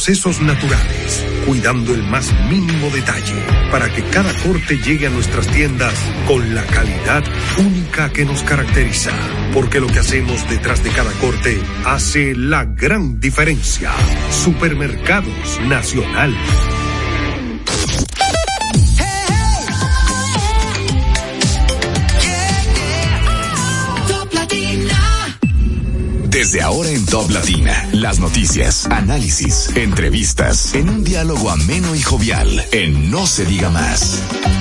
procesos naturales, cuidando el más mínimo detalle, para que cada corte llegue a nuestras tiendas con la calidad única que nos caracteriza. Porque lo que hacemos detrás de cada corte hace la gran diferencia. Supermercados Nacional. Desde ahora en Top Latina, las noticias, análisis, entrevistas, en un diálogo ameno y jovial, en No se diga más.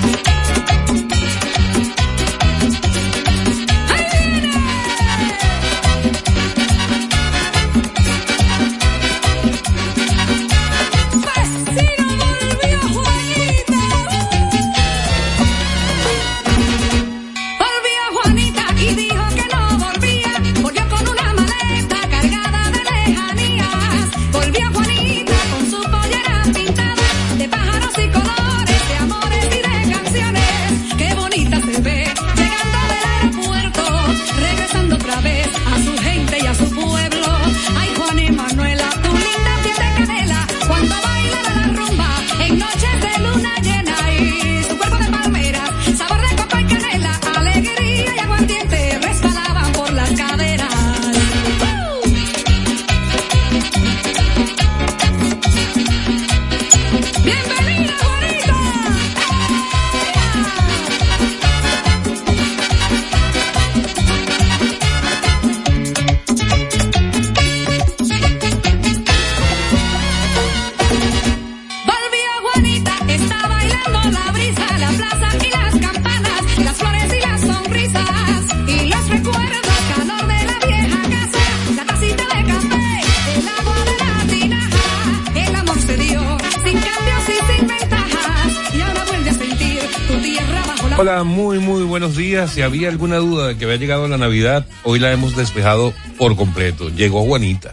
Hola, muy buenos días. Si había alguna duda de que había llegado la Navidad, hoy la hemos despejado por completo. Llegó Juanita.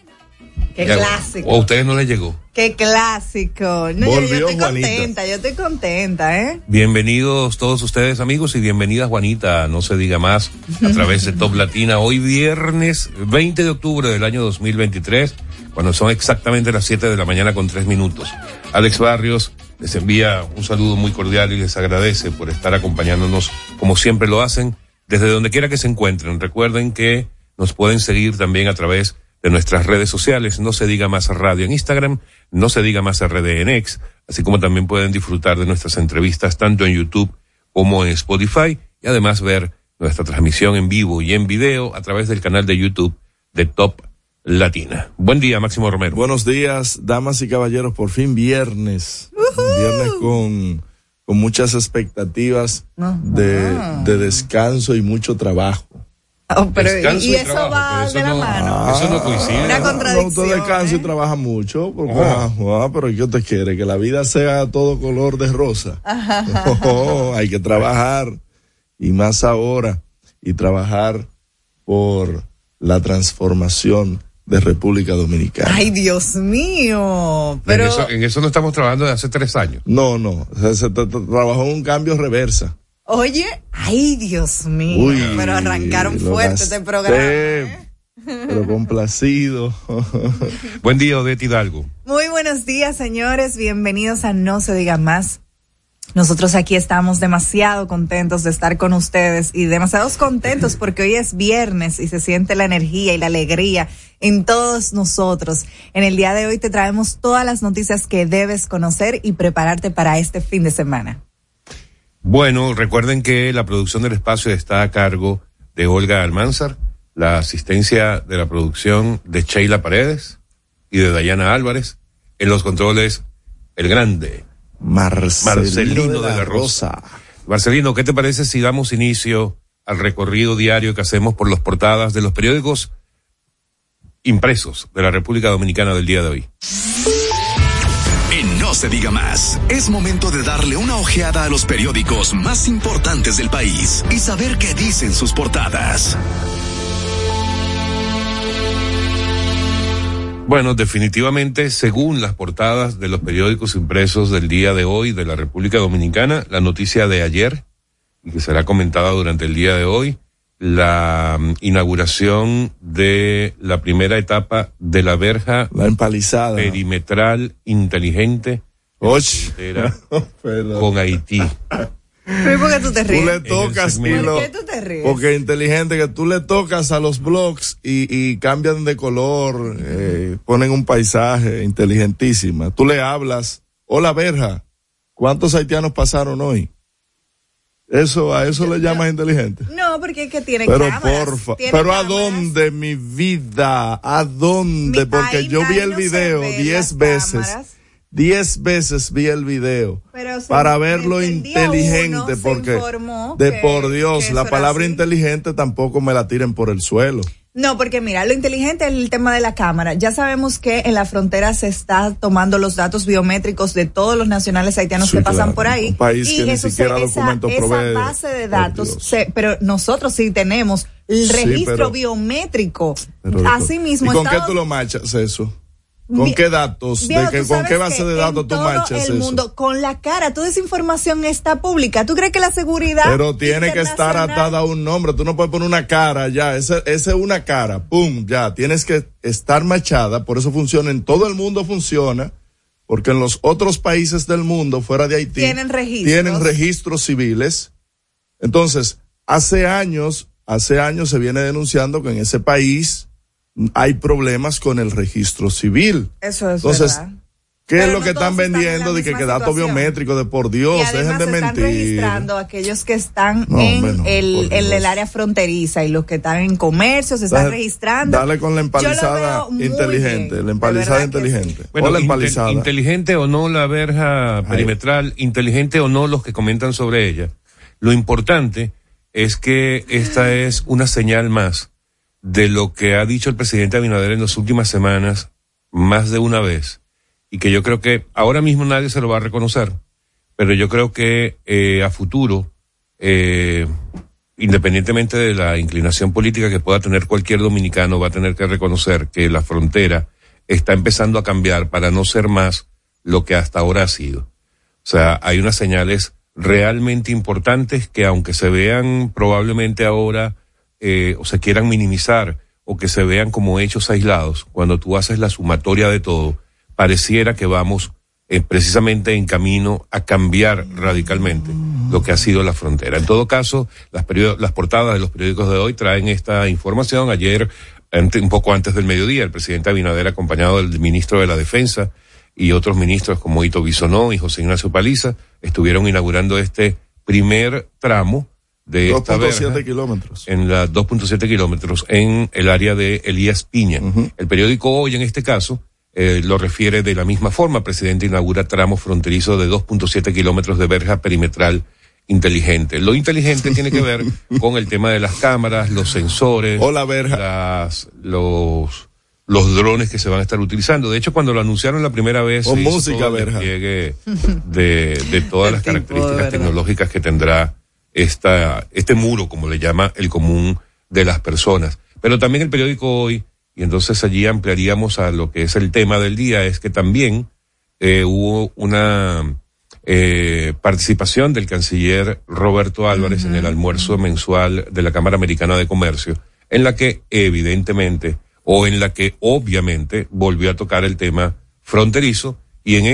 Qué clásico. ¿O a ustedes no les llegó? Qué clásico. No, yo estoy contenta, ¿eh? Bienvenidos todos ustedes, amigos, y bienvenida Juanita, no se diga más, a través de Top Latina. Hoy viernes 20 de octubre del año 2023, cuando son exactamente las 7 de la mañana con 3 minutos. Alex Barrios les envía un saludo muy cordial y les agradece por estar acompañándonos como siempre lo hacen, desde donde quiera que se encuentren. Recuerden que nos pueden seguir también a través de nuestras redes sociales, No se diga más radio en Instagram, No se diga más RD en X, así como también pueden disfrutar de nuestras entrevistas tanto en YouTube como en Spotify, y además ver nuestra transmisión en vivo y en video a través del canal de YouTube de Top Latina. Buen día, Máximo Romero. Buenos días, damas y caballeros, por fin viernes. Viernes con muchas expectativas de descanso y mucho trabajo. Oh, pero descanso y eso trabajo, va de la mano. Eso no coincide. Una contradicción. No, usted descansa y trabaja mucho, porque, pero ¿qué usted quiere? Que la vida sea todo color de rosa. Hay que trabajar, y más ahora, y trabajar por la transformación de República Dominicana. Ay, Dios mío. Pero En eso no estamos trabajando desde hace 3 años. No. Se trabajó en un cambio reversa. Oye, ay, Dios mío. Uy, pero arrancaron fuerte este programa. Pero complacido. Buen día, Odette Hidalgo. Muy buenos días, señores. Bienvenidos a No se diga más. Nosotros aquí estamos demasiado contentos de estar con ustedes y demasiados contentos porque hoy es viernes y se siente la energía y la alegría en todos nosotros. En el día de hoy te traemos todas las noticias que debes conocer y prepararte para este fin de semana. Bueno, recuerden que la producción del espacio está a cargo de Olga Almanzar, la asistencia de la producción de Sheila Paredes y de Dayana Álvarez, en los controles el grande Marcelino de la Rosa. Marcelino, ¿qué te parece si damos inicio al recorrido diario que hacemos por las portadas de los periódicos impresos de la República Dominicana del día de hoy? En No se diga más, es momento de darle una ojeada a los periódicos más importantes del país y saber qué dicen sus portadas. Bueno, definitivamente, según las portadas de los periódicos impresos del día de hoy de la República Dominicana, la noticia de ayer, y que será comentada durante el día de hoy, la inauguración de la primera etapa de la verja, la empalizada perimetral inteligente con Haití. ¿Pero por qué tú te ríes? Tú le tocas ¿Por qué tú te ríes? Porque es inteligente que tú le tocas a los blogs y cambian de color, ponen un paisaje inteligentísima. Tú le hablas, hola verja, ¿cuántos haitianos pasaron hoy? A eso le llamas inteligente. No, porque es que tiene pero cámaras. Porfa, ¿Tiene pero cámaras? ¿a dónde, mi vida? ¿A dónde? Porque yo vi el video 10 veces. 10 veces vi el video para verlo inteligente, porque por Dios, la palabra inteligente tampoco me la tiren por el suelo. No, porque mira, lo inteligente es el tema de la cámara. Ya sabemos que en la frontera se está tomando los datos biométricos de todos los nacionales haitianos que pasan por ahí. Un país que ni siquiera documentos provee. Esa base de datos, pero nosotros sí tenemos el registro biométrico. Así mismo. ¿Y con qué tú lo marchas eso? ¿Con qué datos? ¿Con qué base de datos tú marchas eso? Mundo, con la cara, toda esa información está pública. ¿Tú crees que la seguridad? Pero tiene que estar atada a un nombre. Tú no puedes poner una cara ya. Esa es una cara. Pum, ya. Tienes que estar machada. Por eso funciona. En todo el mundo funciona. Porque en los otros países del mundo, fuera de Haití, tienen registros civiles. Entonces, hace años se viene denunciando que en ese país hay problemas con el registro civil. Eso es Entonces, verdad. ¿qué es lo que están vendiendo? De que datos biométricos, de por Dios, dejen de mentir. Están registrando a aquellos que están en el área fronteriza y los que están en comercio se están registrando. Dale con la empalizada inteligente, la empalizada inteligente. Bueno, o la empalizada. Inteligente o no la verja perimetral, inteligente o no los que comentan sobre ella. Lo importante es que esta es una señal más de lo que ha dicho el presidente Abinader en las últimas semanas, más de una vez, y que yo creo que ahora mismo nadie se lo va a reconocer, pero yo creo que a futuro, independientemente de la inclinación política que pueda tener cualquier dominicano, va a tener que reconocer que la frontera está empezando a cambiar para no ser más lo que hasta ahora ha sido. O sea, hay unas señales realmente importantes que, aunque se vean probablemente ahora o se quieran minimizar o que se vean como hechos aislados, cuando tú haces la sumatoria de todo, pareciera que vamos precisamente en camino a cambiar radicalmente lo que ha sido la frontera. En todo caso, las portadas de los periódicos de hoy traen esta información. Ayer, un poco antes del mediodía, el presidente Abinader, acompañado del ministro de la Defensa y otros ministros como Ito Bisonó y José Ignacio Paliza, estuvieron inaugurando este primer tramo de 2.7 kilómetros. En la 2.7 kilómetros en el área de Elías Piña. Uh-huh. El periódico Hoy, en este caso, lo refiere de la misma forma. El presidente inaugura tramo fronterizo de 2.7 kilómetros de verja perimetral inteligente. Lo inteligente tiene que ver con el tema de las cámaras, los sensores, o la verja, los drones que se van a estar utilizando. De hecho, cuando lo anunciaron la primera vez, o música verja, de todas las características tecnológicas que tendrá este muro, como le llama el común de las personas. Pero también el periódico Hoy, y entonces allí ampliaríamos a lo que es el tema del día, es que también hubo una participación del canciller Roberto Álvarez en el almuerzo mensual de la Cámara Americana de Comercio, en la que evidentemente, o en la que obviamente volvió a tocar el tema fronterizo, y en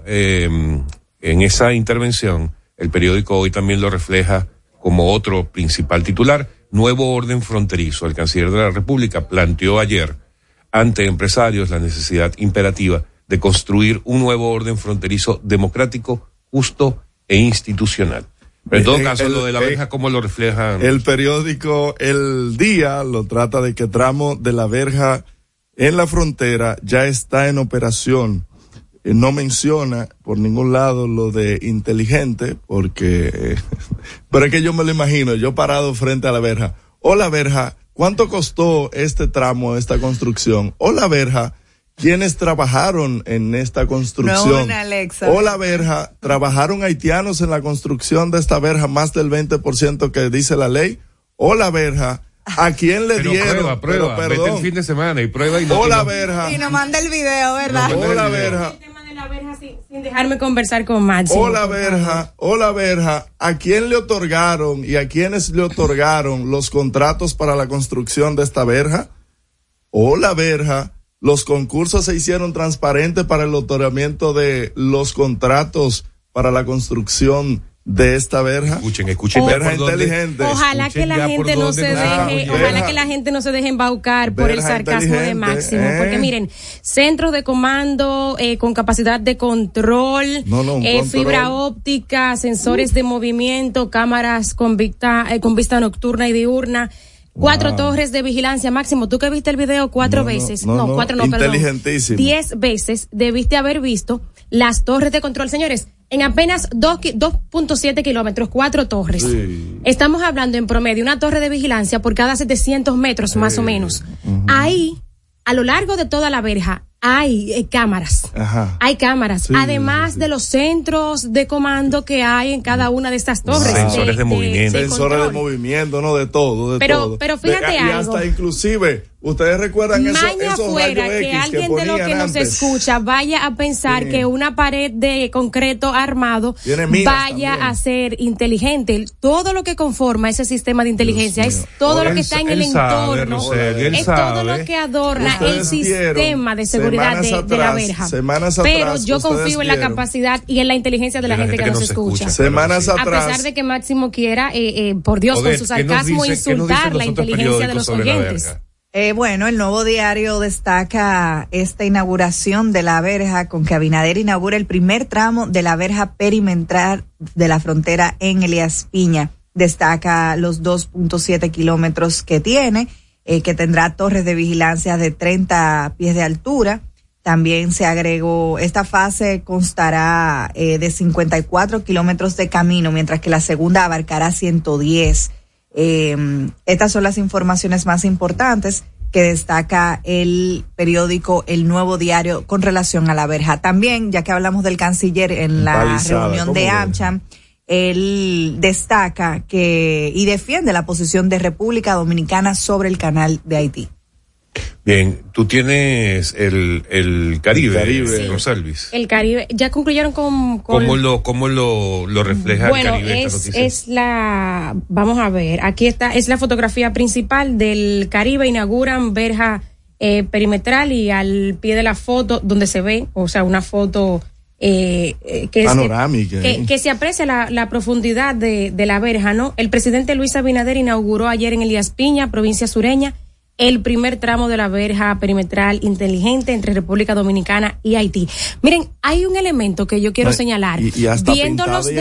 esa intervención el periódico Hoy también lo refleja como otro principal titular: nuevo orden fronterizo. El canciller de la República planteó ayer ante empresarios la necesidad imperativa de construir un nuevo orden fronterizo democrático, justo e institucional. Pero en todo caso, lo de la verja, ¿cómo lo refleja? El periódico El Día lo trata de que tramo de la verja en la frontera ya está en operación. No menciona por ningún lado lo de inteligente, porque pero es que yo me lo imagino, yo parado frente a la verja. Hola verja, ¿cuánto costó este tramo, esta construcción? Hola verja, ¿quiénes trabajaron en esta construcción? No, Alexa. Hola verja, ¿trabajaron haitianos en la construcción de esta verja más del 20% que dice la ley? Hola verja, ¿a quién le dieron? Prueba, vete el fin de semana y prueba. Y no, hola verja. Y nos manda el video, ¿verdad? Hola verja. La verja sin dejarme conversar con Máximo. Hola Berja, ¿a quién le otorgaron y a quiénes le otorgaron los contratos para la construcción de esta verja? Hola Berja, los concursos se hicieron transparentes para el otorgamiento de los contratos para la construcción de esta verja. Escuchen, verja inteligente. Ojalá que la gente no se deje, ojalá que la gente no se deje embaucar por el sarcasmo de Máximo, porque miren, centros de comando con capacidad de control, fibra óptica, sensores de movimiento, cámaras con vista nocturna y diurna. 4 torres de vigilancia, Máximo. Tú que viste el video 4 veces. No, 4 no, perdón. Inteligentísimo. 10 veces debiste haber visto las torres de control. Señores, en apenas 2.7 kilómetros, 4 torres. Sí. Estamos hablando en promedio una torre de vigilancia por cada 700 metros, más o menos. Ahí, a lo largo de toda la verja, hay cámaras. Hay cámaras. Sí, además de los centros de comando que hay en cada una de estas torres. Sensores de movimiento. Sensores de movimiento, ¿no? De todo. Pero fíjate algo. Y hasta inclusive, ustedes recuerdan esos fuera rayos que X alguien que de los que nos escucha vaya a pensar que una pared de concreto armado vaya a ser inteligente. Todo lo que conforma ese sistema de inteligencia es todo lo que está en el entorno. Es todo lo que adorna el sistema de seguridad de la verja. Pero yo confío en la capacidad y en la inteligencia de la gente que nos escucha. Semanas atrás. A pesar de que Máximo quiera, por Dios, con su sarcasmo, insultar la inteligencia de los oyentes. Bueno, el Nuevo Diario destaca esta inauguración de la verja con que Abinader inaugura el primer tramo de la verja perimetral de la frontera en Elías Piña. Destaca los 2.7 kilómetros que tiene, que tendrá torres de vigilancia de 30 pies de altura. También se agregó, esta fase constará de 54 kilómetros de camino, mientras que la segunda abarcará 110. Estas son las informaciones más importantes que destaca el periódico El Nuevo Diario con relación a la verja. También, ya que hablamos del canciller en la reunión de AmCham, él destaca y defiende la posición de República Dominicana sobre el canal de Haití. Bien, tú tienes el Caribe. Rosalvis. El Caribe, ya concluyeron con ¿Cómo lo refleja el Caribe esta noticia? Vamos a ver, aquí está, es la fotografía principal del Caribe, inauguran verja perimetral y al pie de la foto donde se ve, o sea, una foto que panorámica, que se aprecia la profundidad de la verja, ¿no? El presidente Luis Abinader inauguró ayer en Elías Piña, provincia sureña, el primer tramo de la verja perimetral inteligente entre República Dominicana y Haití. Miren, hay un elemento que yo quiero señalar. Viendo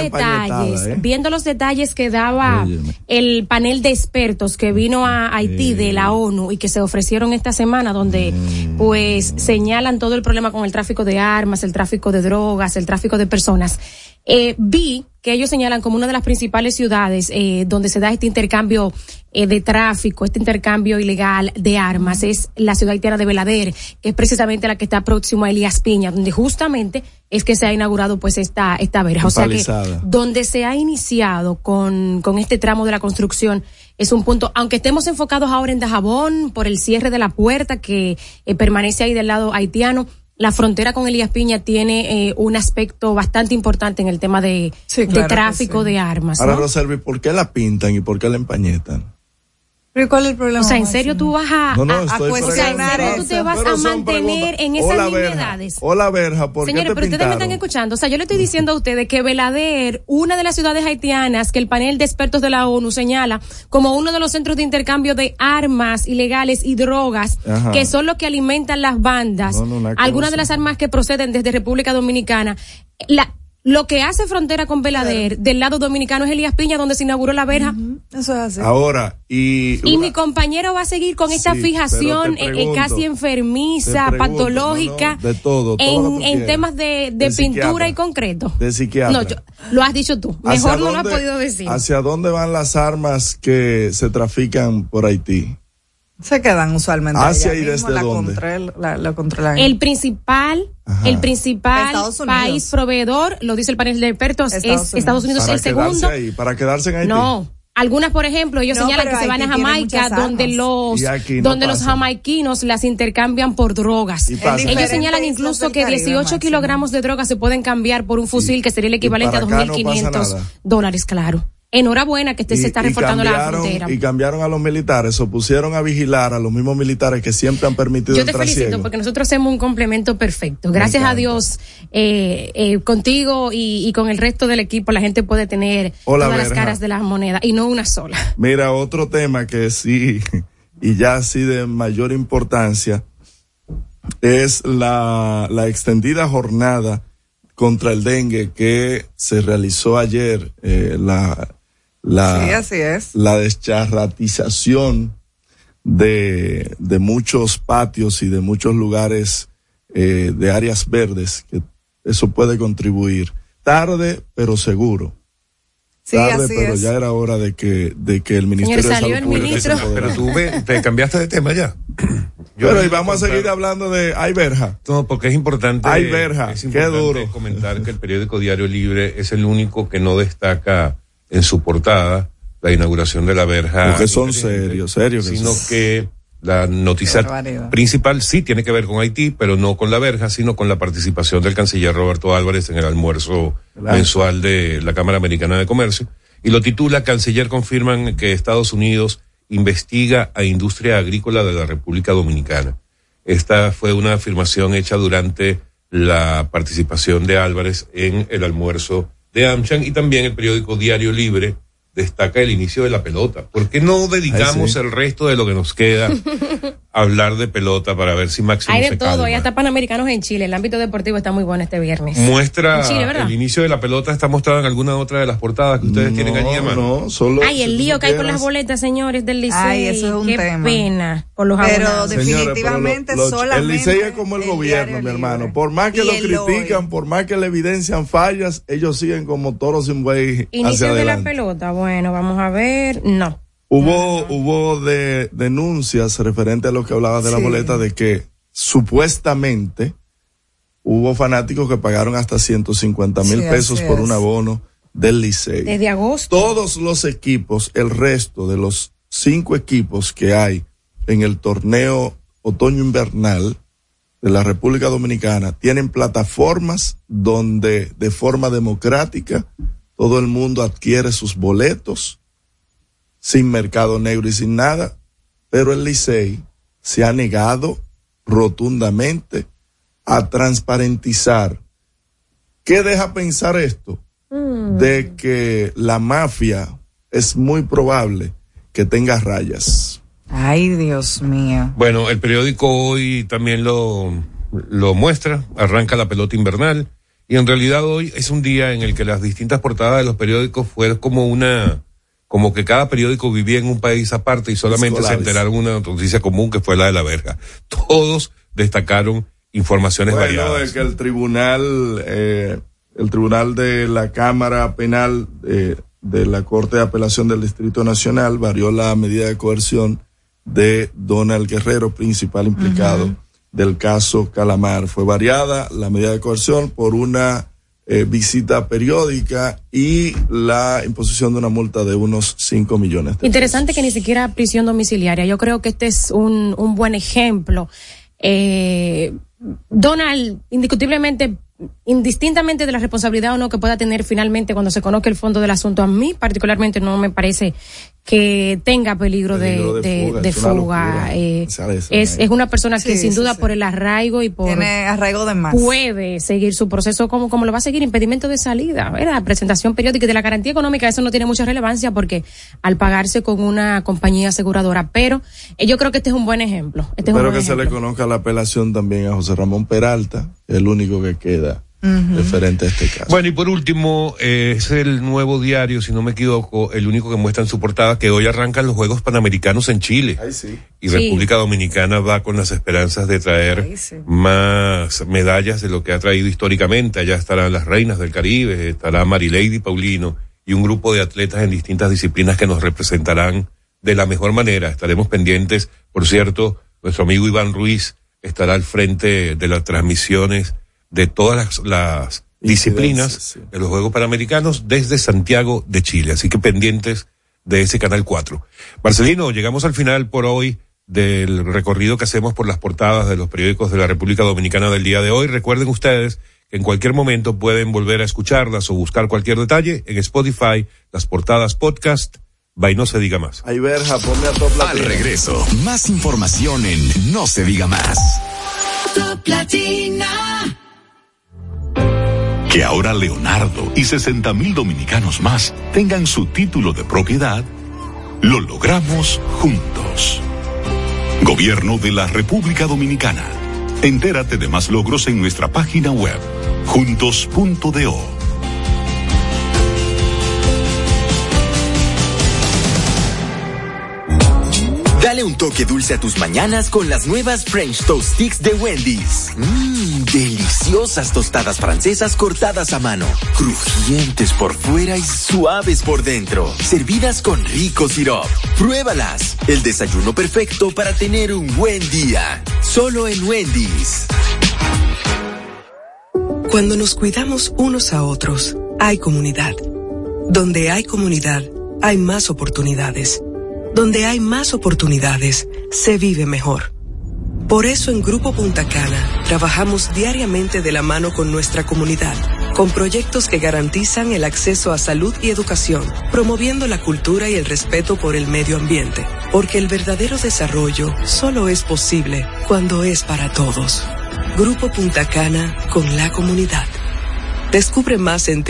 los detalles que daba el panel de expertos que vino a Haití de la ONU y que se ofrecieron esta semana, donde pues señalan todo el problema con el tráfico de armas, el tráfico de drogas, el tráfico de personas. Vi que ellos señalan como una de las principales ciudades donde se da este intercambio de tráfico, este intercambio ilegal de armas, es la ciudad haitiana de Belader, que es precisamente la que está próximo a Elías Piña, donde justamente es que se ha inaugurado pues esta verja. O sea que donde se ha iniciado con este tramo de la construcción es un punto, aunque estemos enfocados ahora en Dajabón por el cierre de la puerta que permanece ahí del lado haitiano, la frontera con Elías Piña tiene un aspecto bastante importante en el tema de tráfico de armas, ¿no? Ahora, Rosalvi, ¿por qué la pintan y por qué la empañetan? ¿Pero cuál es el problema? O sea, ¿en serio tú vas a cuestionar tú te vas a mantener en esas nimiedades? Hola, verja, ¿por Señores, qué te pero ustedes me están escuchando. O sea, yo le estoy diciendo a ustedes que Belader, una de las ciudades haitianas que el panel de expertos de la ONU señala como uno de los centros de intercambio de armas ilegales y drogas, que son los que alimentan las bandas, algunas de las armas que proceden desde República Dominicana. Lo que hace frontera con Belader del lado dominicano es Elías Piña, donde se inauguró la verja. Eso es así. Ahora, y mi compañero va a seguir con esta fijación casi enfermiza, patológica, de todo en temas de pintura y concreto. De psiquiatra. No, lo has dicho tú. Mejor no lo has podido decir. ¿Hacia dónde van las armas que se trafican por Haití? Se quedan usualmente hacia y desde dónde la controlan. El principal país proveedor, lo dice el panel de expertos, es Estados Unidos. El segundo para quedarse en Haití. No, Algunas, por ejemplo, ellos señalan que se van a Jamaica, donde los jamaiquinos las intercambian por drogas. Ellos señalan incluso que 18 kilogramos de drogas se pueden cambiar por un fusil que sería el equivalente a $2,500, claro. Enhorabuena que se está reforzando la frontera. Y cambiaron a los militares, o pusieron a vigilar a los mismos militares que siempre han permitido el trasiego. Yo te felicito porque nosotros hacemos un complemento perfecto. Gracias a Dios, contigo y con el resto del equipo la gente puede tener todas las caras de las monedas y no una sola. Mira, otro tema que sí, y ya así de mayor importancia, es la extendida jornada contra el dengue que se realizó ayer, sí, así es. La descharratización de muchos patios y de muchos lugares de áreas verdes, que eso puede contribuir. Tarde, pero seguro. Sí, tarde, así pero es. Ya era hora de que el Ministerio de Salud Pública. Pero tú te cambiaste de tema ya. Pero y vamos a seguir hablando de hay verja. No, porque es importante. Hay verja, qué duro. Comentar que el periódico Diario Libre es el único que no destaca en su portada la inauguración de la verja. Porque son serios. Sino que la noticia principal sí tiene que ver con Haití, pero no con la verja, sino con la participación del canciller Roberto Álvarez en el almuerzo mensual de la Cámara Americana de Comercio. Y lo titula: Canciller confirman que Estados Unidos investiga a industria agrícola de la República Dominicana. Esta fue una afirmación hecha durante la participación de Álvarez en el almuerzo de AmCham, y también el periódico Diario Libre destaca el inicio de la pelota. ¿Por qué no dedicamos el resto de lo que nos queda a hablar de pelota para ver si Máximo se calma? Hay de todo, hay hasta panamericanos en Chile. El ámbito deportivo está muy bueno este viernes. Muestra Chile, el inicio de la pelota, está mostrado en alguna otra de las portadas que ustedes tienen allí, hermano. No, solo. Ay, el lío que hay con las boletas, señores, del Licey. Ay, eso es un Qué tema. Pena por los Pero abonados. definitivamente Señores, solamente el Licey es como el gobierno, mi hermano. Por más que lo critican, por más que le evidencian fallas, ellos siguen como toros sin buey hacia Inicio de la adelante. pelota, bueno, vamos a ver. No. Hubo denuncias referente a lo que hablabas de la boleta, de que supuestamente hubo fanáticos que pagaron hasta 150,000 pesos por un abono del Licey. Desde agosto. Todos los equipos, el resto de los 5 equipos que hay en el torneo otoño-invernal de la República Dominicana tienen plataformas donde de forma democrática todo el mundo adquiere sus boletos, sin mercado negro y sin nada, pero el Licey se ha negado rotundamente a transparentizar. ¿Qué deja pensar esto? De que la mafia es muy probable que tenga rayas. Ay, Dios mío. Bueno, el periódico hoy también lo muestra, arranca la pelota invernal, y en realidad hoy es un día en el que las distintas portadas de los periódicos fueron como que cada periódico vivía en un país aparte y solamente se enteraron una noticia común, que fue la de la verja. Todos destacaron informaciones variadas. Bueno, es que el tribunal de la Cámara Penal de la Corte de Apelación del Distrito Nacional varió la medida de coerción de Donald Guerrero, principal implicado del caso Calamar. Fue variada la medida de coerción por una visita periódica y la imposición de una multa de unos 5 millones de Interesante pesos. que ni siquiera prisión domiciliaria. Yo creo que este es un buen ejemplo. Donald, indistintamente de la responsabilidad o no que pueda tener finalmente cuando se conozca el fondo del asunto, a mí particularmente no me parece que tenga peligro de fuga. Es una persona que sin duda por el arraigo y por... Tiene arraigo de más. Puede seguir su proceso como lo va a seguir, impedimento de salida, la presentación periódica y de la garantía económica. Eso no tiene mucha relevancia porque al pagarse con una compañía aseguradora, pero yo creo que este es un buen ejemplo. Espero que se le conozca la apelación también a José Ramón Peralta, el único que queda referente a este caso. Bueno, y por último, es el Nuevo Diario, si no me equivoco, el único que muestra en su portada que hoy arrancan los Juegos Panamericanos en Chile. Ay, sí. Y República Dominicana va con las esperanzas de traer más medallas de lo que ha traído históricamente. Allá estarán las reinas del Caribe, estará Marilady Paulino y un grupo de atletas en distintas disciplinas que nos representarán de la mejor manera. Estaremos pendientes. Por cierto, nuestro amigo Iván Ruiz estará al frente de las transmisiones de todas las disciplinas de los Juegos Panamericanos desde Santiago de Chile. Así que pendientes de ese Canal 4. Marcelino, llegamos al final por hoy del recorrido que hacemos por las portadas de los periódicos de la República Dominicana del día de hoy. Recuerden ustedes que en cualquier momento pueden volver a escucharlas o buscar cualquier detalle en Spotify, las portadas podcast, by No Se Diga Más. Ahí Berja, ponme a Top Latina. Al regreso, más información en No Se Diga Más. Top Latina. Que ahora Leonardo y 60,000 dominicanos más tengan su título de propiedad, lo logramos juntos. Gobierno de la República Dominicana. Entérate de más logros en nuestra página web, juntos.do. Dale un toque dulce a tus mañanas con las nuevas French Toast Sticks de Wendy's. Deliciosas tostadas francesas cortadas a mano, crujientes por fuera y suaves por dentro, servidas con rico sirope. Pruébalas. El desayuno perfecto para tener un buen día. Solo en Wendy's. Cuando nos cuidamos unos a otros, hay comunidad. Donde hay comunidad, hay más oportunidades. Donde hay más oportunidades, se vive mejor. Por eso en Grupo Punta Cana trabajamos diariamente de la mano con nuestra comunidad, con proyectos que garantizan el acceso a salud y educación, promoviendo la cultura y el respeto por el medio ambiente, porque el verdadero desarrollo solo es posible cuando es para todos. Grupo Punta Cana con la comunidad. Descubre más en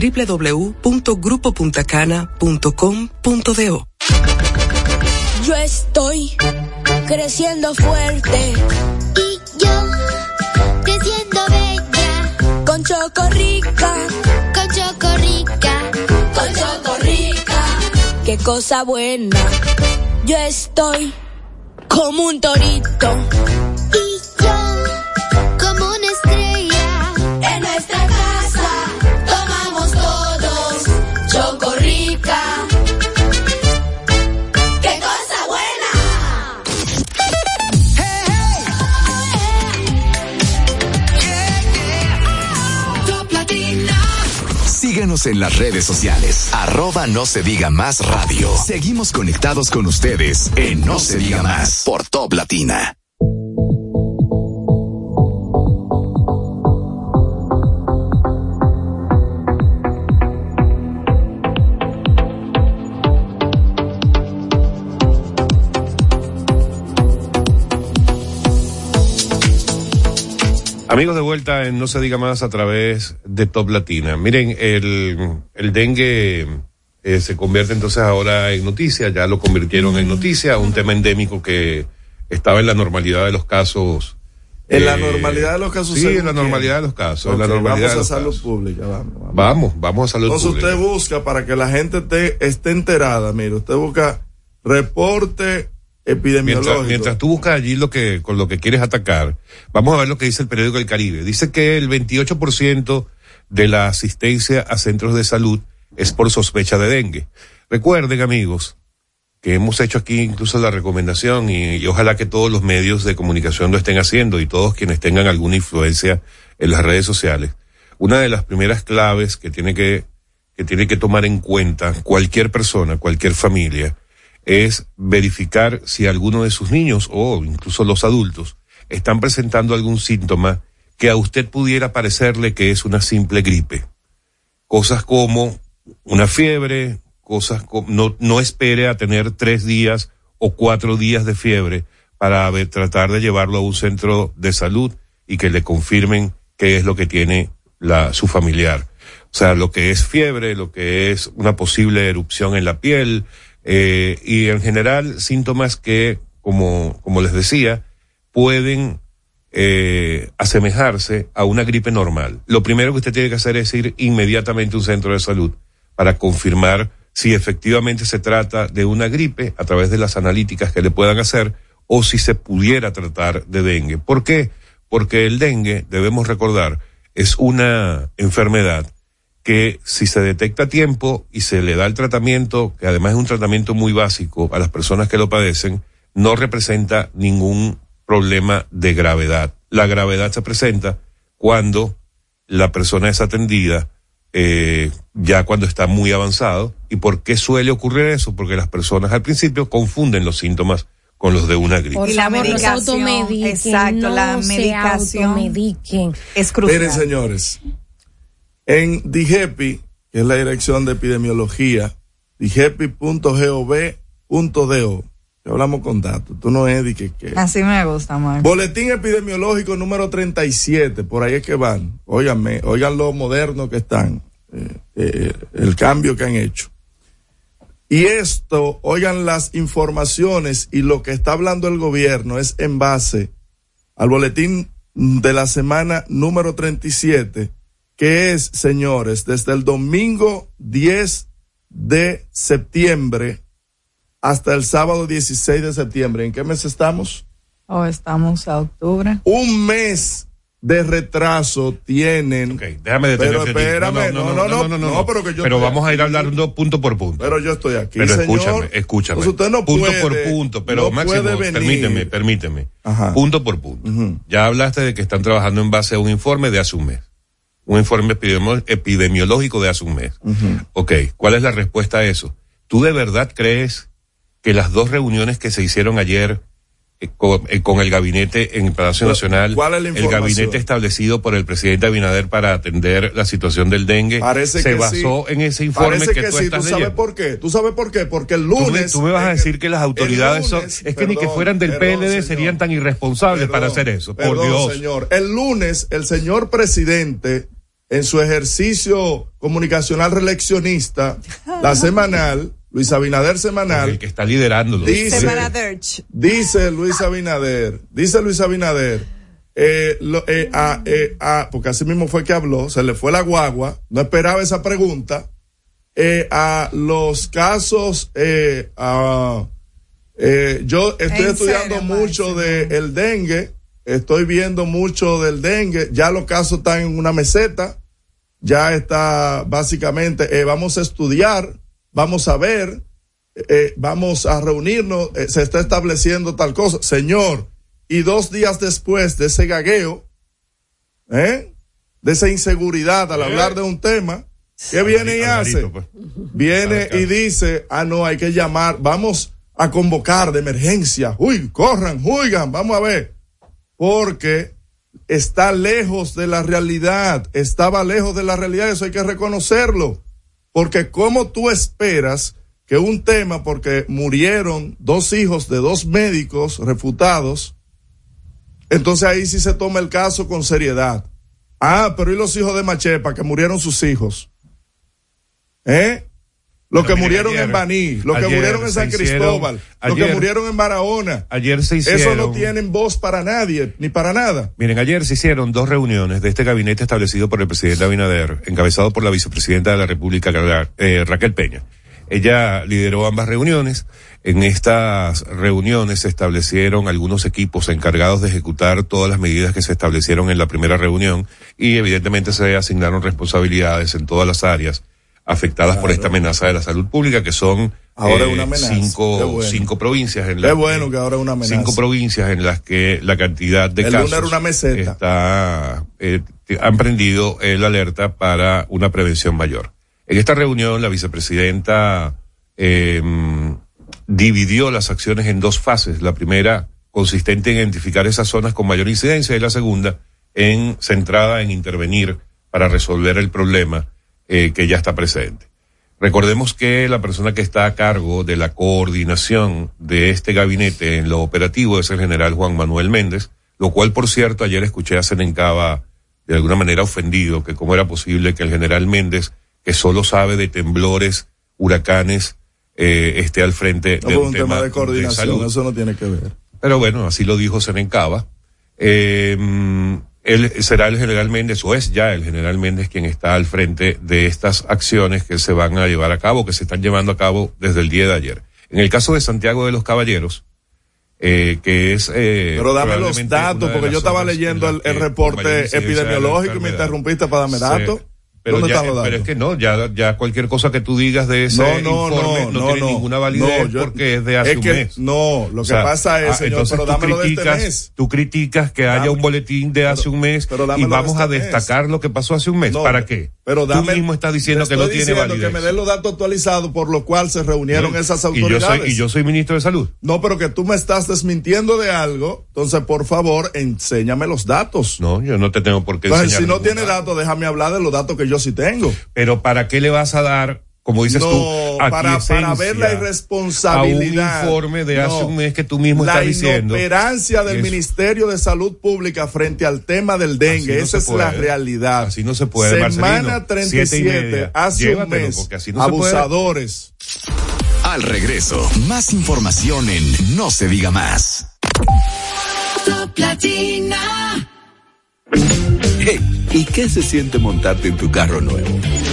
www.grupopuntacana.com.do. Yo estoy creciendo fuerte y yo creciendo bella. Con Chocorrica, con Chocorrica, con Chocorrica. Qué cosa buena. Yo estoy como un torito y yo como una estrella. En nuestra casa tomamos todos Chocorrica. Síguenos en las redes sociales, @No Se Diga Más Radio. Seguimos conectados con ustedes en No Se Diga Más por Top Latina. Amigos, de vuelta en No Se Diga Más a través de Top Latina. Miren, el dengue se convierte entonces ahora en noticia, ya lo convirtieron en noticia, un tema endémico que estaba en la normalidad de los casos. En la normalidad de los casos. Sí, en la normalidad de los casos. Okay, en la normalidad vamos de a los salud casos. pública, Vamos a salud Entonces pública. usted busca, para que la gente esté enterada, mire, usted busca reporte epidemiológico. Mientras tú buscas allí con lo que quieres atacar, vamos a ver lo que dice el periódico El Caribe. Dice que el 28% de la asistencia a centros de salud es por sospecha de dengue. Recuerden, amigos, que hemos hecho aquí incluso la recomendación y ojalá que todos los medios de comunicación lo estén haciendo y todos quienes tengan alguna influencia en las redes sociales. Una de las primeras claves que tiene que tomar en cuenta cualquier persona, cualquier familia, es verificar si alguno de sus niños o incluso los adultos están presentando algún síntoma que a usted pudiera parecerle que es una simple gripe. Cosas como una fiebre, cosas como no espere a tener 3 días o 4 días de fiebre para tratar de llevarlo a un centro de salud y que le confirmen qué es lo que tiene su familiar. O sea, lo que es fiebre, lo que es una posible erupción en la piel, y en general síntomas que, como les decía, pueden asemejarse a una gripe normal. Lo primero que usted tiene que hacer es ir inmediatamente a un centro de salud para confirmar si efectivamente se trata de una gripe a través de las analíticas que le puedan hacer o si se pudiera tratar de dengue. ¿Por qué? Porque el dengue, debemos recordar, es una enfermedad que si se detecta a tiempo y se le da el tratamiento, que además es un tratamiento muy básico a las personas que lo padecen, no representa ningún problema de gravedad. La gravedad se presenta cuando la persona es atendida ya cuando está muy avanzado. ¿Y por qué suele ocurrir eso? Porque las personas al principio confunden los síntomas con los de una gripe. Por y la favor, medicación, no se automediquen, exacto, la medicación es crucial. Miren, señores, en DIGEPI, que es la Dirección de Epidemiología, digepi.gov.do, que hablamos con datos, tú no es de que así me gusta, Marco. Boletín epidemiológico número 37, por ahí es que van, óiganme, oigan lo moderno que están, el cambio que han hecho. Y esto, oigan las informaciones y lo que está hablando el gobierno es en base al boletín de la semana número 37, que es, señores, desde el domingo 10 de septiembre hasta el sábado 16 de septiembre. ¿En qué mes estamos? Estamos a octubre. Un mes de retraso tienen. Okay, déjame detenerte. Pero espérame, no, pero que yo. Pero vamos a ir hablando punto por punto. Pero yo estoy aquí, pero señor. Escúchame. Pues usted no punto puede, por punto, pero no Máximo, puede venir. permíteme. Ajá. Punto por punto. Uh-huh. Ya hablaste de que están trabajando en base a un informe de hace un mes. Un informe epidemiológico de hace un mes. Uh-huh. Ok, ¿cuál es la respuesta a eso? ¿Tú de verdad crees que las dos reuniones que se hicieron ayer con el gabinete en el Palacio Nacional, el gabinete establecido por el presidente Abinader para atender la situación del dengue, se basó en ese informe que tú estás leyendo? ¿Tú sabes por qué? Porque el lunes... Tú me vas a decir que las autoridades ni que fueran del PLD serían tan irresponsables para hacer eso. Por Dios. Señor. El lunes, el señor presidente, en su ejercicio comunicacional reeleccionista, la semanal, Luis Abinader semanal, el que está liderándolo. Dice Luis Abinader, porque así mismo fue que habló, se le fue la guagua, no esperaba esa pregunta, a los casos, yo estoy estudiando mucho del dengue, estoy viendo mucho del dengue, ya los casos están en una meseta, ya está básicamente, vamos a estudiar, vamos a ver, vamos a reunirnos, se está estableciendo tal cosa. Señor, y 2 días después de ese gagueo, de esa inseguridad al hablar de un tema, ¿qué viene y hace? Pues. Viene y dice, no, hay que llamar, vamos a convocar de emergencia, corran, juigan, vamos a ver, porque está lejos de la realidad, estaba lejos de la realidad, eso hay que reconocerlo. Porque ¿cómo tú esperas que un tema, porque murieron 2 hijos de 2 médicos refutados, entonces ahí sí se toma el caso con seriedad? Pero ¿y los hijos de Machepa que murieron sus hijos? Los que murieron en Baní, los que murieron en San Cristóbal, los que murieron en Barahona. Ayer se hicieron. Eso no tienen voz para nadie, ni para nada. Miren, ayer se hicieron 2 reuniones de este gabinete establecido por el presidente Abinader, encabezado por la vicepresidenta de la República, Raquel Peña. Ella lideró ambas reuniones. En estas reuniones se establecieron algunos equipos encargados de ejecutar todas las medidas que se establecieron en la primera reunión y evidentemente se asignaron responsabilidades en todas las áreas afectadas por esta amenaza de la salud pública, que son ahora una amenaza. 5 provincias en las que ahora una amenaza. 5 provincias en las que la cantidad de casos era una meseta. Está han prendido el alerta para una prevención mayor. En esta reunión la vicepresidenta dividió las acciones en 2 fases. La primera consistente en identificar esas zonas con mayor incidencia y la segunda centrada en intervenir para resolver el problema que ya está presente. Recordemos que la persona que está a cargo de la coordinación de este gabinete en lo operativo es el general Juan Manuel Méndez, lo cual, por cierto, ayer escuché a Senencaba de alguna manera ofendido, que cómo era posible que el general Méndez, que solo sabe de temblores, huracanes, esté al frente de un tema de coordinación, de salud. Eso no tiene que ver. Pero bueno, así lo dijo Senencaba. Él será el general Méndez, o es ya el general Méndez quien está al frente de estas acciones que se van a llevar a cabo, que se están llevando a cabo desde el día de ayer. En el caso de Santiago de los Caballeros, que es... Pero dame los datos, porque yo estaba leyendo el reporte epidemiológico y me interrumpiste para darme datos. ¿Dónde están los datos? Pero es que no, ya cualquier cosa que tú digas de ese informe no tiene ninguna validez porque es de hace un mes. No, lo que pasa es, señor, pero dámelo de este mes. Tú criticas que haya un boletín de hace un mes y vamos a destacar lo que pasó hace un mes. ¿Para qué? Pero tú mismo estás diciendo que no tiene validez. Que me den los datos actualizados por lo cual se reunieron esas autoridades. Y yo soy ministro de Salud. No, pero que tú me estás desmintiendo de algo, entonces por favor, enséñame los datos. No, yo no te tengo por qué enseñar. Si no tiene datos, déjame hablar de los datos que yo sí tengo. Pero ¿para qué le vas a dar, como dices tú, para ver la irresponsabilidad a un informe de hace un mes que tú mismo estás diciendo? La inoperancia del Ministerio de Salud Pública frente al tema del dengue, esa es la realidad. Así no se puede, Semana 37, hace un mes, abusadores. Al regreso, más información en No se diga más. Top Latina. Hey, ¿y qué se siente montarte en tu carro nuevo?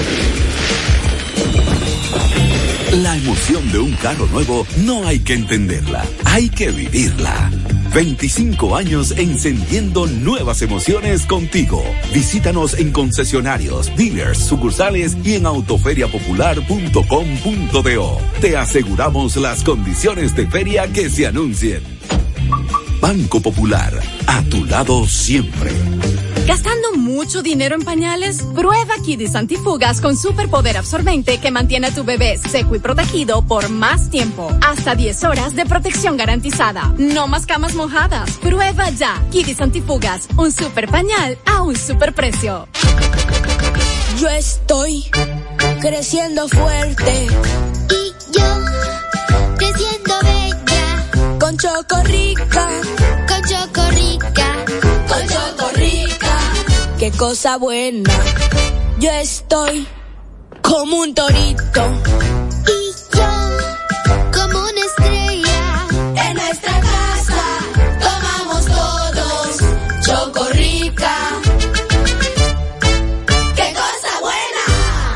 La emoción de un carro nuevo no hay que entenderla, hay que vivirla. 25 años encendiendo nuevas emociones contigo. Visítanos en concesionarios, dealers, sucursales y en autoferiapopular.com.do. Te aseguramos las condiciones de feria que se anuncien. Banco Popular, a tu lado siempre. ¿Gastando mucho dinero en pañales? Prueba Kidis Antifugas con superpoder absorbente que mantiene a tu bebé seco y protegido por más tiempo. Hasta 10 horas de protección garantizada. No más camas mojadas. Prueba ya Kidis Antifugas, un super pañal a un super precio. Yo estoy creciendo fuerte y yo creciendo bella. Con Chocorrica, con Chocorrica, con Chocorrica. Qué cosa buena. Yo estoy como un torito y yo como una estrella. En nuestra casa tomamos todos Chocorrica. Qué cosa buena.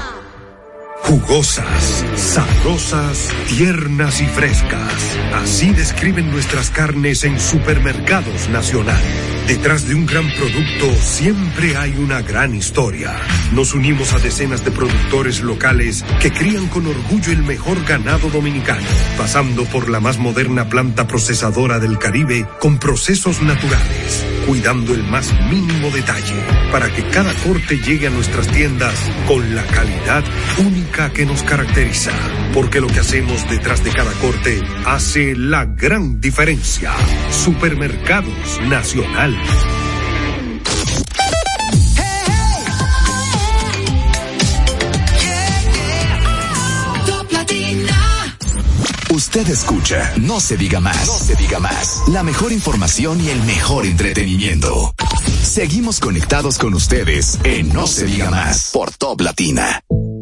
Jugosas, sabrosas, tiernas y frescas. Así describen nuestras carnes en Supermercados Nacional. Detrás de un gran producto siempre hay una gran historia. Nos unimos a decenas de productores locales que crían con orgullo el mejor ganado dominicano, pasando por la más moderna planta procesadora del Caribe con procesos naturales, cuidando el más mínimo detalle para que cada corte llegue a nuestras tiendas con la calidad única que nos caracteriza. Porque lo que hacemos detrás de cada corte hace la gran diferencia. Supermercados Nacional. Usted escucha No se diga más. No se diga más. La mejor información y el mejor entretenimiento. Seguimos conectados con ustedes en No se diga más por Top Latina.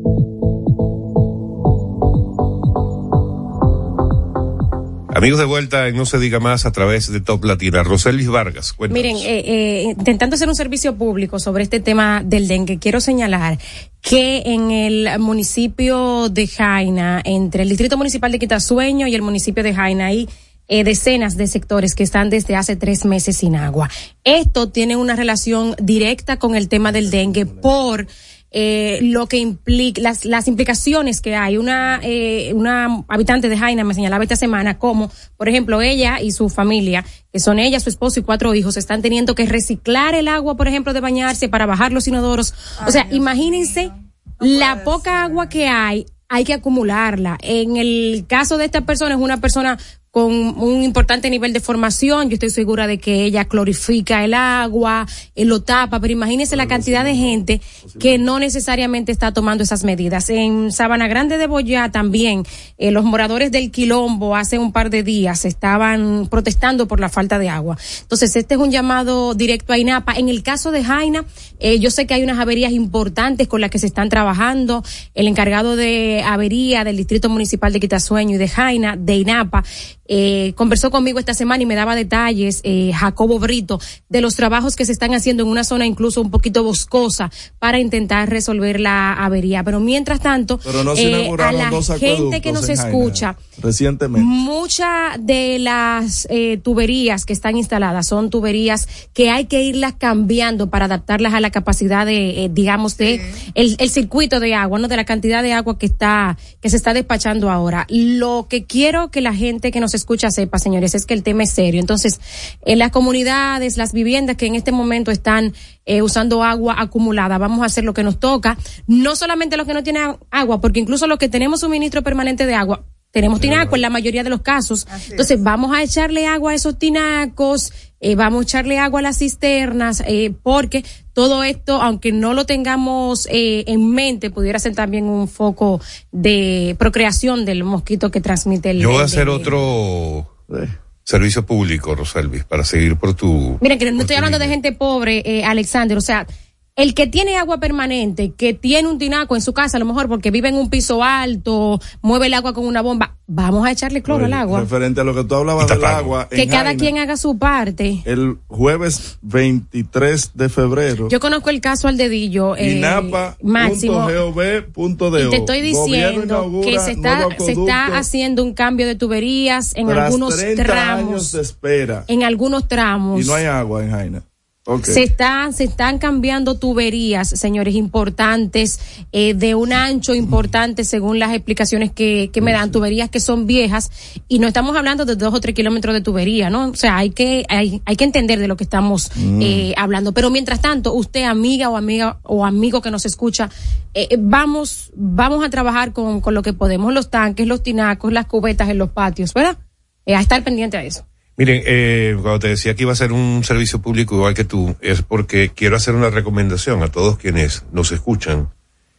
Amigos de vuelta en No se diga más a través de Top Latina. Roselis Vargas, cuéntanos. Miren, intentando hacer un servicio público sobre este tema del dengue, quiero señalar que en el municipio de Jaina, entre el Distrito Municipal de Quitasueño y el municipio de Jaina, hay decenas de sectores que están desde hace 3 meses sin agua. Esto tiene una relación directa con el tema del dengue por lo que implica, las implicaciones que hay. Una habitante de Jaina me señalaba esta semana como, por ejemplo, ella y su familia, que son ella, su esposo y 4 hijos, están teniendo que reciclar el agua, por ejemplo, de bañarse para bajar los inodoros. O sea, imagínense la poca agua que hay que acumularla. En el caso de esta persona, es una persona con un importante nivel de formación. Yo estoy segura de que ella clorifica el agua, lo tapa, pero imagínese la cantidad de gente que no necesariamente está tomando esas medidas. En Sabana Grande de Boyá también, los moradores del Quilombo hace un par de días estaban protestando por la falta de agua. Entonces, este es un llamado directo a INAPA. En el caso de Jaina, yo sé que hay unas averías importantes con las que se están trabajando. El encargado de avería del Distrito Municipal de Quitasueño y de Jaina, de INAPA, conversó conmigo esta semana y me daba detalles, Jacobo Brito, de los trabajos que se están haciendo en una zona incluso un poquito boscosa para intentar resolver la avería. Pero mientras tanto, a la gente que nos escucha, recientemente, muchas de las tuberías que están instaladas son tuberías que hay que irlas cambiando para adaptarlas a la capacidad de, digamos, de el circuito de agua, no de la cantidad de agua que se está despachando ahora. Lo que quiero que la gente que nos escucha sepa, señores, es que el tema es serio. Entonces, en las comunidades, las viviendas que en este momento están usando agua acumulada, vamos a hacer lo que nos toca, no solamente los que no tienen agua, porque incluso los que tenemos suministro permanente de agua, tenemos tinacos en la mayoría de los casos. Entonces, vamos a echarle agua a esos tinacos, vamos a echarle agua a las cisternas, porque todo esto, aunque no lo tengamos en mente, pudiera ser también un foco de procreación del mosquito que transmite el... Yo voy a hacer otro servicio público, Rosalvis, para seguir por tu... Miren, que no estoy hablando de gente pobre, Alexander, o sea... El que tiene agua permanente, que tiene un tinaco en su casa, a lo mejor porque vive en un piso alto, mueve el agua con una bomba, vamos a echarle cloro al agua. Referente a lo que tú hablabas del agua. Que cada quien haga su parte. El jueves 23 de febrero. Yo conozco el caso al dedillo. INAPA.gov.do. Y te estoy diciendo que se está haciendo un cambio de tuberías en algunos tramos. Años de espera. En algunos tramos. Y no hay agua en Jaina. Okay. Se están cambiando tuberías, señores, importantes, de un ancho importante según las explicaciones que me dan, tuberías que son viejas, y no estamos hablando de 2 o 3 kilómetros de tubería, ¿no? O sea, hay que entender de lo que estamos hablando. Pero mientras tanto, usted, amiga o amigo que nos escucha, vamos a trabajar con lo que podemos, los tanques, los tinacos, las cubetas en los patios, ¿verdad? A estar pendiente a eso. Miren, cuando te decía que iba a hacer un servicio público igual que tú, es porque quiero hacer una recomendación a todos quienes nos escuchan,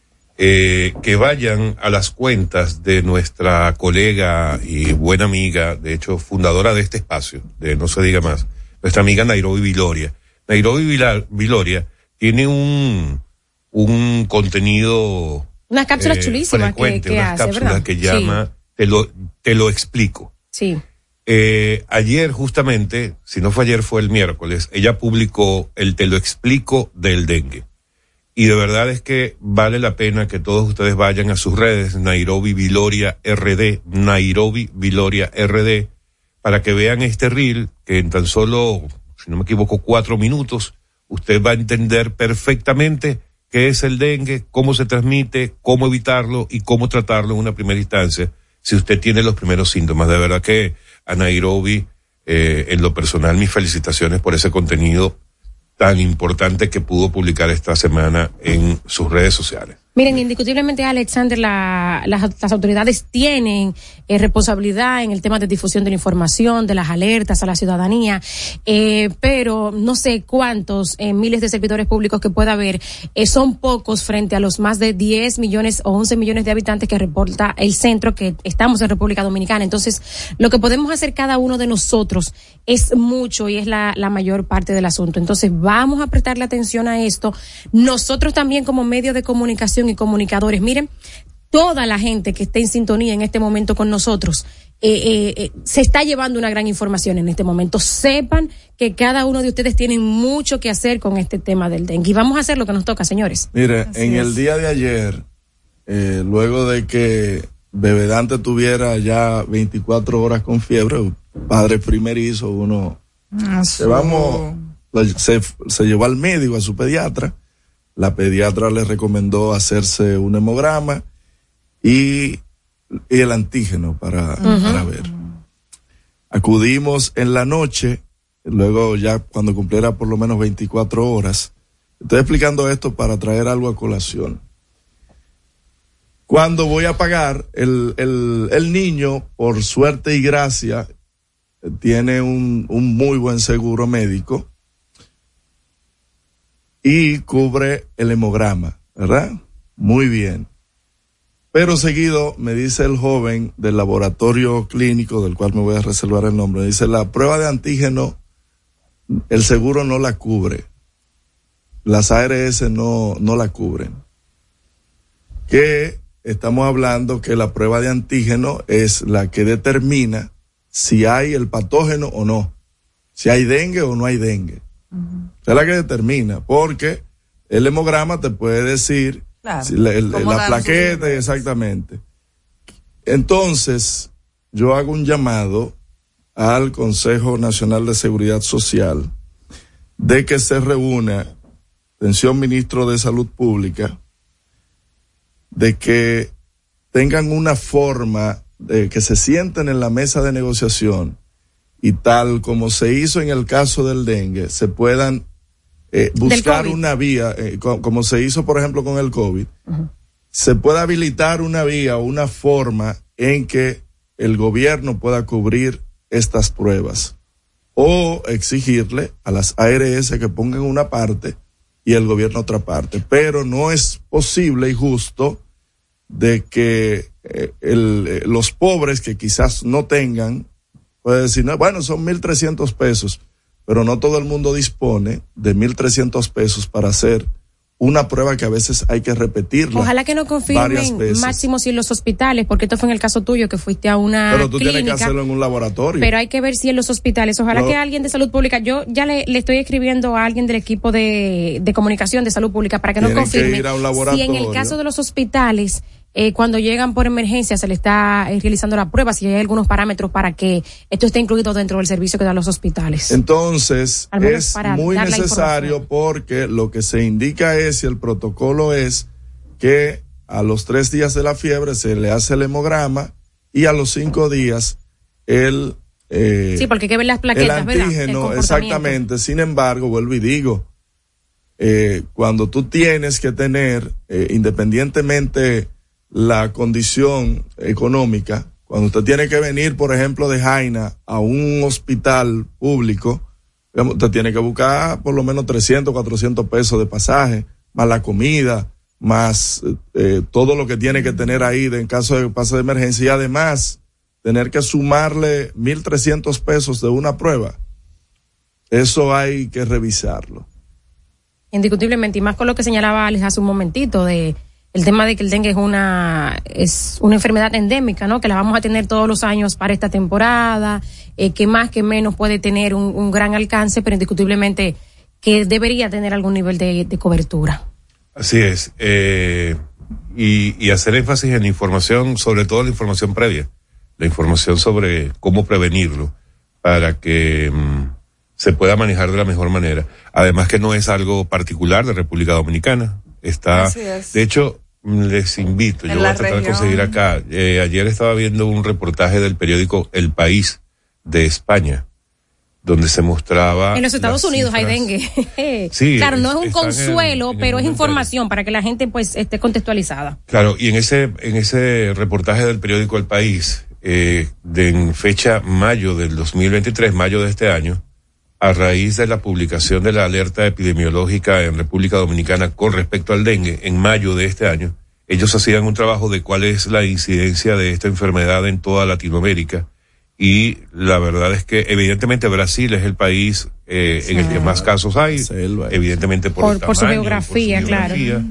que vayan a las cuentas de nuestra colega y buena amiga, de hecho fundadora de este espacio, de No Se Diga Más, nuestra amiga Nairobi Viloria. Nairobi Viloria tiene un contenido... Unas cápsulas chulísimas que hace, cápsulas, ¿verdad? Que llama Te lo explico. Sí. Ayer justamente, si no fue ayer fue el miércoles, ella publicó el Te lo explico del dengue. Y de verdad es que vale la pena que todos ustedes vayan a sus redes, Nairobi Viloria RD, para que vean este reel que en tan solo, si no me equivoco, 4 minutos, usted va a entender perfectamente qué es el dengue, cómo se transmite, cómo evitarlo y cómo tratarlo en una primera instancia, si usted tiene los primeros síntomas. De verdad que a Nairobi, en lo personal, mis felicitaciones por ese contenido tan importante que pudo publicar esta semana en sus redes sociales. Miren, indiscutiblemente, Alexander, las autoridades tienen responsabilidad en el tema de difusión de la información, de las alertas a la ciudadanía, pero no sé cuántos miles de servidores públicos que pueda haber, son pocos frente a los más de 10 millones o 11 millones de habitantes que reporta el centro, que estamos en República Dominicana. Entonces, lo que podemos hacer cada uno de nosotros es mucho y es la mayor parte del asunto. Entonces, vamos a prestarle atención a esto. Nosotros también como medio de comunicación y comunicadores, miren, toda la gente que esté en sintonía en este momento con nosotros, se está llevando una gran información en este momento. Sepan que cada uno de ustedes tiene mucho que hacer con este tema del dengue y vamos a hacer lo que nos toca, señores. Mire, el día de ayer, luego de que Bebedante tuviera ya 24 horas con fiebre, padre primerizo, uno se llevó al médico, a su pediatra. La pediatra le recomendó hacerse un hemograma y el antígeno para ver. Acudimos en la noche, luego ya cuando cumpliera por lo menos 24 horas. Estoy explicando esto para traer algo a colación. Cuando voy a pagar, el niño, por suerte y gracia, tiene un muy buen seguro médico y cubre el hemograma, ¿verdad? Muy bien. Pero seguido me dice el joven del laboratorio clínico, del cual me voy a reservar el nombre, me dice, la prueba de antígeno, el seguro no la cubre. Las ARS no la cubren. Que estamos hablando que la prueba de antígeno es la que determina si hay el patógeno o no, si hay dengue o no hay dengue. Es la que determina, porque el hemograma te puede decir si la plaqueta, exactamente. Entonces, yo hago un llamado al Consejo Nacional de Seguridad Social de que se reúna, atención ministro de Salud Pública, de que tengan una forma de que se sienten en la mesa de negociación y tal como se hizo en el caso del dengue, se puedan buscar una vía, como se hizo por ejemplo con el COVID, se pueda habilitar una vía o una forma en que el gobierno pueda cubrir estas pruebas o exigirle a las ARS que pongan una parte y el gobierno otra parte, pero no es posible y justo de que los pobres que quizás no tengan, puede decir, no, bueno, son 1,300 pesos, pero no todo el mundo dispone de 1,300 pesos para hacer una prueba que a veces hay que repetirla. Ojalá que no confirmen, Máximo, si en los hospitales, porque esto fue en el caso tuyo, que fuiste a una Pero tú clínica, tienes que hacerlo en un laboratorio. Pero hay que ver si en los hospitales, ojalá que alguien de salud pública, yo ya le estoy escribiendo a alguien del equipo de comunicación de salud pública para que nos confirme si en el caso de los hospitales, cuando llegan por emergencia se le está realizando la prueba, si hay algunos parámetros para que esto esté incluido dentro del servicio que dan los hospitales. Entonces, es muy necesario porque lo que se indica es, y el protocolo es, que a los 3 días de la fiebre se le hace el hemograma y a los 5 días sí, porque hay que ver las plaquetas, el antígeno, exactamente. Sin embargo, vuelvo y digo, cuando tú tienes que tener, independientemente la condición económica, cuando usted tiene que venir, por ejemplo, de Jaina a un hospital público, usted tiene que buscar por lo menos 300, 400 pesos de pasaje, más la comida, más todo lo que tiene que tener ahí en caso de pase de emergencia, y además tener que sumarle 1,300 pesos de una prueba. Eso hay que revisarlo. Indiscutiblemente, y más con lo que señalaba Alex hace un momentito de el tema de que el dengue es una enfermedad endémica, ¿no? Que la vamos a tener todos los años para esta temporada, que más que menos puede tener un gran alcance, pero indiscutiblemente que debería tener algún nivel de cobertura. Así es. Y hacer énfasis en la información, sobre todo la información previa, la información sobre cómo prevenirlo para que se pueda manejar de la mejor manera. Además que no es algo particular de República Dominicana. De hecho, les invito, yo voy a tratar de conseguir acá. Ayer estaba viendo un reportaje del periódico El País de España, donde se mostraba. En los Estados Unidos hay dengue. Sí, claro, no es un consuelo, pero es información para que la gente pues esté contextualizada. Claro, y en ese reportaje del periódico El País, en fecha mayo del 2023, mayo de este año, a raíz de la publicación de la alerta epidemiológica en República Dominicana con respecto al dengue en mayo de este año, ellos hacían un trabajo de cuál es la incidencia de esta enfermedad en toda Latinoamérica, y la verdad es que evidentemente Brasil es el país en el que más casos hay, evidentemente por su geografía, claro.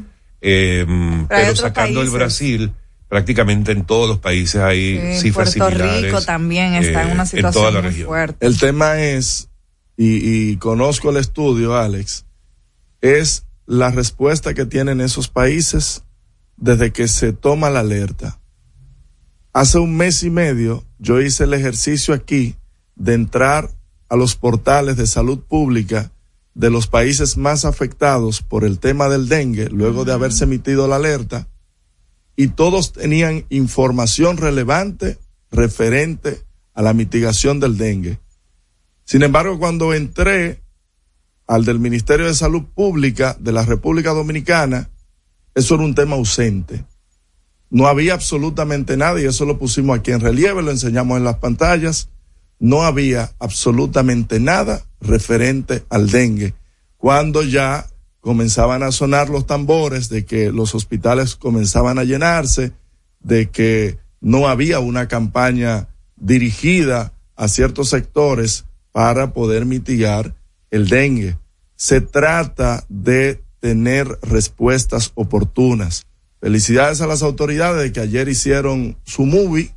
Pero sacando el Brasil, prácticamente en todos los países hay cifras similares. Puerto Rico también está en una situación en toda la muy región. fuerte. El tema es, y conozco el estudio, Alex, es la respuesta que tienen esos países desde que se toma la alerta. Hace 1 mes y medio yo hice el ejercicio aquí de entrar a los portales de salud pública de los países más afectados por el tema del dengue, luego de haberse emitido la alerta, y todos tenían información relevante referente a la mitigación del dengue. Sin embargo, cuando entré al del Ministerio de Salud Pública de la República Dominicana, eso era un tema ausente. No había absolutamente nada, y eso lo pusimos aquí en relieve, lo enseñamos en las pantallas. No había absolutamente nada referente al dengue, cuando ya comenzaban a sonar los tambores de que los hospitales comenzaban a llenarse, de que no había una campaña dirigida a ciertos sectores para poder mitigar el dengue. Se trata de tener respuestas oportunas. Felicidades a las autoridades de que ayer hicieron su movie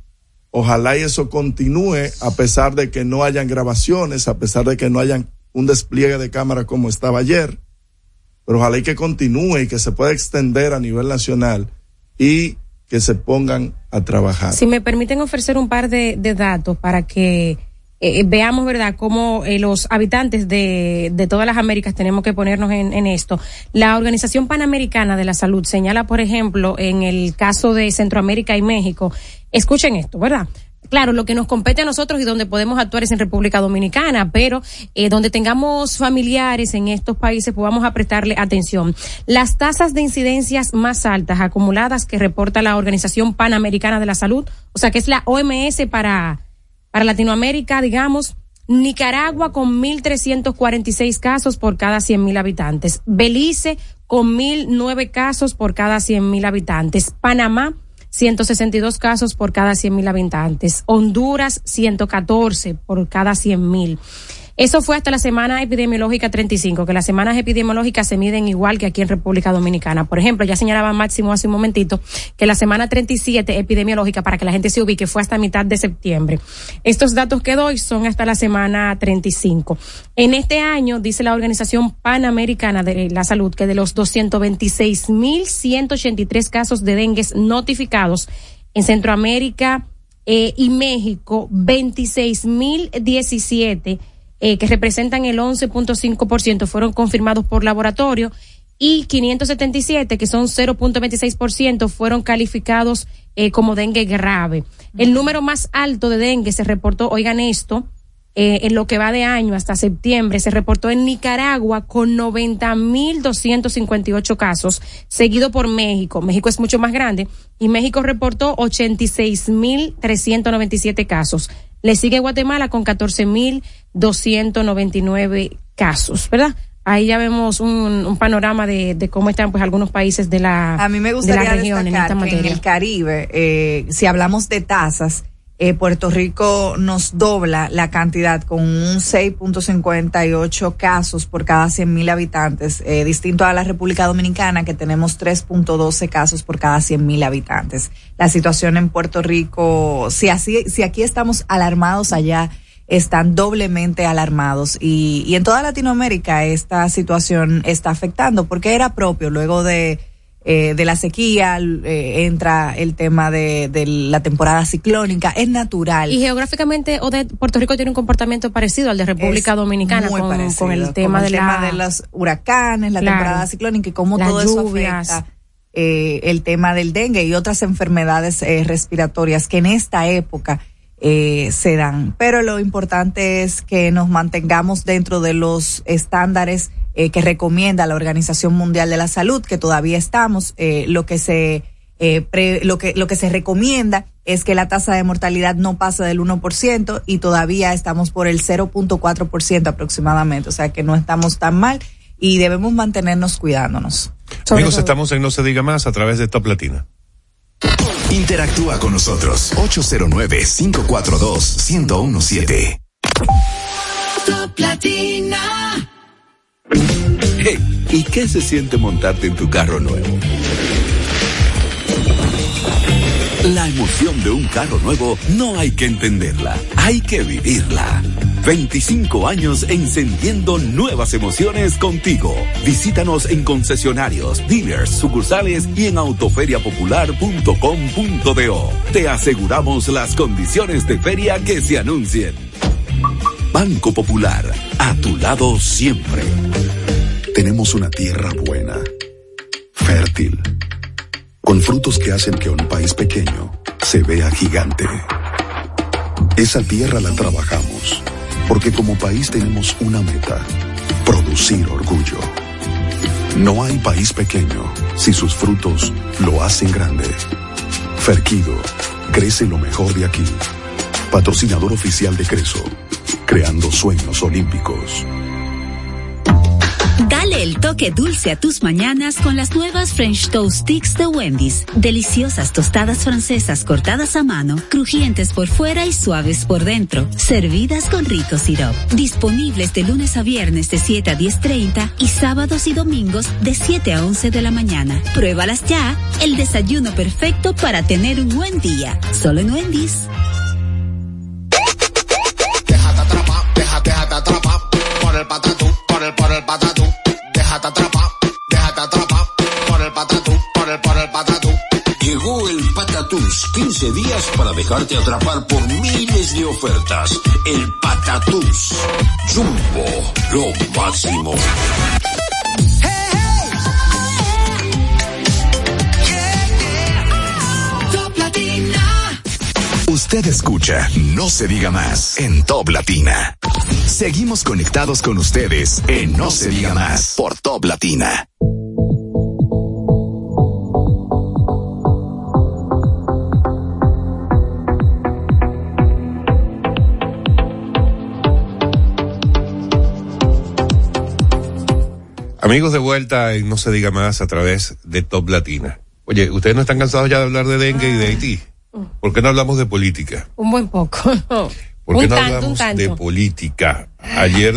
ojalá y eso continúe a pesar de que no hayan grabaciones, a pesar de que no hayan un despliegue de cámara como estaba ayer, pero ojalá y que continúe y que se pueda extender a nivel nacional y que se pongan a trabajar. Si me permiten ofrecer un par de datos para que veamos, ¿verdad?, cómo los habitantes de todas las Américas tenemos que ponernos en esto. La Organización Panamericana de la Salud señala, por ejemplo, en el caso de Centroamérica y México, escuchen esto, ¿verdad? Claro, lo que nos compete a nosotros y donde podemos actuar es en República Dominicana, pero donde tengamos familiares en estos países, pues vamos a prestarle atención. Las tasas de incidencias más altas acumuladas que reporta la Organización Panamericana de la Salud, o sea que es la OMS para Latinoamérica, digamos, Nicaragua con 1,346 casos por cada 100,000 habitantes, Belice con 1,009 casos por cada 100,000 habitantes, Panamá 162 casos por cada 100,000 habitantes, Honduras 114 por cada 100,000. Eso fue hasta la semana epidemiológica 35, que las semanas epidemiológicas se miden igual que aquí en República Dominicana. Por ejemplo, ya señalaba Máximo hace un momentito que la semana 37 epidemiológica, para que la gente se ubique, fue hasta mitad de septiembre. Estos datos que doy son hasta la semana 35. En este año, dice la Organización Panamericana de la Salud, que de los 226,183 casos de dengue notificados en Centroamérica y México, 26,017 que representan el 11.5% fueron confirmados por laboratorio y 577, que son 0.26%, fueron calificados como dengue grave. El número más alto de dengue se reportó, oigan esto, en lo que va de año hasta septiembre, se reportó en Nicaragua con 90,258 casos, seguido por México. México es mucho más grande y México reportó 86,397 casos. Le sigue Guatemala con 14,299 casos, ¿verdad? Ahí ya vemos un panorama de cómo están pues algunos países de la región. A mí me gustaría destacar en esta materia. Que en el Caribe, si hablamos de tasas, Puerto Rico nos dobla la cantidad con un 6.58 casos por cada 100,000 habitantes, distinto a la República Dominicana, que tenemos 3.12 casos por cada 100,000 habitantes. La situación en Puerto Rico, si aquí estamos alarmados, allá están doblemente alarmados, y en toda Latinoamérica esta situación está afectando, porque era propio luego de la sequía, entra el tema de la temporada ciclónica, es natural. Y geográficamente, Puerto Rico tiene un comportamiento parecido al de República Dominicana, con el tema de los huracanes, la temporada ciclónica, y cómo todo eso afecta el tema del dengue y otras enfermedades respiratorias que en esta época se dan. Pero lo importante es que nos mantengamos dentro de los estándares que recomienda la Organización Mundial de la Salud, que todavía estamos. Lo que se recomienda es que la tasa de mortalidad no pase del 1%, y todavía estamos por el 0.4% aproximadamente, o sea que no estamos tan mal y debemos mantenernos cuidándonos. Amigos, estamos en No Se Diga Más a través de Top Latina. Interactúa con nosotros, 809-542-1017. Top Latina. Hey, ¿y qué se siente montarte en tu carro nuevo? La emoción de un carro nuevo no hay que entenderla, hay que vivirla. 25 años encendiendo nuevas emociones contigo. Visítanos en concesionarios, dealers, sucursales y en autoferiapopular.com.do. Te aseguramos las condiciones de feria que se anuncien. Banco Popular, a tu lado siempre. Tenemos una tierra buena, fértil, con frutos que hacen que un país pequeño se vea gigante. Esa tierra la trabajamos, porque como país tenemos una meta: producir orgullo. No hay país pequeño si sus frutos lo hacen grande. Ferquido, crece lo mejor de aquí. Patrocinador oficial de Creso, creando sueños olímpicos. Dale el toque dulce a tus mañanas con las nuevas French Toast Sticks de Wendy's. Deliciosas tostadas francesas cortadas a mano, crujientes por fuera y suaves por dentro, servidas con rico sirope. Disponibles de lunes a viernes de 7 a 10:30 y sábados y domingos de 7 a 11 de la mañana. Pruébalas ya, el desayuno perfecto para tener un buen día. Solo en Wendy's. Llegó el Patatús, 15 días para dejarte atrapar por miles de ofertas. El Patatús, Jumbo, lo máximo. Usted escucha No se diga más en Top Latina. Seguimos conectados con ustedes en No se diga más por Top Latina. Amigos, de vuelta en No se diga más a través de Top Latina. Oye, ¿ustedes no están cansados ya de hablar de dengue y de Haití? ¿Por qué no hablamos de política? Un buen poco. ¿Por qué no hablamos de política? Ayer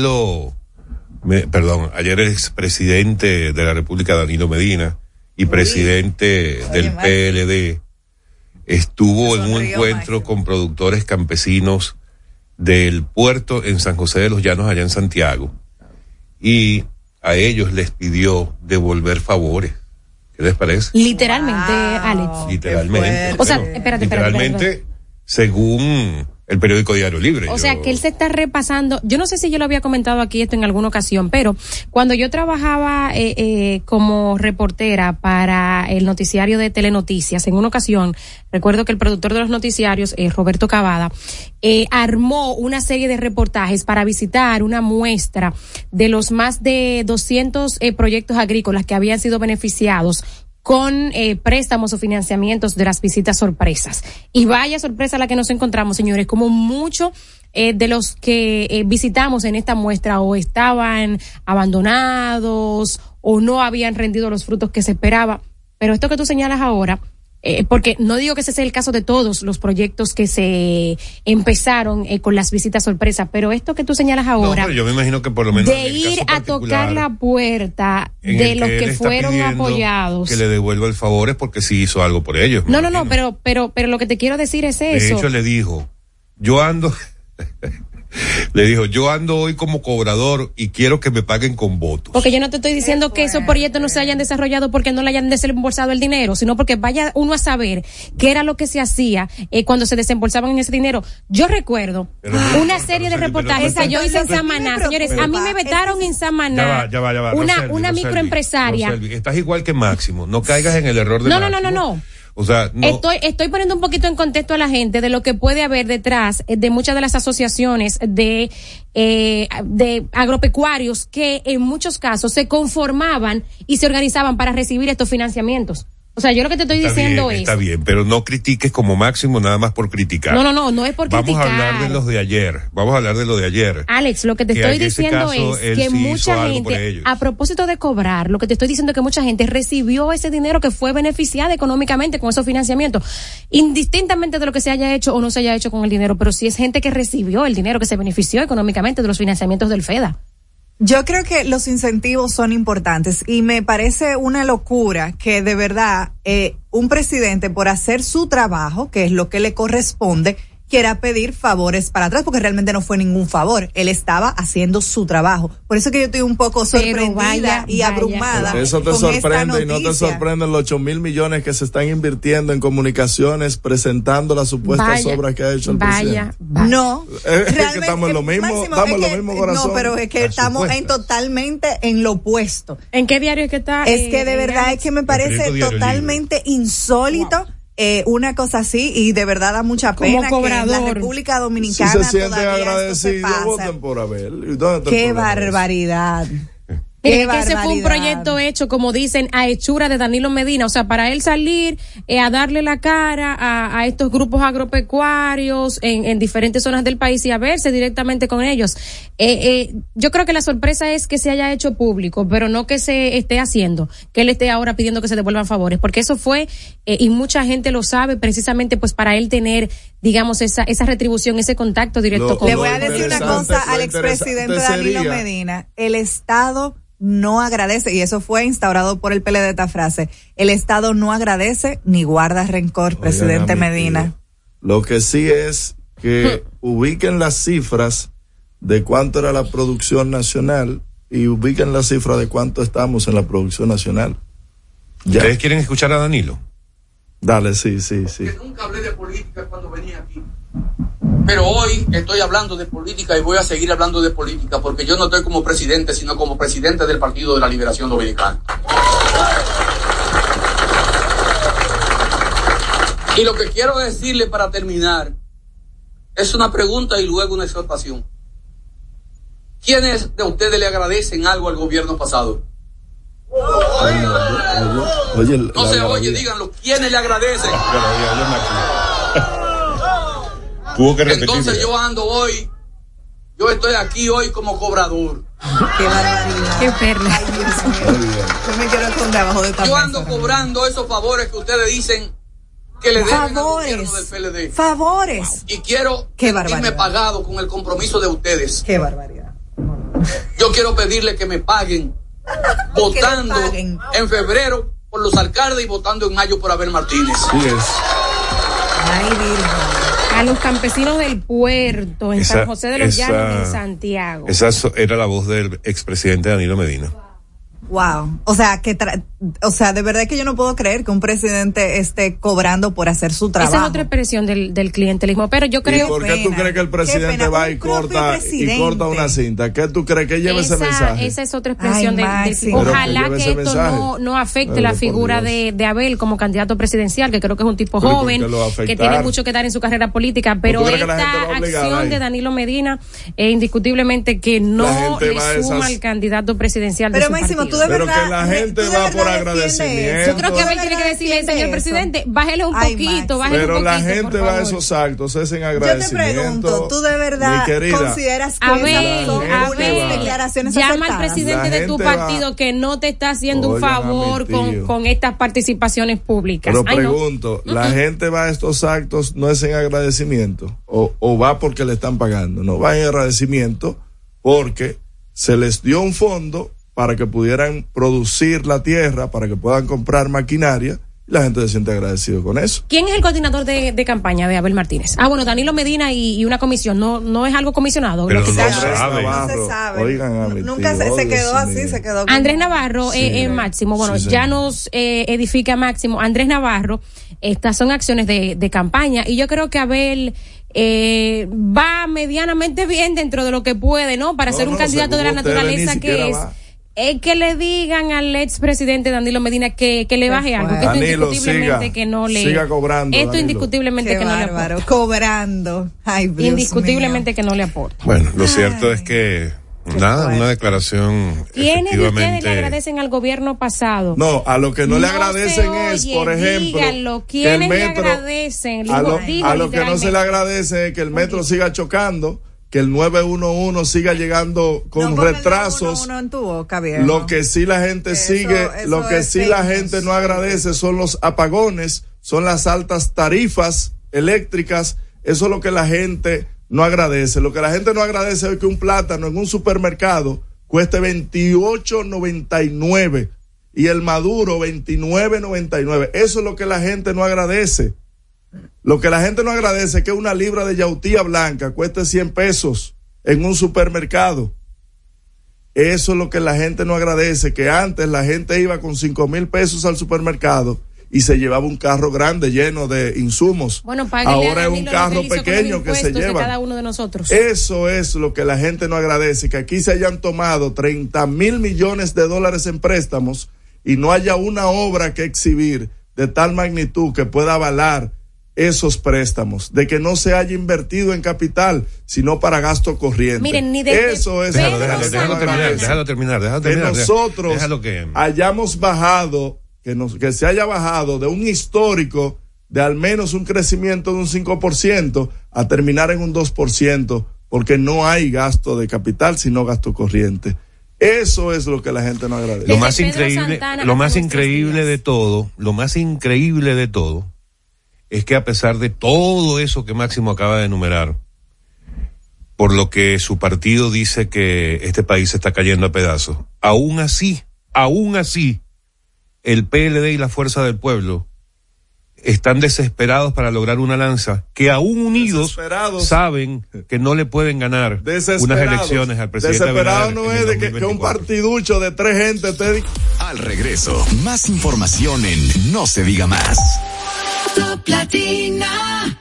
ayer el expresidente de la República, Danilo Medina, y presidente del PLD, estuvo en un encuentro con productores campesinos del puerto en San José de los Llanos, allá en Santiago, y a ellos les pidió devolver favores. ¿Qué les parece? Literalmente, Alex. Literalmente. O sea, espérate. Literalmente, según el periódico Diario Libre. O sea, que él se está repasando. Yo no sé si yo lo había comentado aquí esto en alguna ocasión, pero cuando yo trabajaba como reportera para el noticiario de Telenoticias, en una ocasión, recuerdo que el productor de los noticiarios, Roberto Cavada, armó una serie de reportajes para visitar una muestra de los más de 200 proyectos agrícolas que habían sido beneficiados con préstamos o financiamientos de las visitas sorpresas. Y vaya sorpresa la que nos encontramos, señores, como muchos de los que visitamos en esta muestra o estaban abandonados o no habían rendido los frutos que se esperaba. Pero esto que tú señalas ahora, porque no digo que ese sea el caso de todos los proyectos que se empezaron con las visitas sorpresas, pero esto que tú señalas ahora, yo me imagino que por lo menos de ir a tocar la puerta de los que fueron apoyados, que le devuelva el favor, es porque sí hizo algo por ellos. No, pero lo que te quiero decir es eso. De hecho, le dijo, yo ando hoy como cobrador y quiero que me paguen con votos. Porque yo no te estoy diciendo que esos proyectos no se hayan desarrollado porque no le hayan desembolsado el dinero, sino porque vaya uno a saber qué era lo que se hacía cuando se desembolsaban en ese dinero. Yo recuerdo una serie de reportajes que yo hice en Samaná. Señores, a mí me vetaron en Samaná. Ya va. Una microempresaria. Roselvi, estás igual que Máximo. No caigas en el error de Máximo. No. O sea, no. Estoy poniendo un poquito en contexto a la gente de lo que puede haber detrás de muchas de las asociaciones de agropecuarios que en muchos casos se conformaban y se organizaban para recibir estos financiamientos. O sea, yo lo que te estoy diciendo es... Está bien, pero no critiques como Máximo nada más por criticar. No es por criticar. Vamos a hablar de lo de ayer. Alex, lo que te estoy diciendo es que mucha gente, a propósito de cobrar, lo que te estoy diciendo es que mucha gente recibió ese dinero que fue beneficiada económicamente con esos financiamientos, indistintamente de lo que se haya hecho o no se haya hecho con el dinero, pero sí es gente que recibió el dinero, que se benefició económicamente de los financiamientos del FEDA. Yo creo que los incentivos son importantes y me parece una locura que de verdad un presidente, por hacer su trabajo, que es lo que le corresponde, quiera pedir favores para atrás, porque realmente no fue ningún favor. Él estaba haciendo su trabajo. Por eso que yo estoy un poco sorprendida y abrumada. Eso te sorprende y no te sorprenden los 8,000 millones que se están invirtiendo en comunicaciones presentando las supuestas obras que ha hecho el presidente. No. Es que estamos en lo mismo, corazón. No, pero es que estamos totalmente en lo opuesto. ¿En qué diario es que está? Es que de verdad es que me parece totalmente insólito. Una cosa así, y de verdad da mucha pena que en la República Dominicana si se sienten todavía agradecidos, voten por Abel. ¡Qué barbaridad! Que ese fue un proyecto hecho, como dicen, a hechura de Danilo Medina. O sea, para él salir a darle la cara a estos grupos agropecuarios en diferentes zonas del país y a verse directamente con ellos. Yo creo que la sorpresa es que se haya hecho público, pero no que se esté haciendo, que él esté ahora pidiendo que se devuelvan favores, porque eso fue, y mucha gente lo sabe, precisamente pues para él tener, digamos, esa retribución, ese contacto directo con él. Le voy a decir una cosa al expresidente Danilo Medina. El Estado no agradece, y eso fue instaurado por el PLD, esta frase: el Estado no agradece ni guarda rencor. Oigan, presidente Medina. Lo que sí es que ubiquen las cifras de cuánto era la producción nacional y ubiquen la cifra de cuánto estamos en la producción nacional. ¿Ustedes quieren escuchar a Danilo? Dale, sí. Porque nunca hablé de política cuando venía aquí. Pero hoy estoy hablando de política y voy a seguir hablando de política porque yo no estoy como presidente, sino como presidente del Partido de la Liberación Dominicana. Y lo que quiero decirle para terminar es una pregunta y luego una exhortación. ¿Quiénes de ustedes le agradecen algo al gobierno pasado? No se oye, díganlo. ¿Quiénes le agradecen? Entonces yo ando hoy, yo estoy aquí hoy como cobrador. Qué barbaridad. Qué perla. Ay, Dios mío. Yo me quiero esconder abajo de esta Yo mesa, ando cobrando esos favores que ustedes dicen que le deben al gobierno del PLD. Favores. Y quiero sentirme pagado con el compromiso de ustedes. Qué barbaridad. Yo quiero pedirle que me paguen votando en febrero por los alcaldes y votando en mayo por Abel Martínez. Sí es. Ay, Virgen. A los campesinos del puerto, en San José de los Llanos, en Santiago. Esa era la voz del expresidente Danilo Medina. Wow. O sea, de verdad que yo no puedo creer que un presidente esté cobrando por hacer su trabajo. Esa es otra expresión del clientelismo, pero yo creo... ¿Y por qué tú crees que el presidente va y corta una cinta? ¿Qué tú crees que lleva ese mensaje? Esa es otra expresión del ojalá que esto no afecte la figura de Abel como candidato presidencial, que creo que es un tipo joven, que tiene mucho que dar en su carrera política, pero esta acción de Danilo Medina, indiscutiblemente que no le suma al candidato presidencial de su partido. Pero que la gente va por agradecimiento. Yo creo que Abel tiene que decirle, señor presidente, bájele un poquito, pero la gente va a esos actos, es en agradecimiento. Yo te pregunto, ¿tú de verdad consideras que Abel, declaraciones llama al presidente de tu partido que no te está haciendo un favor con estas participaciones públicas? Pero pregunto, ¿la gente va a estos actos no es en agradecimiento? ¿O va porque le están pagando? No, va en agradecimiento porque se les dio un fondo para que pudieran producir la tierra, para que puedan comprar maquinaria, y la gente se siente agradecido con eso. ¿Quién es el coordinador de campaña de Abel Martínez? Bueno, Danilo Medina y una comisión, no es algo comisionado. Pero no se sabe. Oigan, nunca se quedó así, se quedó como... Andrés Navarro, Máximo, ya nos edifica Máximo. Andrés Navarro, estas son acciones de campaña, y yo creo que Abel va medianamente bien dentro de lo que puede, ¿no? Para ser un candidato de la naturaleza que es... que le digan al expresidente Danilo Medina que le baje algo, que Danilo, indiscutiblemente que no le siga cobrando. Esto Danilo. Indiscutiblemente Qué que bárbaro, no le aporta. Cobrando. Ay, Dios indiscutiblemente mío. Que no le aporta. Bueno, lo cierto es que una declaración. ¿Quiénes de ustedes le agradecen al gobierno pasado? No, a lo que no le agradecen es, por ejemplo, díganlo, ¿quiénes que el metro, le agradecen? A lo que no se le agradece es que el metro siga chocando, que el 911 siga llegando con retrasos. Lo que sí la gente la gente no agradece son los apagones, son las altas tarifas eléctricas. Eso es lo que la gente no agradece. Lo que la gente no agradece es que un plátano en un supermercado cueste $28.99 y el maduro $29.99. Eso es lo que la gente no agradece. Lo que la gente no agradece es que una libra de yautía blanca cueste $100 en un supermercado. Eso es lo que la gente no agradece, que antes la gente iba con $5,000 al supermercado y se llevaba un carro grande lleno de insumos. Bueno, ahora es un carro pequeño que se lleva. Cada uno de nosotros. Eso es lo que la gente no agradece, que aquí se hayan tomado $30,000 millones en préstamos y no haya una obra que exhibir de tal magnitud que pueda avalar esos préstamos, de que no se haya invertido en capital, sino para gasto corriente. Miren, eso es. Déjalo terminar. Que nosotros hayamos bajado, que se haya bajado de un histórico de al menos un crecimiento de un 5% a terminar en un 2%, porque no hay gasto de capital, sino gasto corriente. Eso es lo que la gente no agradece. Lo más increíble de todo es que a pesar de todo eso que Máximo acaba de enumerar, por lo que su partido dice que este país se está cayendo a pedazos, aún así, el PLD y la Fuerza del Pueblo están desesperados para lograr una alianza que aún unidos saben que no le pueden ganar unas elecciones al presidente. Desesperado no es de que un partiducho de 3 gente te... Al regreso, más información en No se diga más. Top Latina.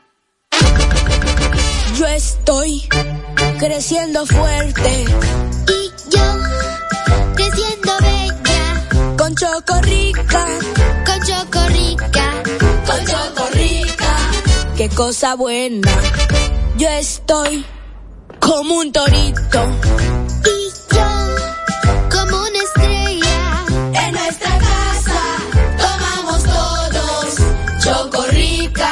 Yo estoy creciendo fuerte y yo creciendo bella. Con Chocorrica, con Chocorrica, con Chocorrica. Qué cosa buena. Yo estoy como un torito y yo como una estrella. En nuestra casa tomamos todos Chocorrica.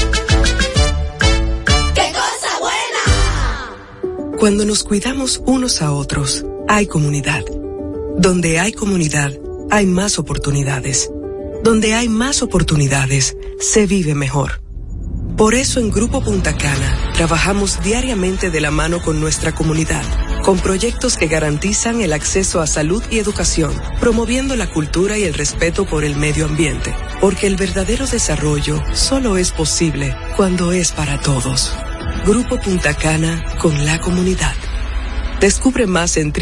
¡Qué cosa buena! Cuando nos cuidamos unos a otros, hay comunidad. Donde hay comunidad, hay más oportunidades. Donde hay más oportunidades, se vive mejor. Por eso en Grupo Punta Cana trabajamos diariamente de la mano con nuestra comunidad, con proyectos que garantizan el acceso a salud y educación, promoviendo la cultura y el respeto por el medio ambiente, porque el verdadero desarrollo solo es posible cuando es para todos. Grupo Punta Cana con la comunidad. Descubre más en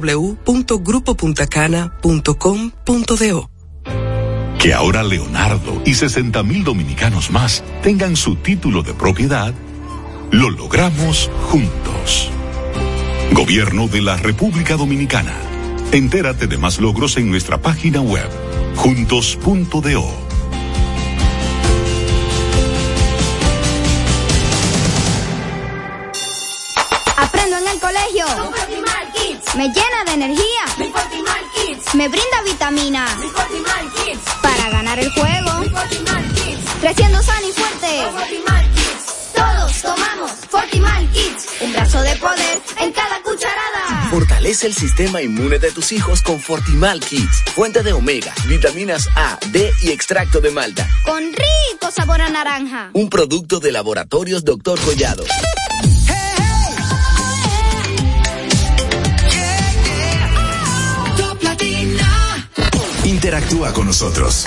www.grupopuntacana.com.do. Que ahora Leonardo y 60,000 dominicanos más tengan su título de propiedad, lo logramos juntos. Gobierno de la República Dominicana. Entérate de más logros en nuestra página web, juntos.do. Aprendo en el colegio. Me llena de energía. Me brinda vitamina. Para ganar el juego. Creciendo sano y fuerte. Todos tomamos Fortimal Kids. Un brazo de poder en cada cucharada. Fortalece el sistema inmune de tus hijos con Fortimal Kids. Fuente de omega, vitaminas A, D y extracto de malta. Con rico sabor a naranja. Un producto de Laboratorios Dr. Collado. Interactúa con nosotros.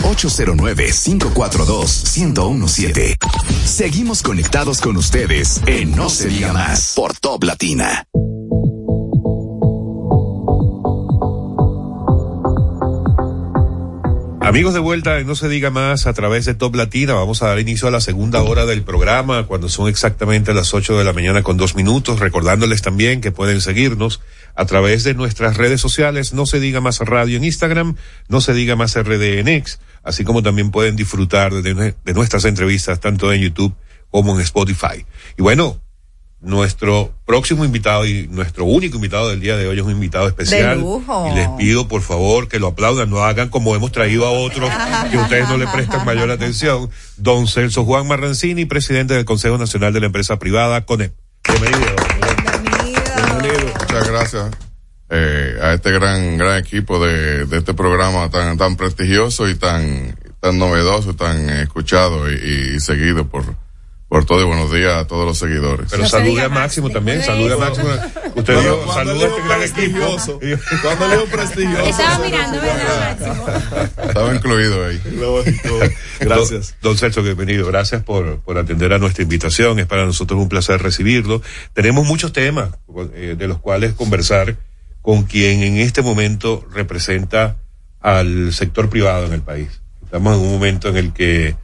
809-542-1017. Seguimos conectados con ustedes en No Se Diga Más por Top Latina. Amigos, de vuelta en No Se Diga Más a través de Top Latina. Vamos a dar inicio a la segunda hora del programa cuando son exactamente las 8 de la mañana con 2 minutos. Recordándoles también que pueden seguirnos a través de nuestras redes sociales, No Se Diga Más Radio en Instagram, No Se Diga Más RD en X, así como también pueden disfrutar de nuestras entrevistas tanto en YouTube como en Spotify. Y bueno, nuestro próximo invitado y nuestro único invitado del día de hoy es un invitado especial. De lujo. Y les pido, por favor, que lo aplaudan, no hagan como hemos traído a otros, que ustedes no le prestan mayor atención. Don Celso Juan Marrancini, presidente del Consejo Nacional de la Empresa Privada, CONEP. Bienvenido. Bienvenido. Muchas gracias a este gran equipo de este programa tan prestigioso y tan novedoso, tan escuchado y seguido por todo, y buenos días a todos los seguidores. Pero salude a Máximo también, salude a Máximo. Usted dijo, saluda a este gran equipo. Cuando leo prestigioso. Estaba mirando, ¿verdad, Máximo? Estaba incluido ahí. Gracias. Don Celso, bienvenido. Gracias por atender a nuestra invitación. Es para nosotros un placer recibirlo. Tenemos muchos temas de los cuales conversar con quien en este momento representa al sector privado en el país. Estamos en un momento en el que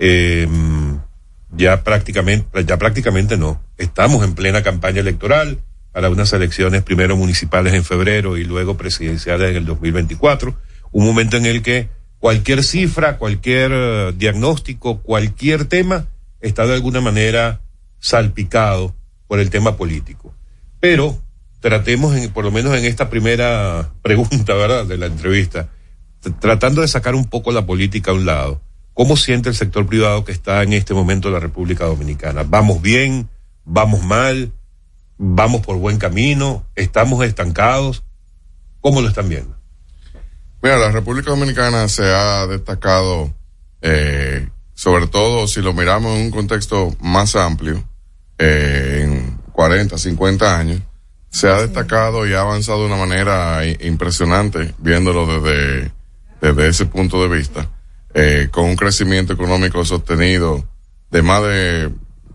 ya prácticamente no. Estamos en plena campaña electoral para unas elecciones primero municipales en febrero y luego presidenciales en el 2024. Un momento en el que cualquier cifra, cualquier diagnóstico, cualquier tema está de alguna manera salpicado por el tema político. Pero tratemos, por lo menos en esta primera pregunta, ¿verdad?, de la entrevista, tratando de sacar un poco la política a un lado. ¿Cómo siente el sector privado que está en este momento en la República Dominicana? ¿Vamos bien? ¿Vamos mal? ¿Vamos por buen camino? ¿Estamos estancados? ¿Cómo lo están viendo? Mira, la República Dominicana se ha destacado, sobre todo si lo miramos en un contexto más amplio, en 40, 50 años, se ha destacado y ha avanzado de una manera impresionante, viéndolo desde ese punto de vista. Con un crecimiento económico sostenido de más de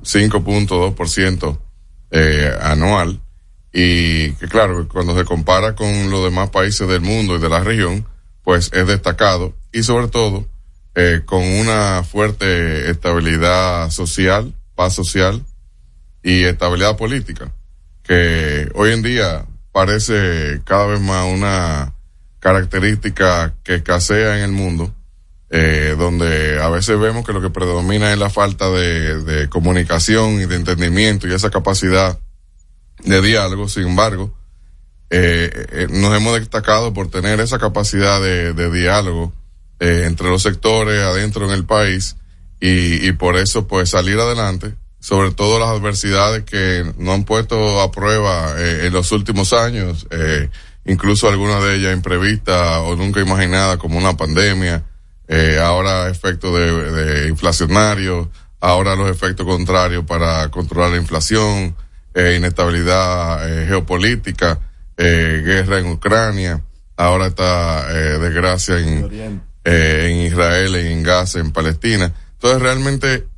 5.2% anual, y que claro, cuando se compara con los demás países del mundo y de la región, pues es destacado, y sobre todo con una fuerte estabilidad social, paz social y estabilidad política, que hoy en día parece cada vez más una característica que escasea en el mundo, donde a veces vemos que lo que predomina es la falta de comunicación y de entendimiento y esa capacidad de diálogo. Sin embargo, nos hemos destacado por tener esa capacidad de diálogo entre los sectores adentro en el país y por eso pues salir adelante, sobre todo las adversidades que nos han puesto a prueba en los últimos años, incluso algunas de ellas imprevistas o nunca imaginadas, como una pandemia, ahora efectos de inflacionarios, ahora los efectos contrarios para controlar la inflación, inestabilidad geopolítica, guerra en Ucrania, ahora está desgracia en Israel, en Gaza, en Palestina. Entonces realmente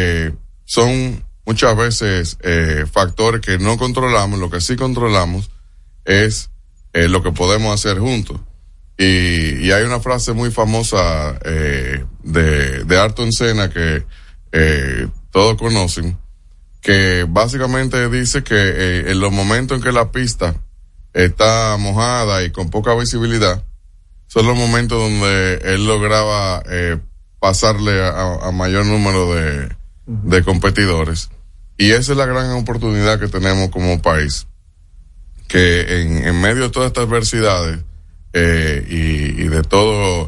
son muchas veces factores que no controlamos. Lo que sí controlamos es lo que podemos hacer juntos. Y hay una frase muy famosa de Ayrton Senna que todos conocen, que básicamente dice que en los momentos en que la pista está mojada y con poca visibilidad, son los momentos donde él lograba pasarle a mayor número de competidores. Y esa es la gran oportunidad que tenemos como país, que en medio de todas estas adversidades y de todo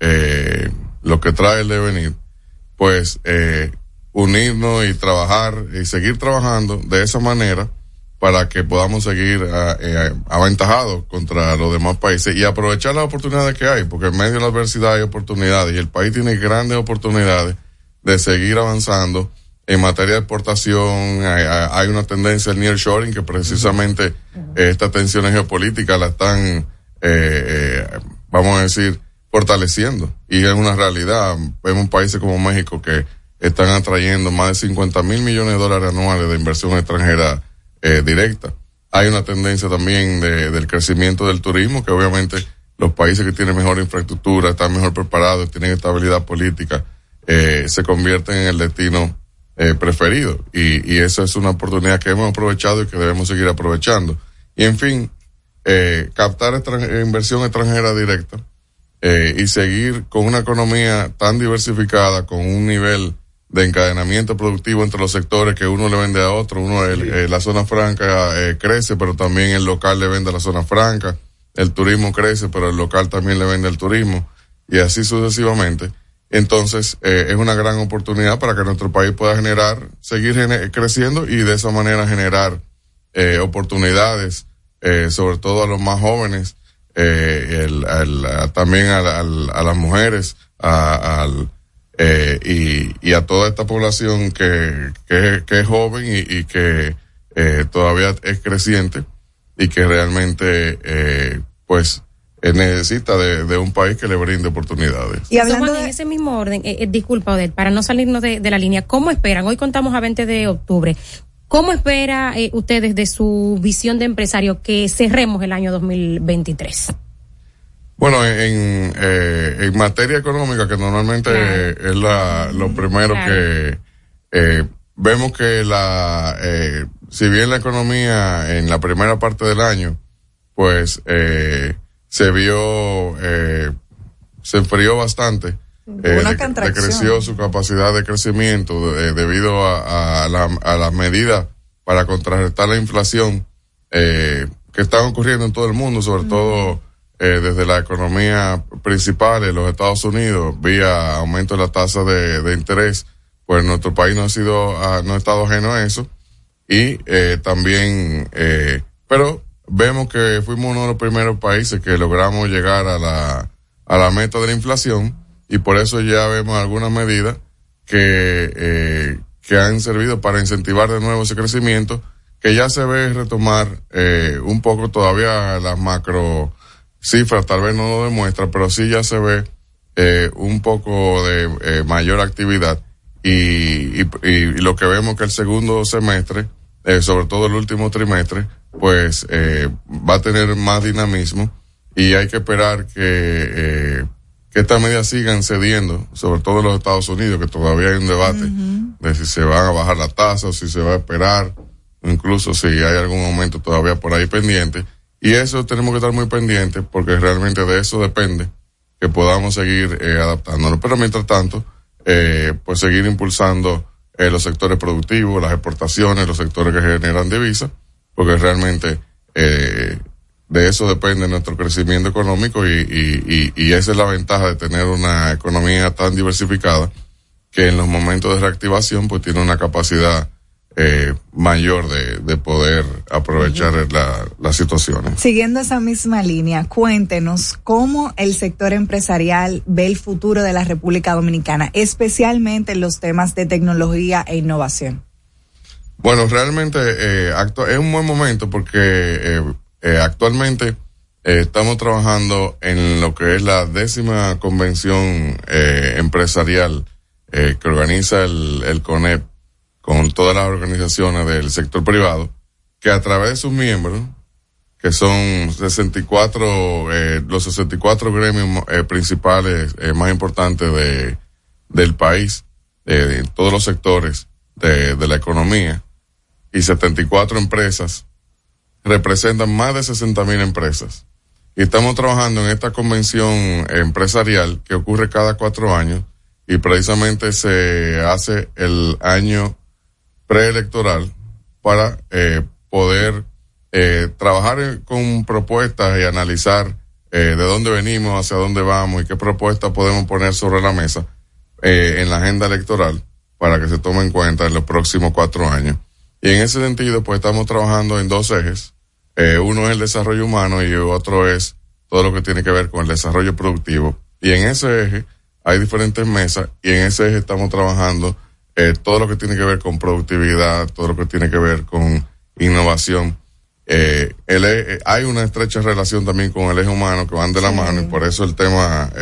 lo que trae el devenir, pues unirnos y trabajar y seguir trabajando de esa manera para que podamos seguir aventajados contra los demás países y aprovechar las oportunidades que hay, porque en medio de la adversidad hay oportunidades y el país tiene grandes oportunidades de seguir avanzando en materia de exportación. Hay una tendencia al nearshoring que precisamente estas tensiones geopolíticas la están, vamos a decir, fortaleciendo, y es una realidad. Vemos países como México que están atrayendo más de $50 mil millones anuales de inversión extranjera directa. Hay una tendencia también del crecimiento del turismo, que obviamente los países que tienen mejor infraestructura, están mejor preparados, tienen estabilidad política, se convierten en el destino preferido, y esa es una oportunidad que hemos aprovechado y que debemos seguir aprovechando. Y en fin, captar inversión extranjera directa y seguir con una economía tan diversificada, con un nivel de encadenamiento productivo entre los sectores, que uno le vende a otro. La zona franca crece, pero también el local le vende a la zona franca. El turismo crece, pero el local también le vende al turismo, y así sucesivamente. Entonces, es una gran oportunidad para que nuestro país pueda seguir creciendo y de esa manera generar oportunidades, sobre todo a los más jóvenes, también a las mujeres, y a toda esta población que es joven y que todavía es creciente, y que realmente pues necesita de un país que le brinde oportunidades. Y hablando en ese mismo orden, disculpa, Odette, para no salirnos de la línea, ¿cómo esperan? Hoy contamos a 20 de octubre. ¿Cómo espera ustedes, de su visión de empresario, que cerremos el año 2023? Bueno, en materia económica, que normalmente es lo primero que vemos, que si bien la economía en la primera parte del año pues se enfrió bastante, decreció su capacidad de crecimiento debido a las medidas para contrarrestar la inflación que están ocurriendo en todo el mundo, sobre todo desde la economía principal en los Estados Unidos, vía aumento de la tasa de interés. Pues nuestro país no ha estado ajeno a eso, y también pero vemos que fuimos uno de los primeros países que logramos llegar a la meta de la inflación, y por eso ya vemos algunas medidas que han servido para incentivar de nuevo ese crecimiento, que ya se ve retomar un poco. Todavía las macro cifras tal vez no lo demuestran, pero sí ya se ve un poco de mayor actividad, y lo que vemos que el segundo semestre, sobre todo el último trimestre, pues va a tener más dinamismo, y hay que esperar que que estas medidas sigan cediendo, sobre todo en los Estados Unidos, que todavía hay un debate de si se van a bajar la tasa o si se va a esperar, o incluso si hay algún aumento todavía por ahí pendiente. Y eso tenemos que estar muy pendientes, porque realmente de eso depende que podamos seguir adaptándonos. Pero mientras tanto, pues seguir impulsando los sectores productivos, las exportaciones, los sectores que generan divisas, porque realmente de eso depende nuestro crecimiento económico y esa es la ventaja de tener una economía tan diversificada, que en los momentos de reactivación pues tiene una capacidad mayor de poder aprovechar las situaciones. Siguiendo esa misma línea, cuéntenos cómo el sector empresarial ve el futuro de la República Dominicana, especialmente en los temas de tecnología e innovación. Bueno, realmente es un buen momento porque actualmente estamos trabajando en lo que es la 10ª convención empresarial que organiza el CONEP con todas las organizaciones del sector privado, que a través de sus miembros, que son los 64 gremios principales más importantes del país, de todos los sectores de la economía, y 74 empresas, representan más de 60,000 empresas. Y estamos trabajando en esta convención empresarial que ocurre cada 4 años, y precisamente se hace el año preelectoral para poder trabajar con propuestas y analizar de dónde venimos, hacia dónde vamos y qué propuestas podemos poner sobre la mesa en la agenda electoral para que se tome en cuenta en los próximos 4 años. Y en ese sentido, pues estamos trabajando en 2 ejes. Uno es el desarrollo humano y otro es todo lo que tiene que ver con el desarrollo productivo. Y en ese eje hay diferentes mesas y en ese eje estamos trabajando todo lo que tiene que ver con productividad, todo lo que tiene que ver con innovación. Hay una estrecha relación también con el eje humano, que van de la mano, y por eso el tema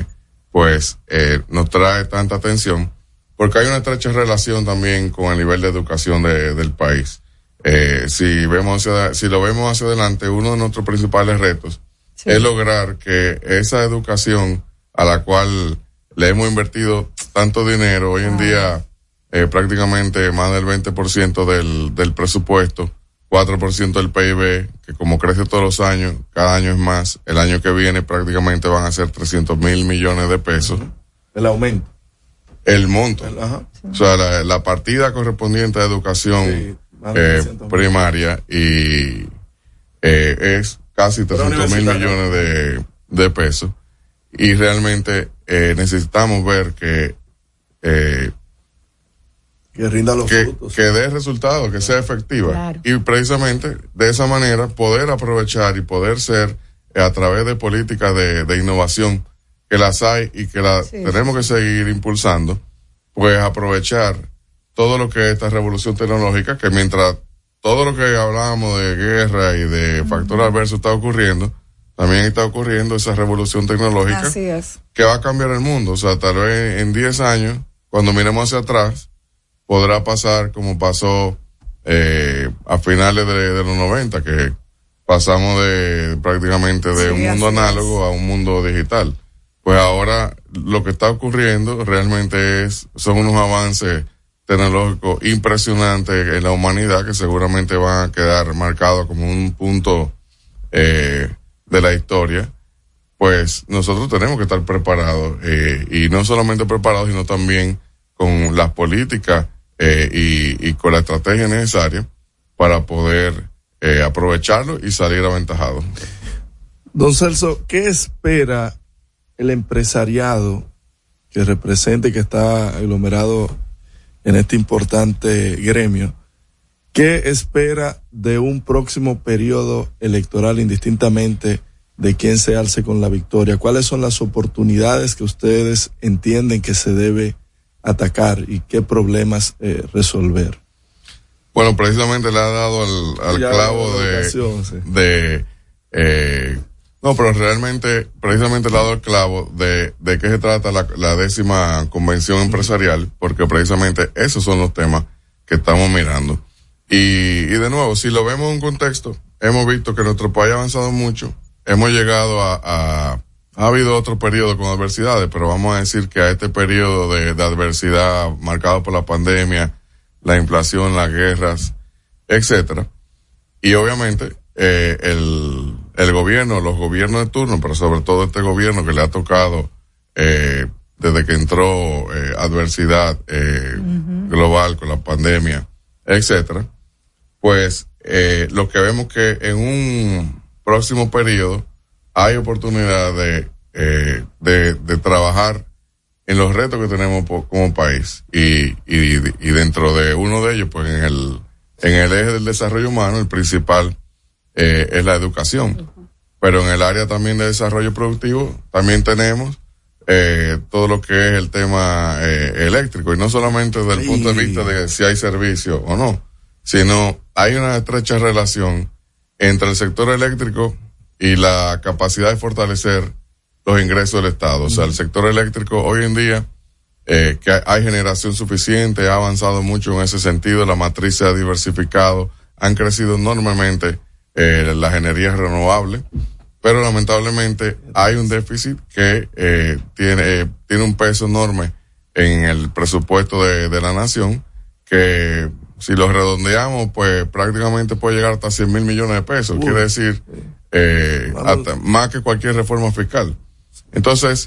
nos trae tanta atención, porque hay una estrecha relación también con el nivel de educación del país. Si lo vemos hacia adelante, uno de nuestros principales retos es lograr que esa educación a la cual le hemos invertido tanto dinero, hoy en día prácticamente más del 20% del presupuesto, 4% del PIB, que como crece todos los años, cada año es más, el año que viene prácticamente van a ser 300,000 millones de pesos. El aumento. El monto. O sea, la partida correspondiente a educación primaria y es casi 300,000 millones de pesos. Y realmente necesitamos ver que rinda los frutos. Que dé resultados, que sea efectiva. Claro. Y precisamente de esa manera poder aprovechar y poder ser a través de políticas de innovación, que las hay y que tenemos que seguir impulsando, pues aprovechar todo lo que es esta revolución tecnológica, que mientras todo lo que hablábamos de guerra y de factores adversos está ocurriendo, también está ocurriendo esa revolución tecnológica. Así es. Que va a cambiar el mundo. O sea, tal vez en 10 años, cuando miremos hacia atrás, podrá pasar como pasó a finales de los 90, que pasamos prácticamente de un mundo análogo a un mundo digital. Pues ahora lo que está ocurriendo realmente son unos avances tecnológicos impresionantes en la humanidad, que seguramente van a quedar marcados como un punto de la historia. Pues nosotros tenemos que estar preparados, y no solamente preparados, sino también con las políticas y con la estrategia necesaria para poder aprovecharlo y salir aventajado. Don Celso, ¿qué espera el empresariado que representa y que está aglomerado en este importante gremio? ¿Qué espera de un próximo periodo electoral, indistintamente de quién se alce con la victoria? ¿Cuáles son las oportunidades que ustedes entienden que se debe atacar y qué problemas resolver? Bueno, precisamente le ha dado al clavo no, pero realmente, precisamente le ha dado el clavo de qué se trata la 10ª convención empresarial, porque precisamente esos son los temas que estamos mirando. Y de nuevo, si lo vemos en un contexto, hemos visto que nuestro país ha avanzado mucho, hemos llegado a ha habido otro periodo con adversidades, pero vamos a decir que a este periodo de adversidad marcado por la pandemia, la inflación, las guerras, etcétera, y obviamente el gobierno, los gobiernos de turno, pero sobre todo este gobierno que le ha tocado desde que entró adversidad global con la pandemia, etcétera, pues lo que vemos que en un próximo periodo hay oportunidad de trabajar en los retos que tenemos como país y dentro de uno de ellos, pues en el eje del desarrollo humano, el principal es la educación, pero en el área también de desarrollo productivo también tenemos todo lo que es el tema eléctrico, y no solamente desde el punto de vista de si hay servicio o no, sino hay una estrecha relación entre el sector eléctrico y la capacidad de fortalecer los ingresos del Estado. O sea, el sector eléctrico hoy en día, que hay generación suficiente, ha avanzado mucho en ese sentido, la matriz se ha diversificado, han crecido enormemente las energías renovables, pero lamentablemente hay un déficit que tiene un peso enorme en el presupuesto de la nación, que si lo redondeamos, pues prácticamente puede llegar hasta 100 mil millones de pesos. Quiere decir, hasta más que cualquier reforma fiscal. Entonces,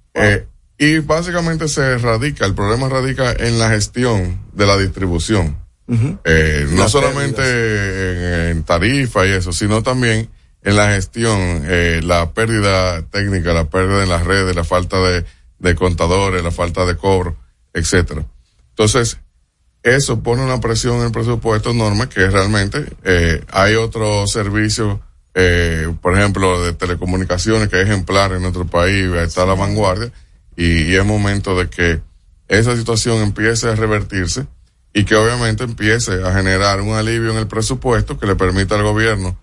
y básicamente el problema radica en la gestión de la distribución. No solamente en tarifa y eso, sino también en la gestión, la pérdida técnica, la pérdida en las redes, la falta de contadores, la falta de cobro, etcétera. Entonces, eso pone una presión en el presupuesto enorme, que realmente hay otros servicios, por ejemplo, de telecomunicaciones, que es ejemplar en nuestro país, está a la vanguardia, y es momento de que esa situación empiece a revertirse y que obviamente empiece a generar un alivio en el presupuesto que le permita al gobierno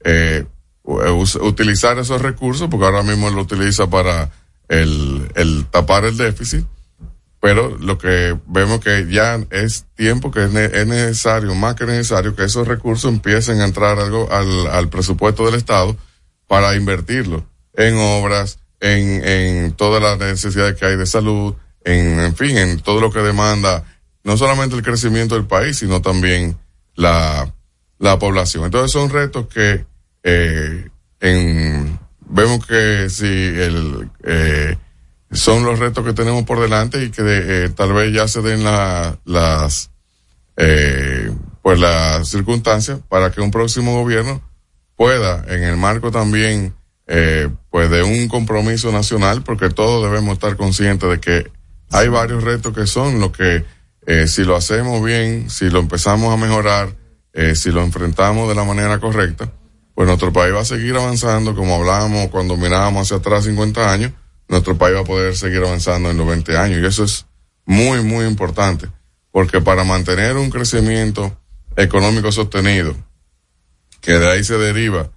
utilizar esos recursos, porque ahora mismo lo utiliza para el tapar el déficit, pero lo que vemos que ya es tiempo que es necesario, más que necesario, que esos recursos empiecen a entrar al presupuesto del Estado para invertirlo en obras, en todas las necesidades que hay de salud, en fin, en todo lo que demanda no solamente el crecimiento del país, sino también la población. Entonces son retos que vemos que son los retos que tenemos por delante y que tal vez ya se den las circunstancias para que un próximo gobierno pueda, en el marco también pues de un compromiso nacional, porque todos debemos estar conscientes de que hay varios retos que son lo que si lo hacemos bien, si lo empezamos a mejorar, si lo enfrentamos de la manera correcta, pues nuestro país va a seguir avanzando, como hablábamos cuando mirábamos hacia atrás 50 años, nuestro país va a poder seguir avanzando en los 20 años, y eso es muy, muy importante, porque para mantener un crecimiento económico sostenido, que de ahí se deriva,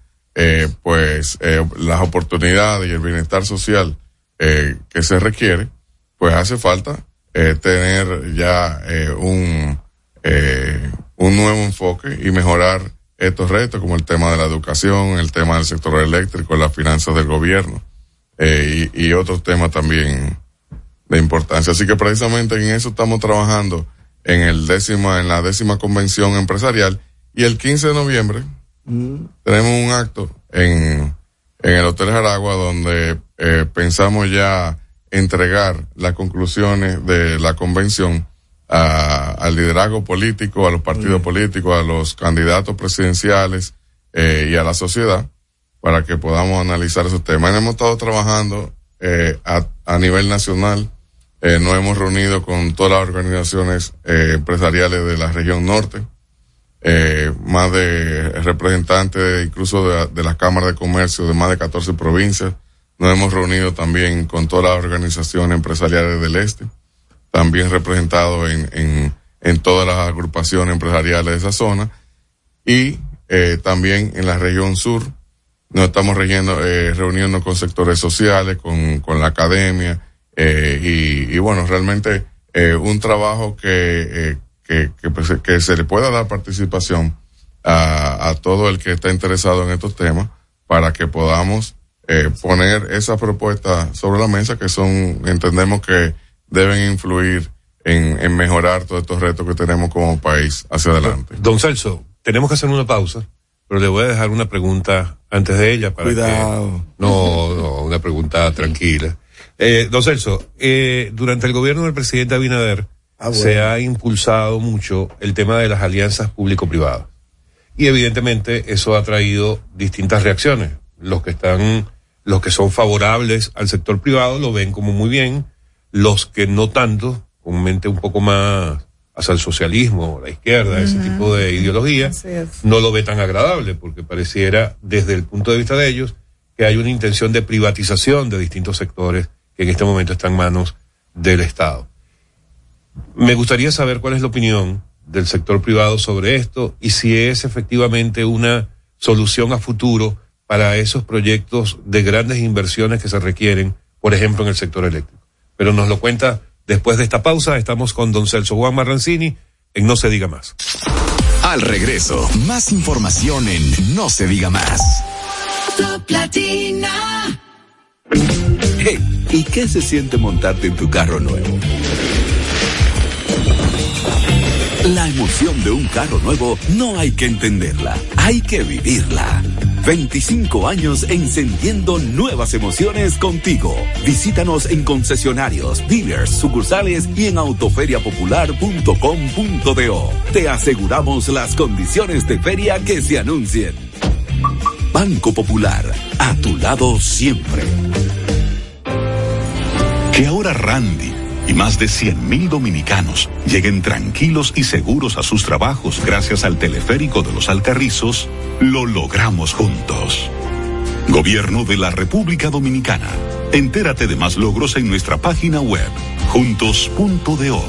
las oportunidades y el bienestar social, que se requiere, pues hace falta, tener ya, un nuevo enfoque y mejorar estos retos, como el tema de la educación, el tema del sector eléctrico, las finanzas del gobierno, y otros temas también de importancia. Así que precisamente en eso estamos trabajando en la 10ª convención empresarial, y el 15 de noviembre tenemos un acto en el Hotel Jaragua donde pensamos ya entregar las conclusiones de la convención al liderazgo político, a los partidos políticos, a los candidatos presidenciales y a la sociedad, para que podamos analizar esos temas. Hemos estado trabajando a nivel nacional, nos hemos reunido con todas las organizaciones empresariales de la región norte, más de representantes incluso de las cámaras de comercio de más de 14 provincias. Nos hemos reunido también con todas las organizaciones empresariales del este, también representados en todas las agrupaciones empresariales de esa zona, y también en la región sur nos estamos reuniendo con sectores sociales, con la academia, y bueno, realmente un trabajo que se le pueda dar participación a todo el que está interesado en estos temas, para que podamos poner esas propuestas sobre la mesa que entendemos que deben influir en mejorar todos estos retos que tenemos como país hacia adelante. Don Celso, tenemos que hacer una pausa, pero le voy a dejar una pregunta antes de ella para Cuidado. No, una pregunta tranquila. Don Celso, durante el gobierno del presidente Abinader se ha impulsado mucho el tema de las alianzas público-privadas. Y evidentemente eso ha traído distintas reacciones. Los que son favorables al sector privado lo ven como muy bien, los que no tanto, con mente un poco más hacia el socialismo, la izquierda, ese tipo de ideología, no lo ve tan agradable, porque pareciera, desde el punto de vista de ellos, que hay una intención de privatización de distintos sectores que en este momento están en manos del Estado. Me gustaría saber cuál es la opinión del sector privado sobre esto y si es efectivamente una solución a futuro para esos proyectos de grandes inversiones que se requieren, por ejemplo, en el sector eléctrico. Pero nos lo cuenta después de esta pausa. Estamos con don Celso Juan Marrancini en No Se Diga Más. Al regreso, más información en No Se Diga Más. Top Latina. Hey, ¿y qué se siente montarte en tu carro nuevo? La emoción de un carro nuevo no hay que entenderla, hay que vivirla. 25 años encendiendo nuevas emociones contigo. Visítanos en concesionarios, dealers, sucursales y en autoferiapopular.com.do. Te aseguramos las condiciones de feria que se anuncien. Banco Popular, a tu lado siempre. Que ahora Randy y más de 100,000 dominicanos lleguen tranquilos y seguros a sus trabajos gracias al teleférico de los Alcarrizos, lo logramos juntos. Gobierno de la República Dominicana. Entérate de más logros en nuestra página web, juntos.do.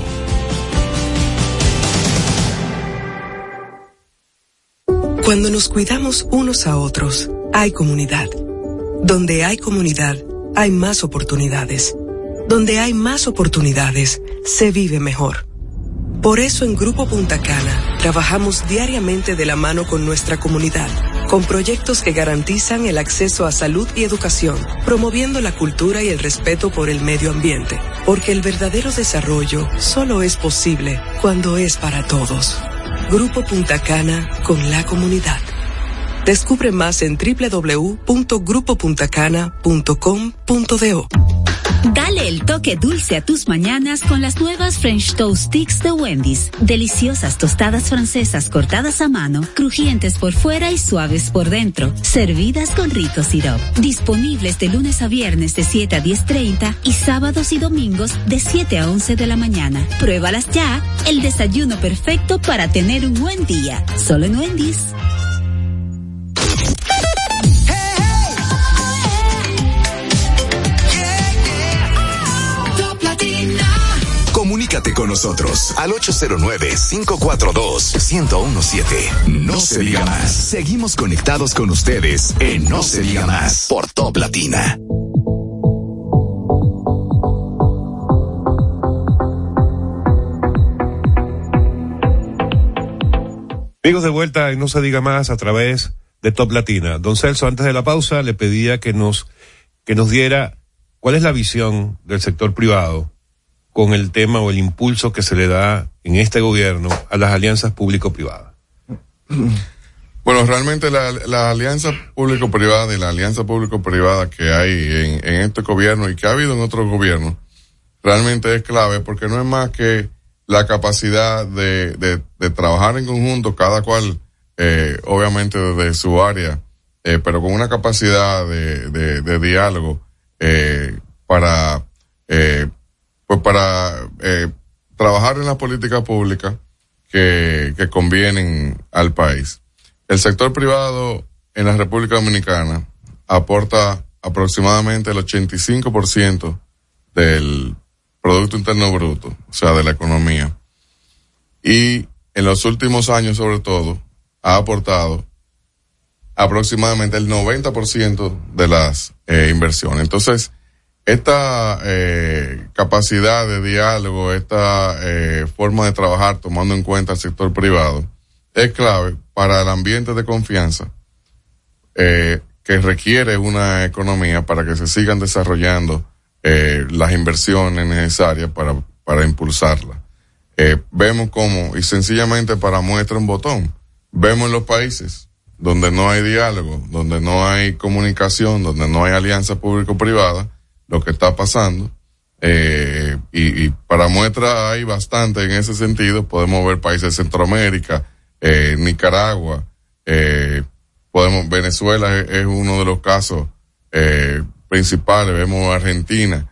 Cuando nos cuidamos unos a otros, hay comunidad. Donde hay comunidad, hay más oportunidades. Donde hay más oportunidades, se vive mejor. Por eso en Grupo Punta Cana trabajamos diariamente de la mano con nuestra comunidad, con proyectos que garantizan el acceso a salud y educación, promoviendo la cultura y el respeto por el medio ambiente, porque el verdadero desarrollo solo es posible cuando es para todos. Grupo Punta Cana con la comunidad. Descubre más en www.grupopuntacana.com.do. Dale el toque dulce a tus mañanas con las nuevas French Toast Sticks de Wendy's. Deliciosas tostadas francesas cortadas a mano, crujientes por fuera y suaves por dentro, servidas con rico sirope. Disponibles de lunes a viernes de 7 a 10:30 y sábados y domingos de 7 a 11 de la mañana. Pruébalas ya, el desayuno perfecto para tener un buen día. Solo en Wendy's. Comunícate con nosotros al 809-542-1017. No se diga más. Seguimos conectados con ustedes en No se diga más por Top Latina. Amigos, de vuelta en No Se Diga Más a través de Top Latina. Don Celso, antes de la pausa le pedía que nos diera cuál es la visión del sector privado con el tema o el impulso que se le da en este gobierno a las alianzas público-privadas. Bueno, realmente la alianza público-privada y la alianza público-privada que hay en este gobierno y que ha habido en otros gobiernos, realmente es clave porque no es más que la capacidad de trabajar en conjunto, cada cual, obviamente desde su área, pero con una capacidad de diálogo, para trabajar en las políticas públicas que convienen al país. El sector privado en la República Dominicana aporta aproximadamente el 85% del Producto Interno Bruto, o sea, de la economía. Y en los últimos años, sobre todo, ha aportado aproximadamente el 90% de las inversiones. Entonces, esta capacidad de diálogo, esta forma de trabajar tomando en cuenta el sector privado, es clave para el ambiente de confianza que requiere una economía para que se sigan desarrollando las inversiones necesarias para impulsarla. Vemos cómo, y sencillamente para muestra un botón, vemos en los países donde no hay diálogo, donde no hay comunicación, donde no hay alianza público-privada, lo que está pasando. Y para muestra hay bastante en ese sentido. Podemos ver países de Centroamérica, Nicaragua, Venezuela es uno de los casos principales. Vemos Argentina,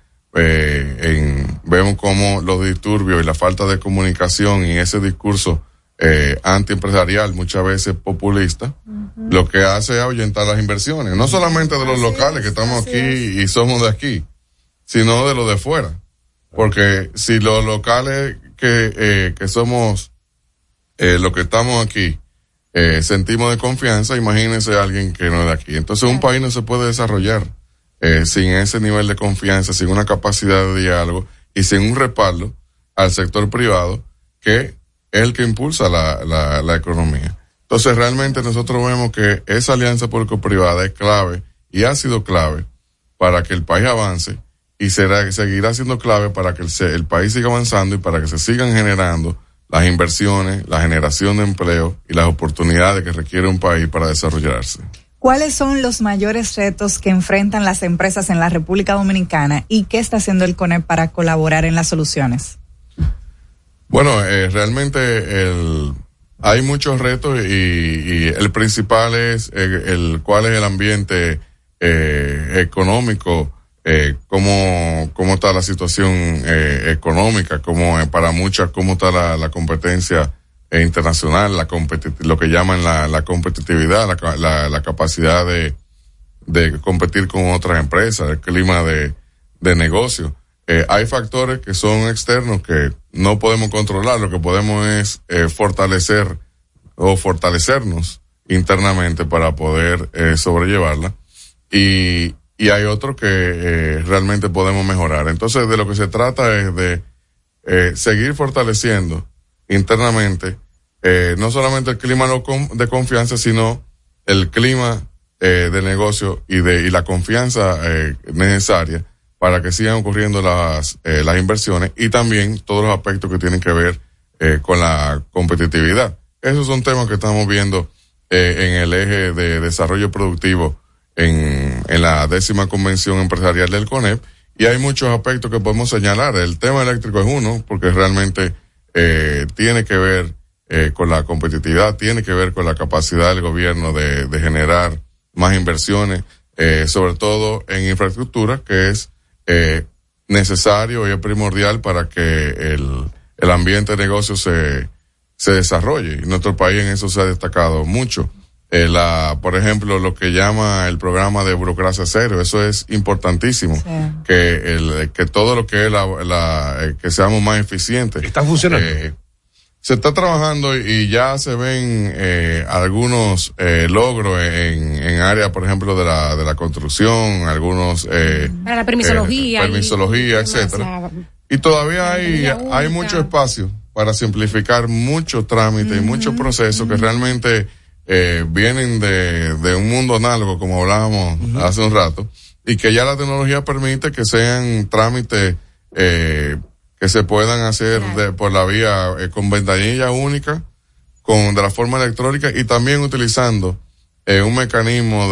vemos cómo los disturbios y la falta de comunicación y ese discurso antiempresarial, muchas veces populista, lo que hace es ahuyentar las inversiones, no solamente de los locales que estamos aquí y somos de aquí, sino de los de fuera. Porque si los locales que somos, los que estamos aquí, sentimos de confianza, imagínense a alguien que no es de aquí. Entonces un país no se puede desarrollar sin ese nivel de confianza, sin una capacidad de diálogo y sin un respaldo al sector privado, que es el que impulsa la economía. Entonces realmente nosotros vemos que esa alianza público-privada es clave y ha sido clave para que el país avance, y seguirá siendo clave para que el país siga avanzando y para que se sigan generando las inversiones, la generación de empleo y las oportunidades que requiere un país para desarrollarse. ¿Cuáles son los mayores retos que enfrentan las empresas en la República Dominicana y qué está haciendo el CONEP para colaborar en las soluciones? Bueno, realmente hay muchos retos y el principal es cuál es el ambiente económico, cómo está la situación económica, para muchas cómo está la competencia internacional, lo que llaman la competitividad, la capacidad de competir con otras empresas, el clima de negocio. Hay factores que son externos que no podemos controlar, lo que podemos es fortalecernos internamente para poder sobrellevarla, y hay otros que realmente podemos mejorar. Entonces de lo que se trata es de seguir fortaleciendo internamente no solamente el clima de confianza, sino el clima de negocio y la confianza necesaria para que sigan ocurriendo las inversiones, y también todos los aspectos que tienen que ver con la competitividad. Esos son temas que estamos viendo en el eje de desarrollo productivo en la 10ª Convención Empresarial del CONEP, y hay muchos aspectos que podemos señalar. El tema eléctrico es uno, porque realmente tiene que ver con la competitividad, tiene que ver con la capacidad del gobierno de generar más inversiones, sobre todo en infraestructura, que es necesario y es primordial para que el ambiente de negocio se desarrolle. Y nuestro país en eso se ha destacado mucho. Por ejemplo, lo que llama el programa de burocracia cero, eso es importantísimo. Sí. Que todo lo que es que seamos más eficientes. ¿Está funcionando? Se está trabajando y ya se ven algunos logros en áreas, por ejemplo, de la construcción, algunos para la permisología, etcétera. Y todavía hay mucho espacio para simplificar muchos trámites y muchos procesos que realmente vienen de un mundo análogo, como hablábamos hace un rato, y que ya la tecnología permite que sean trámites que se puedan hacer por la vía con ventanilla única, de la forma electrónica, y también utilizando un mecanismo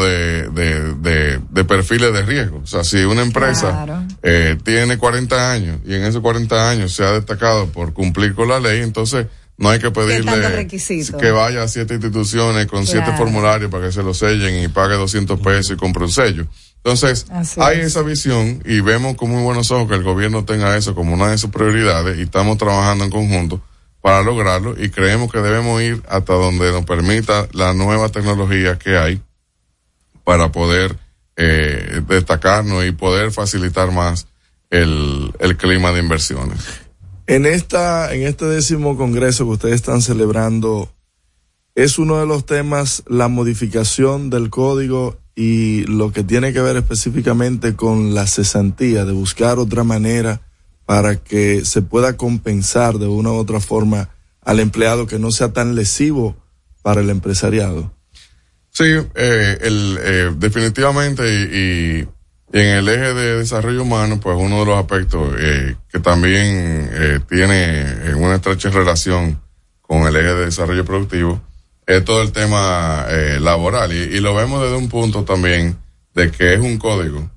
de perfiles de riesgo. O sea, si una empresa tiene 40 años y en esos 40 años se ha destacado por cumplir con la ley, entonces no hay que pedirle que vaya a 7 instituciones con 7 formularios para que se lo sellen y pague 200 pesos y compre un sello. Entonces, hay esa visión y vemos con muy buenos ojos que el gobierno tenga eso como una de sus prioridades, y estamos trabajando en conjunto para lograrlo, y creemos que debemos ir hasta donde nos permita la nueva tecnología que hay para poder destacarnos y poder facilitar más el clima de inversiones. En este 10º congreso que ustedes están celebrando, es uno de los temas la modificación del código y lo que tiene que ver específicamente con la cesantía, de buscar otra manera para que se pueda compensar de una u otra forma al empleado, que no sea tan lesivo para el empresariado. Sí, definitivamente y en el eje de desarrollo humano, pues uno de los aspectos que también tiene una estrecha relación con el eje de desarrollo productivo es todo el tema laboral y lo vemos desde un punto también de que es un código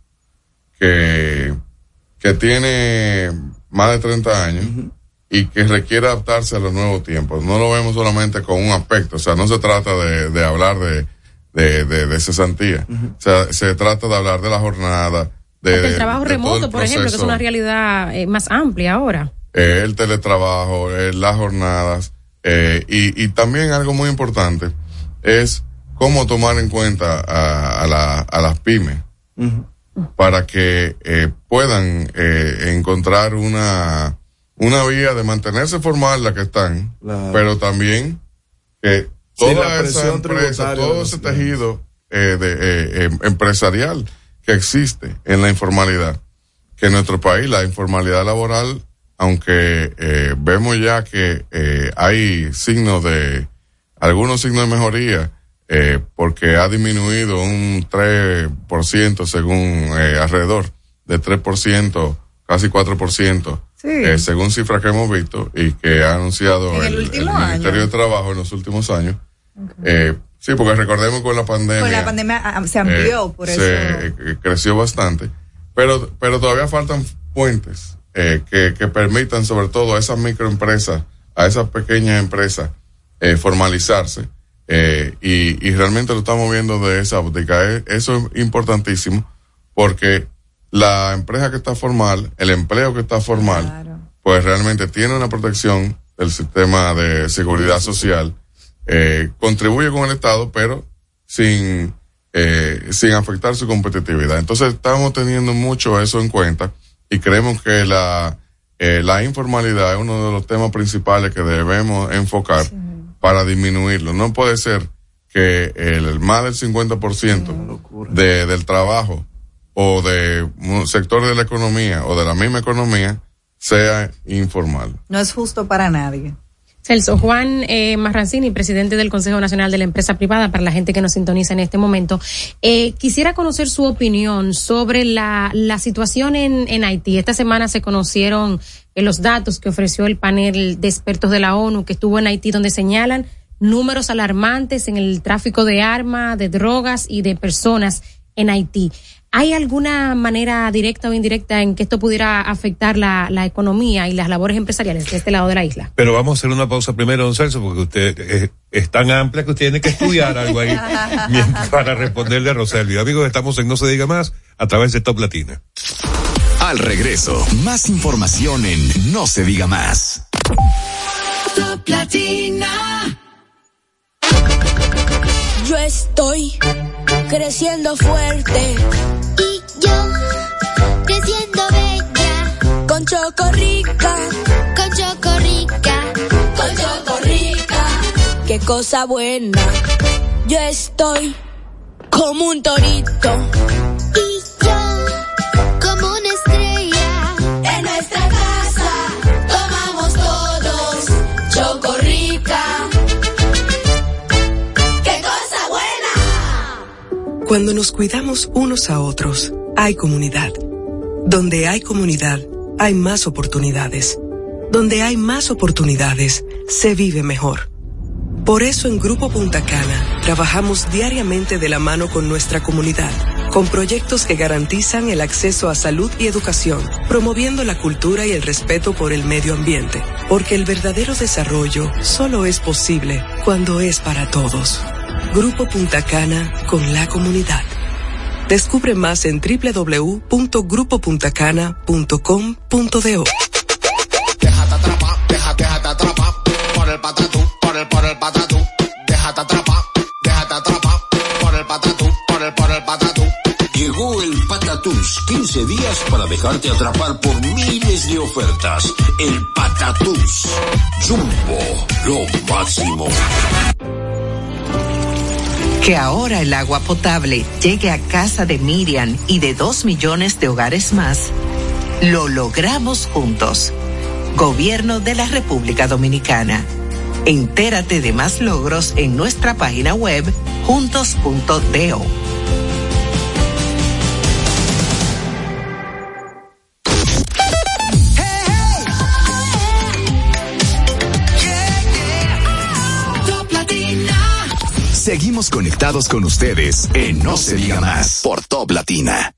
que tiene más de 30 años y que requiere adaptarse a los nuevos tiempos. No lo vemos solamente con un aspecto, o sea, no se trata de hablar de cesantía. O sea, se trata de hablar de la jornada, el trabajo remoto, por ejemplo, que es una realidad más amplia ahora. El teletrabajo, las jornadas, y también algo muy importante es cómo tomar en cuenta a las pymes para que puedan encontrar una vía de mantenerse formal la que están, pero también que toda esa empresa, todo ese tejido empresarial que existe en la informalidad, que en nuestro país la informalidad laboral, aunque vemos ya que hay algunos signos de mejoría, porque ha disminuido un 3% según alrededor de 3%, casi 4%. Sí. Según cifras que hemos visto y que ha anunciado el Ministerio de Trabajo en los últimos años. Okay. Sí, porque recordemos que con la pandemia se amplió, por eso. Creció bastante, pero todavía faltan puentes que permitan sobre todo a esas microempresas, a esas pequeñas empresas formalizarse, y realmente lo estamos viendo de esa óptica. Eso es importantísimo porque la empresa que está formal, el empleo que está formal, claro, pues realmente tiene una protección del sistema de seguridad social, contribuye con el Estado, pero sin afectar su competitividad. Entonces estamos teniendo mucho eso en cuenta y creemos que la informalidad es uno de los temas principales que debemos enfocar para disminuirlo. No puede ser que más del 50% del trabajo o de un sector de la economía o de la misma economía sea informal. No es justo para nadie. Celso, Juan Marrancini, presidente del Consejo Nacional de la Empresa Privada, para la gente que nos sintoniza en este momento, quisiera conocer su opinión sobre la situación en Haití. Esta semana se conocieron los datos que ofreció el panel de expertos de la ONU que estuvo en Haití, donde señalan números alarmantes en el tráfico de armas, de drogas y de personas en Haití. ¿Hay alguna manera directa o indirecta en que esto pudiera afectar la economía y las labores empresariales de este lado de la isla? Pero vamos a hacer una pausa primero, don Celso, porque usted es tan amplia que usted tiene que estudiar algo ahí para responderle a Roselio. Amigos, estamos en No Se Diga Más a través de Top Latina. Al regreso, más información en No Se Diga Más. Top Latina. Yo estoy creciendo fuerte y yo creciendo bella, con Chocorrica, con Chocorrica, con Chocorrica. Qué cosa buena. Yo estoy como un torito y yo como una estrella. En nuestra casa tomamos todos Chocorrica. Cuando nos cuidamos unos a otros, hay comunidad. Donde hay comunidad, hay más oportunidades. Donde hay más oportunidades, se vive mejor. Por eso en Grupo Punta Cana trabajamos diariamente de la mano con nuestra comunidad, con proyectos que garantizan el acceso a salud y educación, promoviendo la cultura y el respeto por el medio ambiente, porque el verdadero desarrollo solo es posible cuando es para todos. Grupo Punta Cana con la comunidad. Descubre más en www.grupopuntacana.com.do. Déjate atrapar por el patatú, por el patatú. Déjate atrapar por el patatú, por el patatú. Llegó el Patatús, 15 días para dejarte atrapar por miles de ofertas. El Patatús, Jumbo, lo máximo. Que ahora el agua potable llegue a casa de Miriam y de 2 millones de hogares más, lo logramos juntos. Gobierno de la República Dominicana. Entérate de más logros en nuestra página web juntos.do. Seguimos conectados con ustedes en No Se Diga Más por Top Latina.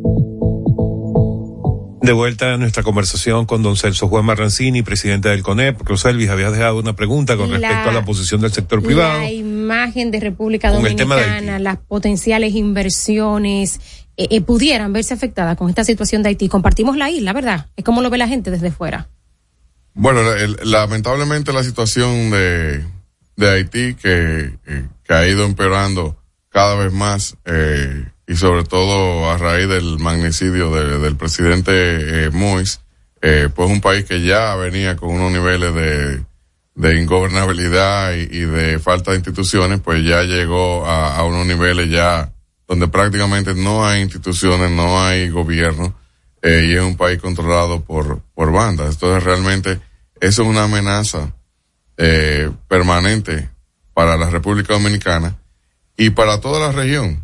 De vuelta a nuestra conversación con don Celso Juan Marrancini, presidente del CONEP. Roselvis, habías dejado una pregunta con respecto a la posición del sector privado. La imagen de República Dominicana, las potenciales inversiones, pudieran verse afectadas con esta situación de Haití. Compartimos la isla, ¿verdad? Es como lo ve la gente desde fuera. Bueno, lamentablemente la situación de Haití que ha ido empeorando cada vez más, y sobre todo a raíz del magnicidio del presidente Moïse, pues un país que ya venía con unos niveles de ingobernabilidad y de falta de instituciones, pues ya llegó a unos niveles ya donde prácticamente no hay instituciones, no hay gobierno, y es un país controlado por bandas. Entonces realmente eso es una amenaza permanente para la República Dominicana y para toda la región,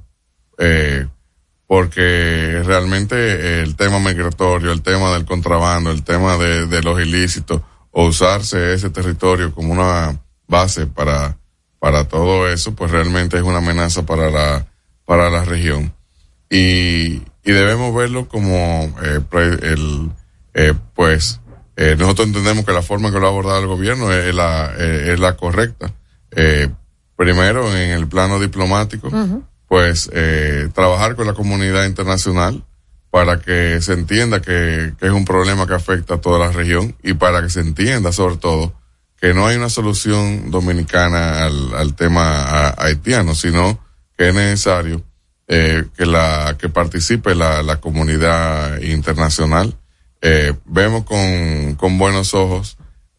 porque realmente el tema migratorio, el tema del contrabando, el tema de los ilícitos, o usarse ese territorio como una base para todo eso, pues realmente es una amenaza para la región. Y debemos verlo como, nosotros entendemos que la forma que lo ha abordado el gobierno es la correcta. Primero, en el plano diplomático, pues trabajar con la comunidad internacional para que se entienda que es un problema que afecta a toda la región y para que se entienda sobre todo que no hay una solución dominicana al tema haitiano, sino que es necesario que participe la comunidad internacional. Vemos con buenos ojos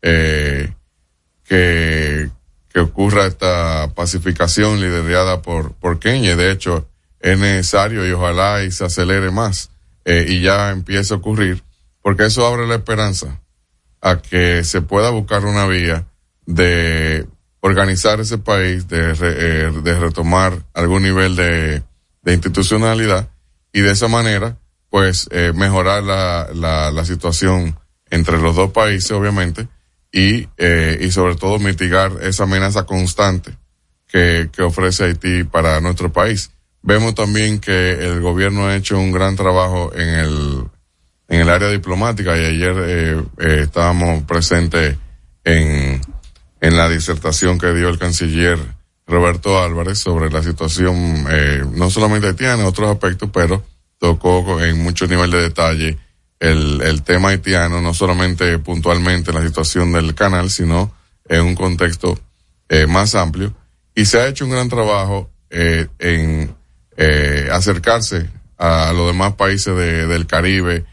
que ocurra esta pacificación liderada por Kenia. De hecho, es necesario y ojalá y se acelere más, y ya empiece a ocurrir, porque eso abre la esperanza a que se pueda buscar una vía de organizar ese país, de retomar algún nivel de institucionalidad, y de esa manera pues mejorar la situación entre los dos países, obviamente, y sobre todo mitigar esa amenaza constante que ofrece Haití para nuestro país. Vemos también que el gobierno ha hecho un gran trabajo en el área diplomática, y ayer estábamos presentes en la disertación que dio el canciller Roberto Álvarez sobre la situación no solamente haitiana, en otros aspectos, pero tocó en mucho nivel de detalle el tema haitiano, no solamente puntualmente la situación del canal, sino en un contexto más amplio. Y se ha hecho un gran trabajo en acercarse a los demás países del Caribe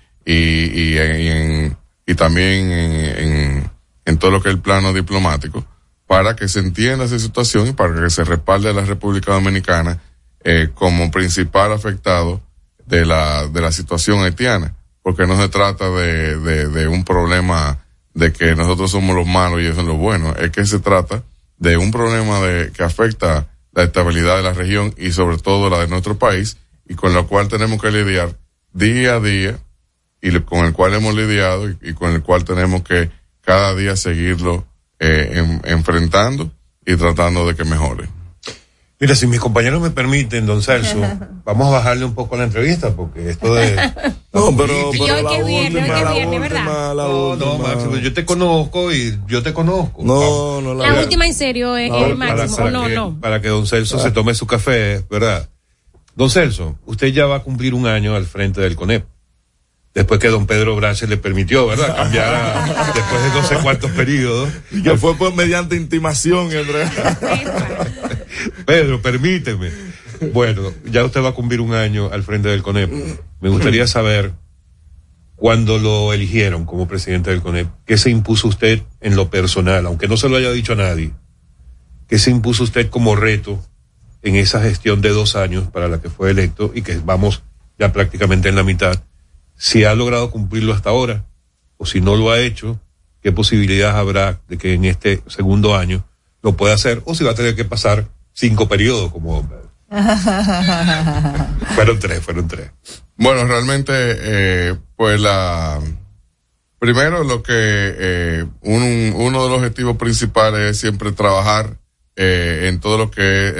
y también en todo lo que es el plano diplomático, para que se entienda esa situación y para que se respalde a la República Dominicana como principal afectado de la situación haitiana, porque no se trata de un problema de que nosotros somos los malos y ellos son los buenos, es que se trata de un problema que afecta la estabilidad de la región y sobre todo la de nuestro país, y con lo cual tenemos que lidiar día a día, y con el cual hemos lidiado y con el cual tenemos que cada día seguirlo enfrentando y tratando de que mejore. Mira, si mis compañeros me permiten, don Celso, vamos a bajarle un poco a la entrevista, porque esto de... No, pero la última, No, Máximo, yo te conozco y yo te conozco. No, la última en serio es el máximo, para que don Celso se tome su café, ¿verdad? Don Celso, usted ya va a cumplir un año al frente del CONEP. Después que don Pedro Brache le permitió, ¿verdad?, cambiar después de no sé cuántos periodos. Y que fue pues mediante intimación, Pedro, permíteme. Bueno, ya usted va a cumplir un año al frente del CONEP. Me gustaría saber, cuando lo eligieron como presidente del CONEP, ¿qué se impuso usted en lo personal, aunque no se lo haya dicho a nadie? ¿Qué se impuso usted como reto en esa gestión de 2 años para la que fue electo y que vamos ya prácticamente en la mitad? Si ha logrado cumplirlo hasta ahora, o si no lo ha hecho, ¿qué posibilidades habrá de que en este segundo año lo pueda hacer? O si va a tener que pasar 5 periodos como... fueron tres. Bueno, realmente, pues primero lo que uno de los objetivos principales es siempre trabajar en todo lo que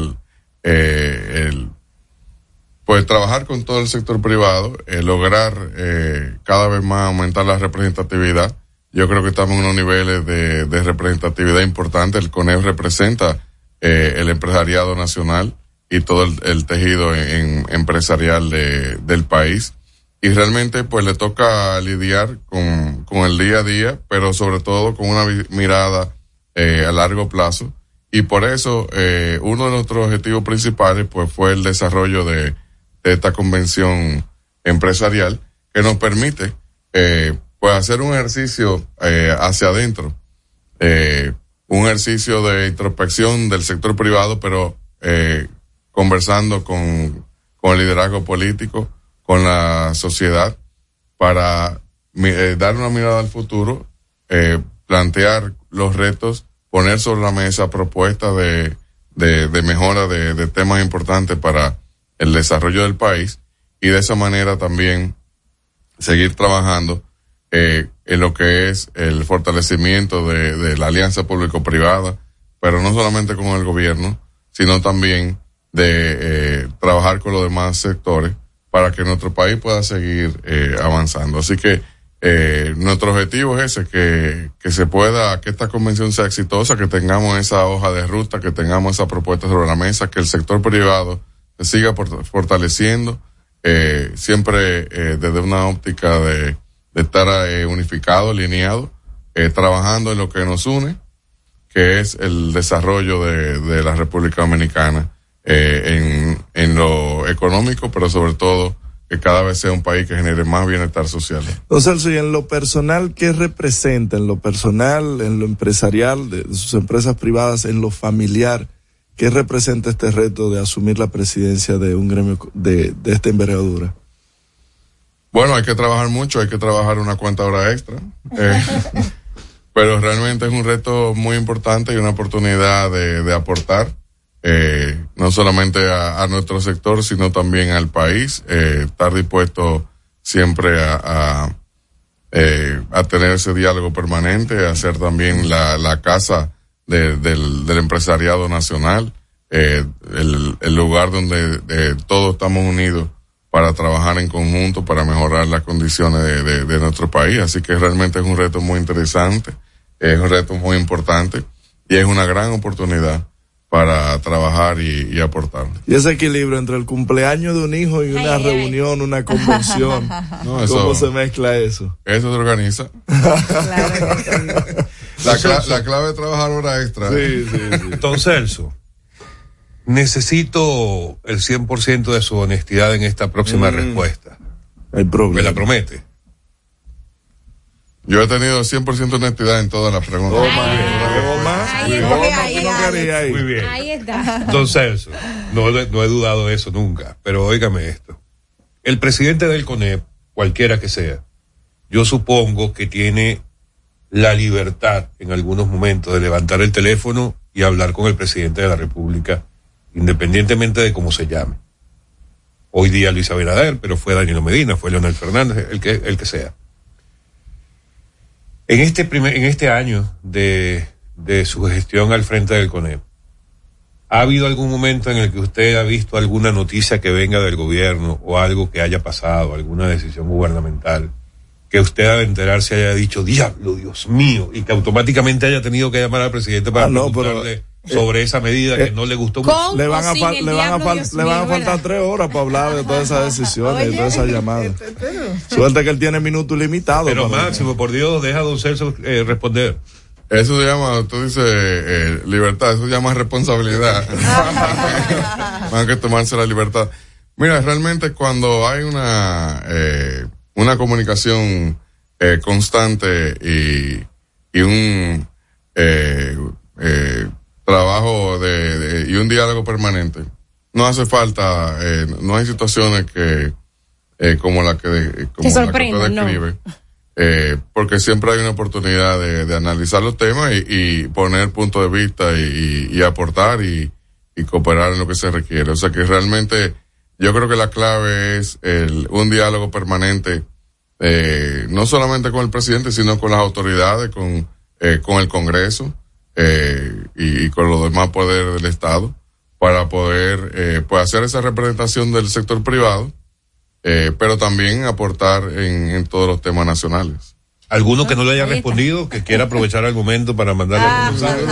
es pues trabajar con todo el sector privado, lograr cada vez más aumentar la representatividad. Yo creo que estamos en unos niveles de representatividad importantes. El CONEP representa el empresariado nacional y todo el tejido empresarial del país. Y realmente pues le toca lidiar con el día a día, pero sobre todo con una mirada a largo plazo. Y por eso uno de nuestros objetivos principales pues fue el desarrollo de esta convención empresarial que nos permite pues hacer un ejercicio hacia adentro, un ejercicio de introspección del sector privado, pero conversando con el liderazgo político, con la sociedad, para dar una mirada al futuro, plantear los retos, poner sobre la mesa propuestas de mejora de temas importantes para el desarrollo del país, y de esa manera también seguir trabajando en lo que es el fortalecimiento de la alianza público-privada, pero no solamente con el gobierno, sino también de trabajar con los demás sectores para que nuestro país pueda seguir avanzando. Así que nuestro objetivo es ese, que esta convención sea exitosa, que tengamos esa hoja de ruta, que tengamos esa propuesta sobre la mesa, que el sector privado se siga fortaleciendo, siempre desde una óptica de estar unificado, alineado, trabajando en lo que nos une, que es el desarrollo de la República Dominicana, en lo económico, pero sobre todo que cada vez sea un país que genere más bienestar social. Entonces, y en lo personal, ¿qué representa? En lo personal, en lo empresarial, de sus empresas privadas, en lo familiar, ¿qué representa este reto de asumir la presidencia de un gremio de esta envergadura? Bueno, hay que trabajar mucho, hay que trabajar una cuanta hora extra, pero realmente es un reto muy importante y una oportunidad de aportar, no solamente a nuestro sector, sino también al país, estar dispuesto siempre a tener ese diálogo permanente, a ser también la casa del empresariado nacional, el lugar donde todos estamos unidos para trabajar en conjunto para mejorar las condiciones de nuestro país. Así que realmente es un reto muy interesante, es un reto muy importante y es una gran oportunidad para trabajar y aportar. Y ese equilibrio entre el cumpleaños de un hijo y una reunión, una convención, ¿cómo se mezcla eso? Eso se organiza. La clave es trabajar hora extra. Sí. Don Celso, necesito el 100% de su honestidad en esta próxima respuesta. El problema. ¿Me la promete? Yo he tenido 100% de honestidad en todas las preguntas. Muy bien. Ahí está. Don Celso, no he dudado de eso nunca, pero óigame esto. El presidente del CONEP, cualquiera que sea, yo supongo que tiene la libertad en algunos momentos de levantar el teléfono y hablar con el presidente de la República, independientemente de cómo se llame. Hoy día Luis Abinader, pero fue Danilo Medina, fue Leonel Fernández, el que sea. En este año de su gestión al frente del CONEP, ¿ha habido algún momento en el que usted ha visto alguna noticia que venga del gobierno o algo que haya pasado, alguna decisión gubernamental, que usted al enterarse haya dicho, diablo, Dios mío, y que automáticamente haya tenido que llamar al presidente para preguntarle sobre esa medida que no le gustó mucho? Le van a faltar 3 horas para hablar de todas esas decisiones y todas esas llamadas. Suerte que él tiene minutos limitados. Pero Máximo, por Dios, deja a don Celso responder. Eso se llama, tú dices, libertad, eso se llama responsabilidad. Van que tomarse la libertad. Mira, realmente cuando hay una comunicación constante y un trabajo y un diálogo permanente, no hace falta, no hay situaciones como la que usted describe. Porque siempre hay una oportunidad de analizar los temas y poner puntos de vista y aportar y y cooperar en lo que se requiere. O sea que realmente yo creo que la clave es un diálogo permanente, no solamente con el presidente, sino con las autoridades, con el Congreso, y con los demás poderes del Estado, para poder, pues hacer esa representación del sector privado, pero también aportar en todos los temas nacionales. ¿Alguno que no le haya respondido, que quiera aprovechar el momento para mandarle un mensaje?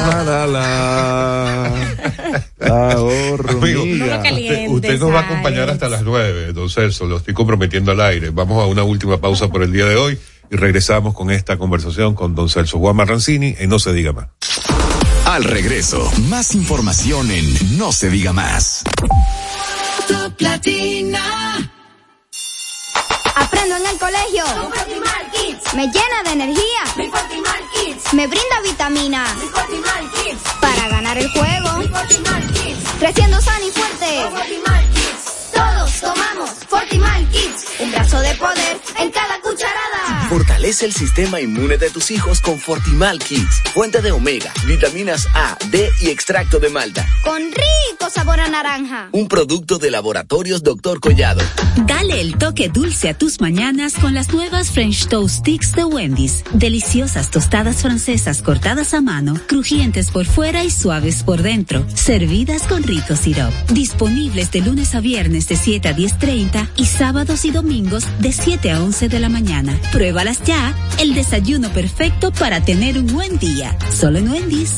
Amigo, usted nos va a acompañar hasta las 9, don Celso, lo estoy comprometiendo al aire. Vamos a una última pausa por el día de hoy y regresamos con esta conversación con don Celso Juan Marrancini en No Se Diga Más. Al regreso, más información en No Se Diga Más. Top Latina. Aprendo en el colegio. Con Fortimal Kids. Me llena de energía. Mi Fortimal Kids. Me brinda vitaminas. Mi Fortimal Kids. Para ganar el juego. Mi Fortimal Kids. Creciendo sano y fuerte. Con Fortimal Kids. Todos tomamos Fortimal Kids. Un brazo de poder en cada cucharada. Fortalece el sistema inmune de tus hijos con Fortimal Kids. Fuente de omega, vitaminas A, D y extracto de malta. Con rico sabor a naranja. Un producto de Laboratorios Dr. Collado. Dale el toque dulce a tus mañanas con las nuevas French Toast Sticks de Wendy's. Deliciosas tostadas francesas cortadas a mano, crujientes por fuera y suaves por dentro. Servidas con rico sirope. Disponibles de lunes a viernes de 7 a 10:30 y sábados y domingos de 7 a 11 de la mañana. Pruébalas ya, el desayuno perfecto para tener un buen día. Solo en Wendy's.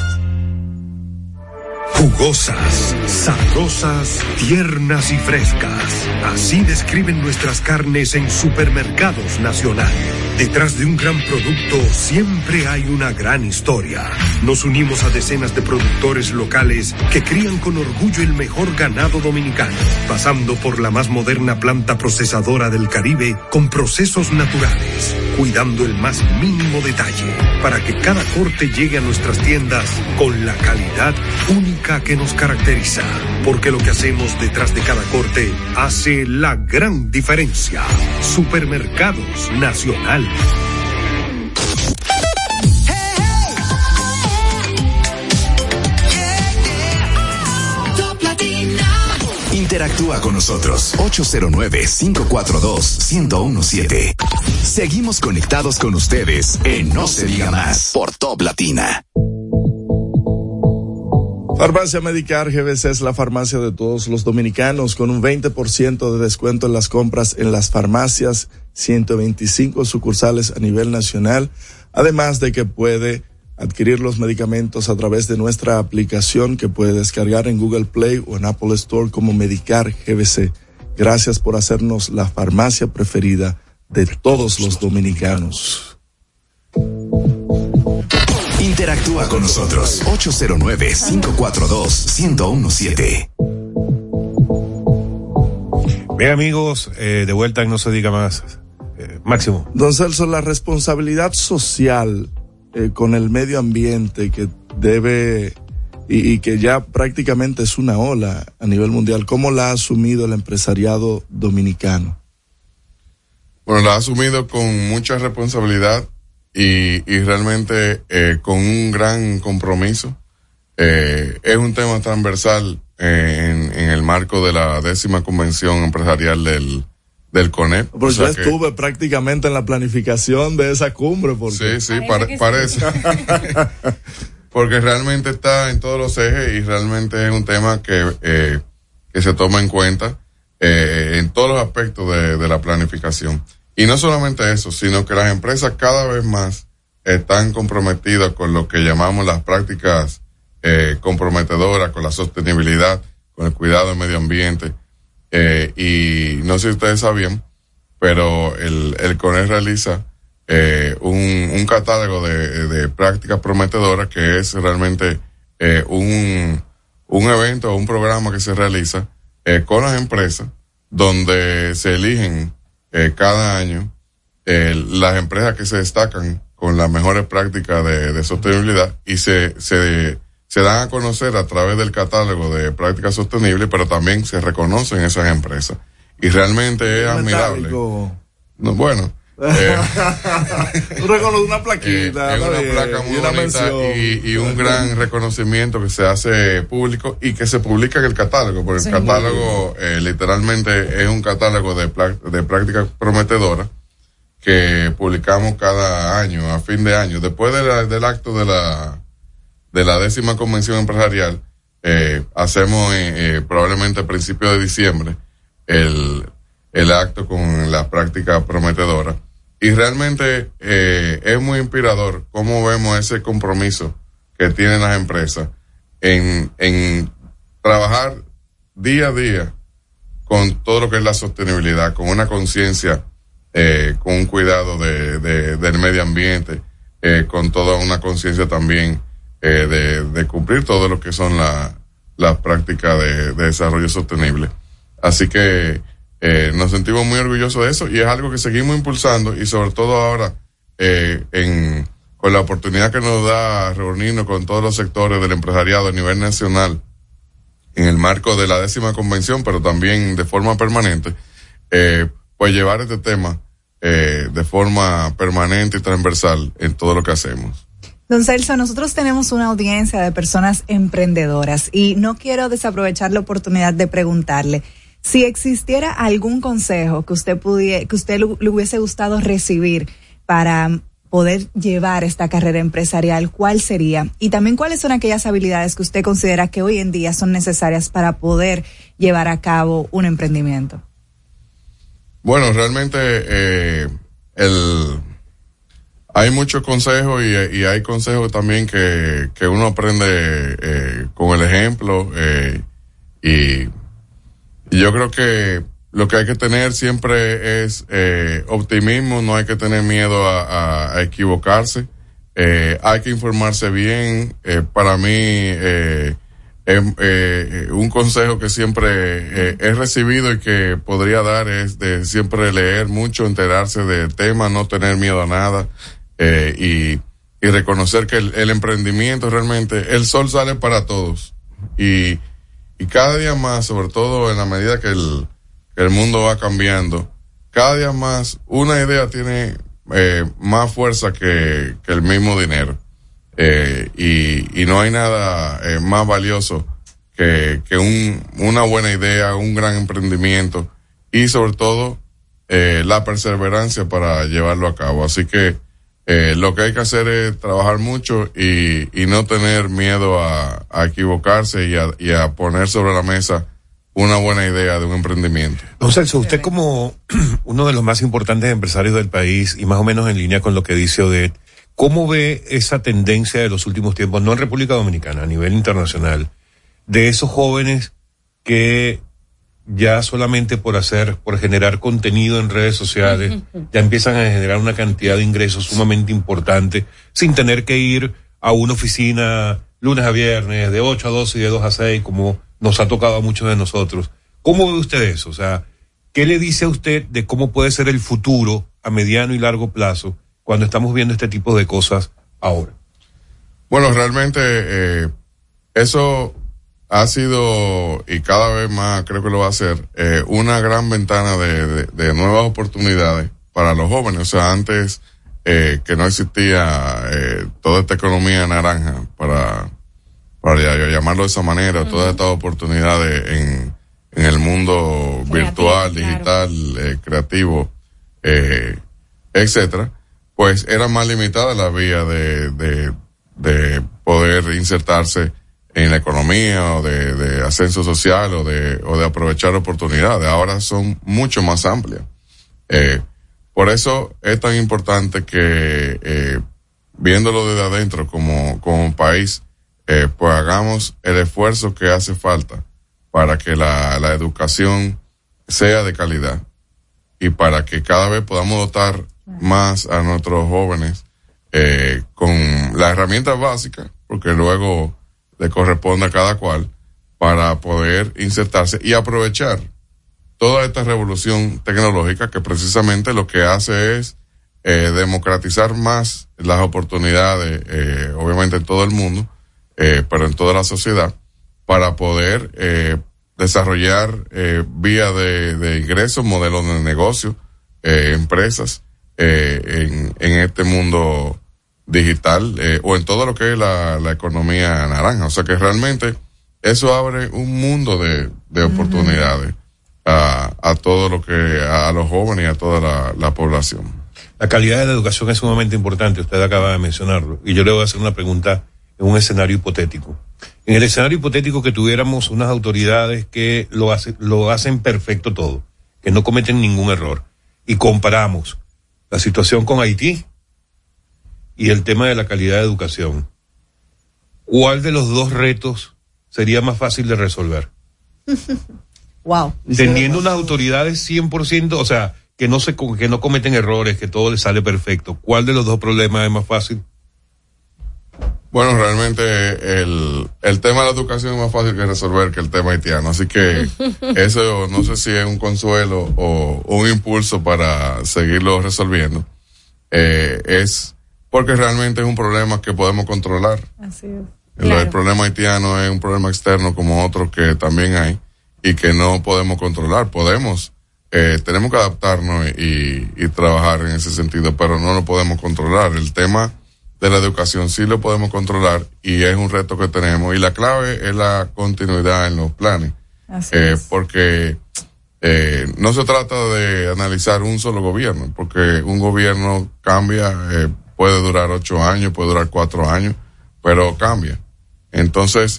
Jugosas, sabrosas, tiernas y frescas. Así describen nuestras carnes en Supermercados Nacional. Detrás de un gran producto siempre hay una gran historia. Nos unimos a decenas de productores locales que crían con orgullo el mejor ganado dominicano, pasando por la más moderna planta procesadora del Caribe con procesos naturales, cuidando el más mínimo detalle para que cada corte llegue a nuestras tiendas con la calidad única que nos caracteriza, porque lo que hacemos detrás de cada corte hace la gran diferencia. Supermercados Nacional. Interactúa con nosotros. 809-542-1017. Seguimos conectados con ustedes en No Se Diga Más por Top Latina. Farmacia Medicar GBC es la farmacia de todos los dominicanos, con un 20% de descuento en las compras en las farmacias, 125 sucursales a nivel nacional, además de que puede adquirir los medicamentos a través de nuestra aplicación que puede descargar en Google Play o en Apple Store como Medicar GBC. Gracias por hacernos la farmacia preferida de todos los dominicanos. Interactúa con nosotros. 809-542-1017. Bien, amigos, de vuelta en No Se Diga Más. Máximo. Don Celso, la responsabilidad social con el medio ambiente que debe y que ya prácticamente es una ola a nivel mundial, ¿cómo la ha asumido el empresariado dominicano? Bueno, la ha asumido con mucha responsabilidad y realmente con un gran compromiso. Es un tema transversal en el marco de la 10ª convención empresarial del CONEP. Pero yo estuve prácticamente en la planificación de esa cumbre. Porque... Sí, parece. Porque realmente está en todos los ejes y realmente es un tema que se toma en cuenta en todos los aspectos de la planificación. Y no solamente eso, sino que las empresas cada vez más están comprometidas con lo que llamamos las prácticas comprometedoras, con la sostenibilidad, con el cuidado del medio ambiente. Y no sé si ustedes sabían, pero el CONEP realiza un catálogo de prácticas prometedoras que es realmente un evento o un programa que se realiza con las empresas donde se eligen cada año las empresas que se destacan con las mejores prácticas de sostenibilidad y se dan a conocer a través del catálogo de prácticas sostenibles, pero también se reconocen esas empresas. Y realmente es admirable. No, bueno, Una plaquita. Una placa muy bonita y un gran reconocimiento que se hace público y que se publica en el catálogo, porque el catálogo literalmente es un catálogo de prácticas prometedoras que publicamos cada año, a fin de año. Después del acto de la 10ª convención empresarial, hacemos probablemente a principios de diciembre el acto con la práctica prometedora. Y realmente es muy inspirador cómo vemos ese compromiso que tienen las empresas en trabajar día a día con todo lo que es la sostenibilidad, con una conciencia, con un cuidado del medio ambiente, con toda una conciencia también de cumplir todo lo que son las prácticas de desarrollo sostenible. Así que nos sentimos muy orgullosos de eso y es algo que seguimos impulsando y sobre todo ahora con la oportunidad que nos da reunirnos con todos los sectores del empresariado a nivel nacional en el marco de la 10ª convención, pero también de forma permanente, pues llevar este tema de forma permanente y transversal en todo lo que hacemos. Don Celso, nosotros tenemos una audiencia de personas emprendedoras y no quiero desaprovechar la oportunidad de preguntarle si existiera algún consejo que usted le hubiese gustado recibir para poder llevar esta carrera empresarial, ¿cuál sería? Y también, ¿cuáles son aquellas habilidades que usted considera que hoy en día son necesarias para poder llevar a cabo un emprendimiento? Bueno, realmente hay muchos consejos y hay consejos también que uno aprende con el ejemplo y yo creo que lo que hay que tener siempre es optimismo, no hay que tener miedo a equivocarse, hay que informarse bien. Para mí un consejo que siempre he recibido y que podría dar es de siempre leer mucho, enterarse de temas, no tener miedo a nada y reconocer que el emprendimiento realmente, el sol sale para todos y cada día más, sobre todo en la medida que el mundo va cambiando, cada día más una idea tiene más fuerza que el mismo dinero. Y no hay nada más valioso que una buena idea, un gran emprendimiento y sobre todo la perseverancia para llevarlo a cabo. Así que lo que hay que hacer es trabajar mucho y no tener miedo a equivocarse y a poner sobre la mesa una buena idea de un emprendimiento. Don Celso, usted como uno de los más importantes empresarios del país y más o menos en línea con lo que dice Odette, ¿cómo ve esa tendencia de los últimos tiempos, no en República Dominicana, a nivel internacional, de esos jóvenes que ya solamente por generar contenido en redes sociales, ya empiezan a generar una cantidad de ingresos sumamente importante, sin tener que ir a una oficina lunes a viernes, de 8 a 12 y de 2 a 6, como nos ha tocado a muchos de nosotros? ¿Cómo ve usted eso? O sea, ¿qué le dice a usted de cómo puede ser el futuro a mediano y largo plazo cuando estamos viendo este tipo de cosas ahora? Bueno, realmente eso ha sido, y cada vez más creo que lo va a ser, una gran ventana de nuevas oportunidades para los jóvenes. O sea, antes que no existía toda esta economía naranja, para llamarlo de esa manera, todas estas oportunidades en el mundo virtual, digital, creativo, etcétera, pues era más limitada la vía de poder insertarse en la economía o de ascenso social o de aprovechar oportunidades. Ahora son mucho más amplias. Por eso es tan importante que viéndolo desde adentro como país, pues hagamos el esfuerzo que hace falta para que la educación sea de calidad y para que cada vez podamos dotar más a nuestros jóvenes con las herramientas básicas, porque luego le corresponde a cada cual, para poder insertarse y aprovechar toda esta revolución tecnológica que precisamente lo que hace es democratizar más las oportunidades, obviamente en todo el mundo, pero en toda la sociedad, para poder desarrollar vías de ingresos, modelos de negocio, empresas en este mundo digital, o en todo lo que es la economía naranja. O sea que realmente eso abre un mundo de oportunidades a todo lo que, a los jóvenes y a toda la población. La calidad de la educación es sumamente importante, usted acaba de mencionarlo, y yo le voy a hacer una pregunta en un escenario hipotético. En el escenario hipotético que tuviéramos unas autoridades que lo hacen perfecto todo, que no cometen ningún error, y comparamos la situación con Haití y el tema de la calidad de educación, ¿cuál de los dos retos sería más fácil de resolver? Wow. Teniendo unas autoridades 100%, o sea, que no cometen errores, que todo les sale perfecto, ¿cuál de los dos problemas es más fácil? Bueno, realmente el tema de la educación es más fácil que resolver que el tema haitiano, así que eso no sé si es un consuelo o un impulso para seguirlo resolviendo. Es porque realmente es un problema que podemos controlar. Así es. Claro. El problema haitiano es un problema externo como otros que también hay y que no podemos controlar. Tenemos que adaptarnos y trabajar en ese sentido, pero no lo podemos controlar. El tema de la educación sí lo podemos controlar y es un reto que tenemos, y la clave es la continuidad en los planes. Porque no se trata de analizar un solo gobierno, porque un gobierno cambia, puede durar 8 años, puede durar 4 años, pero cambia. Entonces,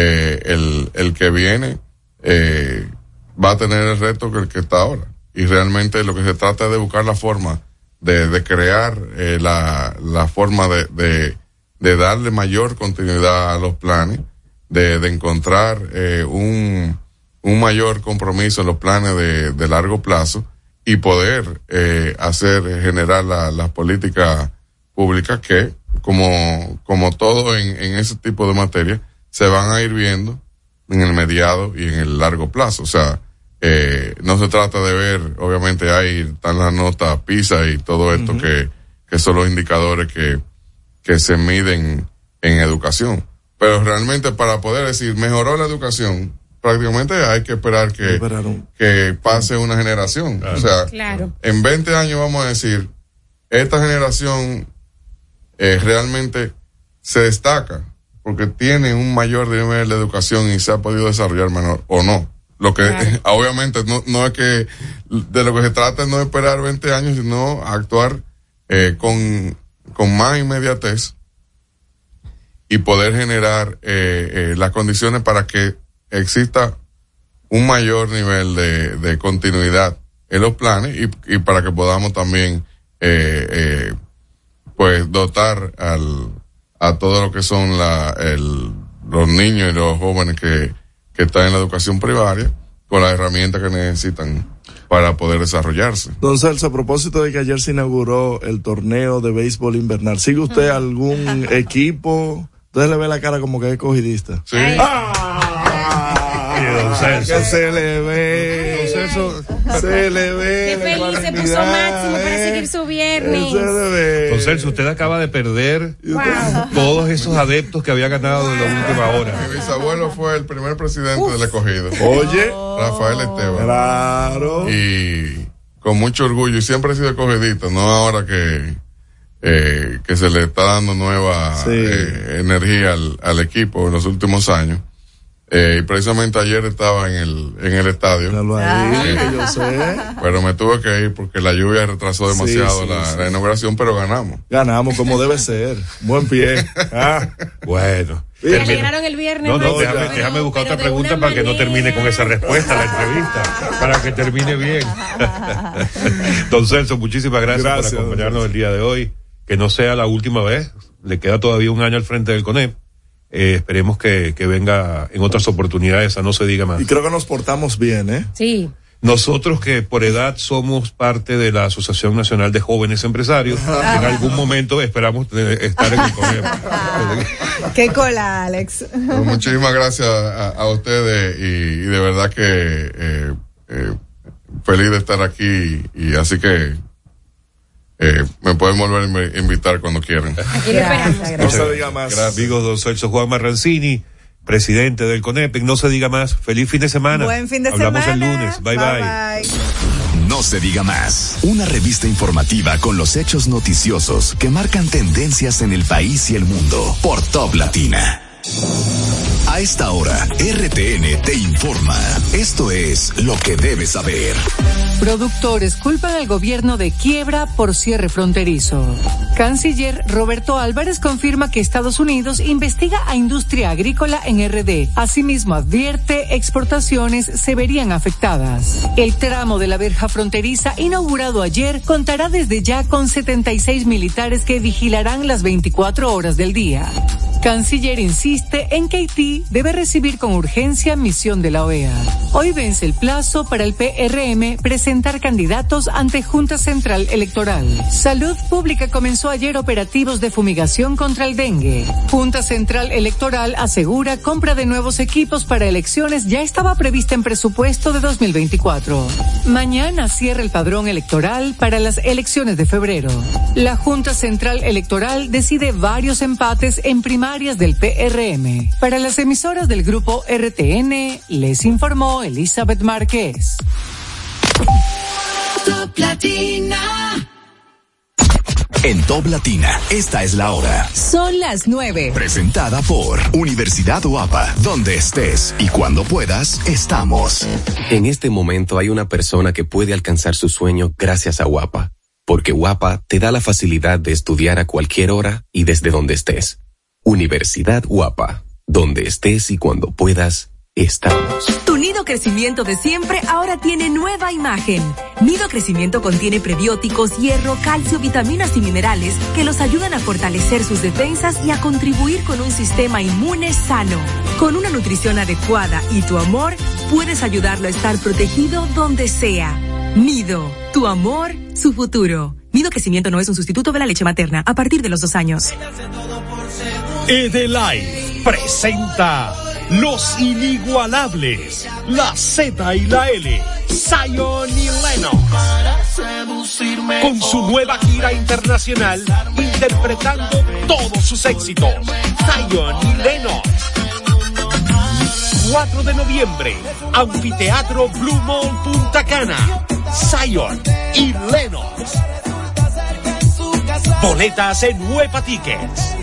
el que viene va a tener el reto que el que está ahora, y realmente lo que se trata es de buscar la forma de crear la forma de darle mayor continuidad a los planes, de encontrar un mayor compromiso en los planes de largo plazo y poder generar las políticas públicas que, como todo en ese tipo de materia, se van a ir viendo en el mediado y en el largo plazo. O sea, no se trata de ver, obviamente están las notas PISA y todo esto que son los indicadores que se miden en educación. Pero realmente para poder decir, mejoró la educación, prácticamente hay que esperar que pase una generación. Claro. O sea, en 20 años vamos a decir, esta generación realmente se destaca porque tiene un mayor nivel de educación y se ha podido desarrollar menor, o no. Lo que, obviamente, no es que, de lo que se trata es no esperar 20 años, sino actuar, con más inmediatez y poder generar, las condiciones para que exista un mayor nivel de continuidad en los planes y para que podamos también, pues dotar a todo lo que son los niños y los jóvenes que están en la educación primaria con las herramientas que necesitan para poder desarrollarse. Don Celso, a propósito de que ayer se inauguró el torneo de béisbol invernal, ¿sigue usted algún equipo? Entonces le ve la cara como que es escogidista. Sí. Don Celso. Que se le ve. Don Celso. Se le ve. Qué feliz se puso Máximo para seguir su viernes. Don Celso, usted acaba de perder todos esos adeptos que había ganado en la última hora. Mi bisabuelo fue el primer presidente del escogido. Oye. Rafael Esteban. Claro. Y con mucho orgullo, y siempre he sido escogidista, no ahora que se le está dando nueva energía al equipo en los últimos años. Y precisamente ayer estaba en el estadio. Yo sé. Pero me tuve que ir porque la lluvia retrasó demasiado la inauguración, pero ganamos. Ganamos como debe ser. Buen pie. Bueno. Me alegraron el viernes. No, déjame buscar otra pregunta para que no termine con esa respuesta la entrevista, para que termine bien. Don Celso, muchísimas gracias por acompañarnos el día de hoy. Que no sea la última vez. Le queda todavía un año al frente del CONEP. Esperemos que venga en otras oportunidades a No Se Diga Más. Y creo que nos portamos bien, ¿eh? Sí. Nosotros que por edad somos parte de la Asociación Nacional de Jóvenes Empresarios, en algún momento esperamos estar en el CONEP. Qué cola, Alex. Pues muchísimas gracias a ustedes y de verdad que feliz de estar aquí y así que me pueden volver a invitar cuando quieran. Aquí lo esperamos. No se diga más. Gracias, amigos. Don Celso Juan Marrancini, presidente del CONEP. No se diga más. Feliz fin de semana. Buen fin de semana. Hablamos el lunes. Bye. Bye. No se diga más. Una revista informativa con los hechos noticiosos que marcan tendencias en el país y el mundo por Top Latina. A esta hora, RTN te informa. Esto es lo que debes saber. Productores culpan al gobierno de quiebra por cierre fronterizo. Canciller Roberto Álvarez confirma que Estados Unidos investiga a industria agrícola en RD. Asimismo, advierte exportaciones se verían afectadas. El tramo de la verja fronteriza inaugurado ayer contará desde ya con 76 militares que vigilarán las 24 horas del día. Canciller insiste en que Haití debe recibir con urgencia misión de la OEA. Hoy vence el plazo para el PRM presentar candidatos ante Junta Central Electoral. Salud Pública comenzó ayer operativos de fumigación contra el dengue. Junta Central Electoral asegura compra de nuevos equipos para elecciones ya estaba prevista en presupuesto de 2024. Mañana cierra el padrón electoral para las elecciones de febrero. La Junta Central Electoral decide varios empates en primarias del PRM. Para las emisoras del grupo RTN, les informó Elizabeth Márquez. Top Latina. En Top Latina, esta es la hora. Son las 9. Presentada por Universidad UAPA, donde estés y cuando puedas, estamos. En este momento hay una persona que puede alcanzar su sueño gracias a UAPA, porque UAPA te da la facilidad de estudiar a cualquier hora y desde donde estés. Universidad UAPA, donde estés y cuando puedas, estamos. Tu Nido Crecimiento de siempre ahora tiene nueva imagen. Nido Crecimiento contiene prebióticos, hierro, calcio, vitaminas y minerales que los ayudan a fortalecer sus defensas y a contribuir con un sistema inmune sano. Con una nutrición adecuada y tu amor, puedes ayudarlo a estar protegido donde sea. Nido, tu amor, su futuro. Nido Crecimiento no es un sustituto de la leche materna a partir de los 2 años. Edelai presenta Los Inigualables, la Z y la L, Zion y Lennox, con su nueva gira internacional, interpretando todos sus éxitos. Zion y Lennox, 4 de noviembre, Anfiteatro Blue Mall Punta Cana. Zion y Lennox. Boletas en Huepa Tickets.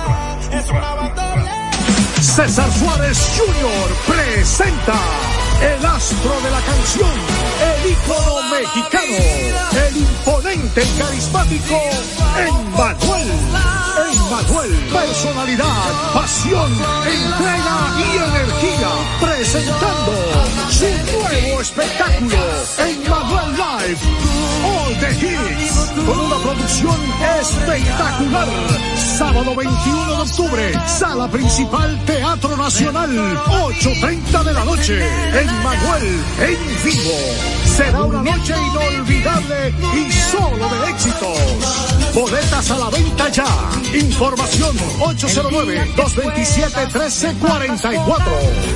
César Suárez Jr. presenta el astro de la canción, el ícono mexicano, el imponente y carismático Emmanuel. Emmanuel, personalidad, pasión, entrega y energía, presentando su nuevo espectáculo, Emmanuel Live, All the Hits, con una producción espectacular. Sábado 21 de octubre, sala principal Teatro Nacional, 8:30 de la noche. Emmanuel en vivo. Será una noche inolvidable y solo de éxitos. Boletas a la venta ya. Información 809-227-1344.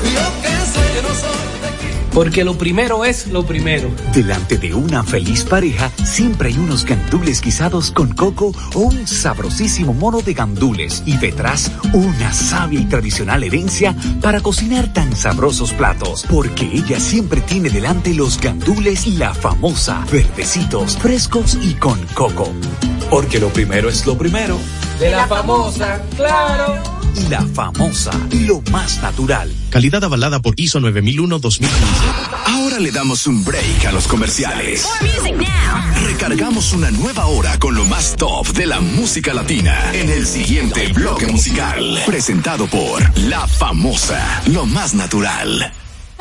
Porque lo primero es lo primero. Delante de una feliz pareja, siempre hay unos gandules guisados con coco o un sabrosísimo mono de gandules. Y detrás, una sabia y tradicional herencia para cocinar tan sabrosos platos. Porque ella siempre tiene delante los gandules y la famosa, verdecitos, frescos y con coco. Porque lo primero es lo primero. De la famosa, claro. Y la famosa, lo más natural. Calidad avalada por ISO 9001-2015. Ahora le damos un break a los comerciales. Recargamos una nueva hora con lo más top de la música latina en el siguiente bloque musical. Presentado por La Famosa, lo más natural.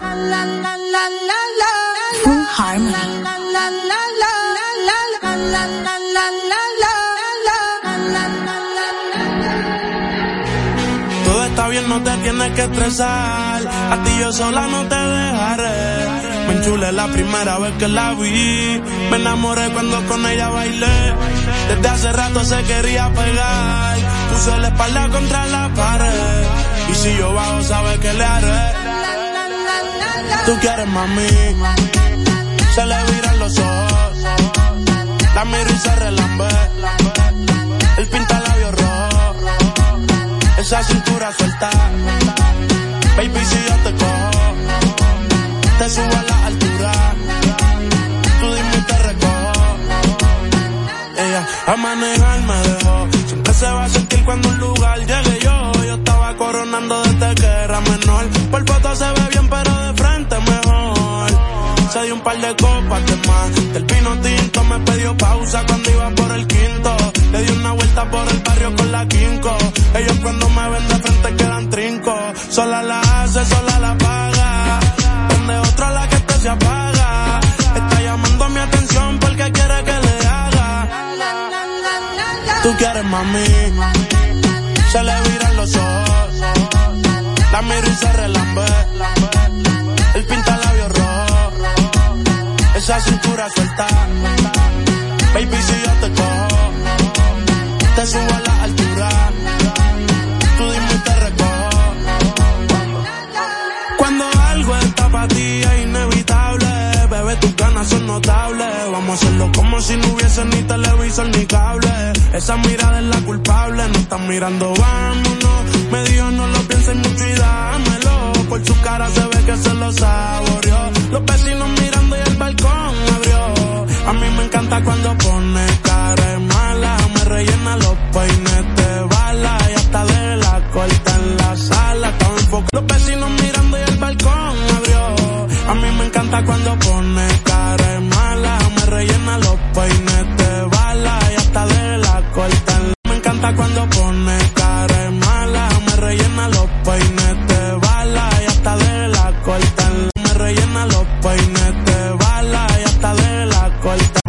Full Harmony. Todo está bien, no te tienes que estresar. A ti yo sola no te dejaré. Me enchulé la primera vez que la vi. Me enamoré cuando con ella bailé. Desde hace rato se quería pegar. Puse la espalda contra la pared. Y si yo bajo, sabes que le haré. Tú quieres, mami. Se le viran los ojos. La miro y se relambe. El pinta labios rojo. Esa cintura suelta. Baby, si yo te cojo, te subo a la altura. Tú dime que manejar me dejó. Siempre se va a sentir cuando un lugar llegue yo. Yo estaba coronando desde que era menor. Por foto se ve bien, pero de frente mejor. Se dio un par de copas de más. Del vino tinto me pidió pausa cuando iba por el quinto. Le di una vuelta por el barrio con la quinco. Ellos cuando me ven de frente quedan trinco. Sola la hace, sola la paga. Prende otra la que este se apaga. Está llamando mi atención porque quiere que le haga. Tú quieres, mami. Se le viran los ojos. La miro y se relambe. El pinta labios rojo. Esa cintura suelta. Baby, si yo te cojo, te subo a la altura. Tú dime y te recojo. Cuando algo está para ti es inevitable. Bebé, tus ganas son notables. Vamos a hacerlo como si no hubiese ni televisor ni cable. Esa mirada es la culpable. No están mirando, vámonos. Me dijo no lo pienses mucho y dámelo. Por su cara se ve que se lo saboreó. Los vecinos mirando y el balcón abrió. A mí me encanta cuando pone cara de mala. Me rellena los peines de bala. Y hasta de la corta en la sala. Estaba enfocado. Los vecinos mirando y el balcón abrió. A mí me encanta cuando pone cara de mala. Me rellena los peines de bala. Y hasta de la corta en la... Me encanta cuando pone cara de mala. Me rellena los peines de bala. Y hasta de la corta en la... Me rellena los peines de bala. Y hasta de la corta.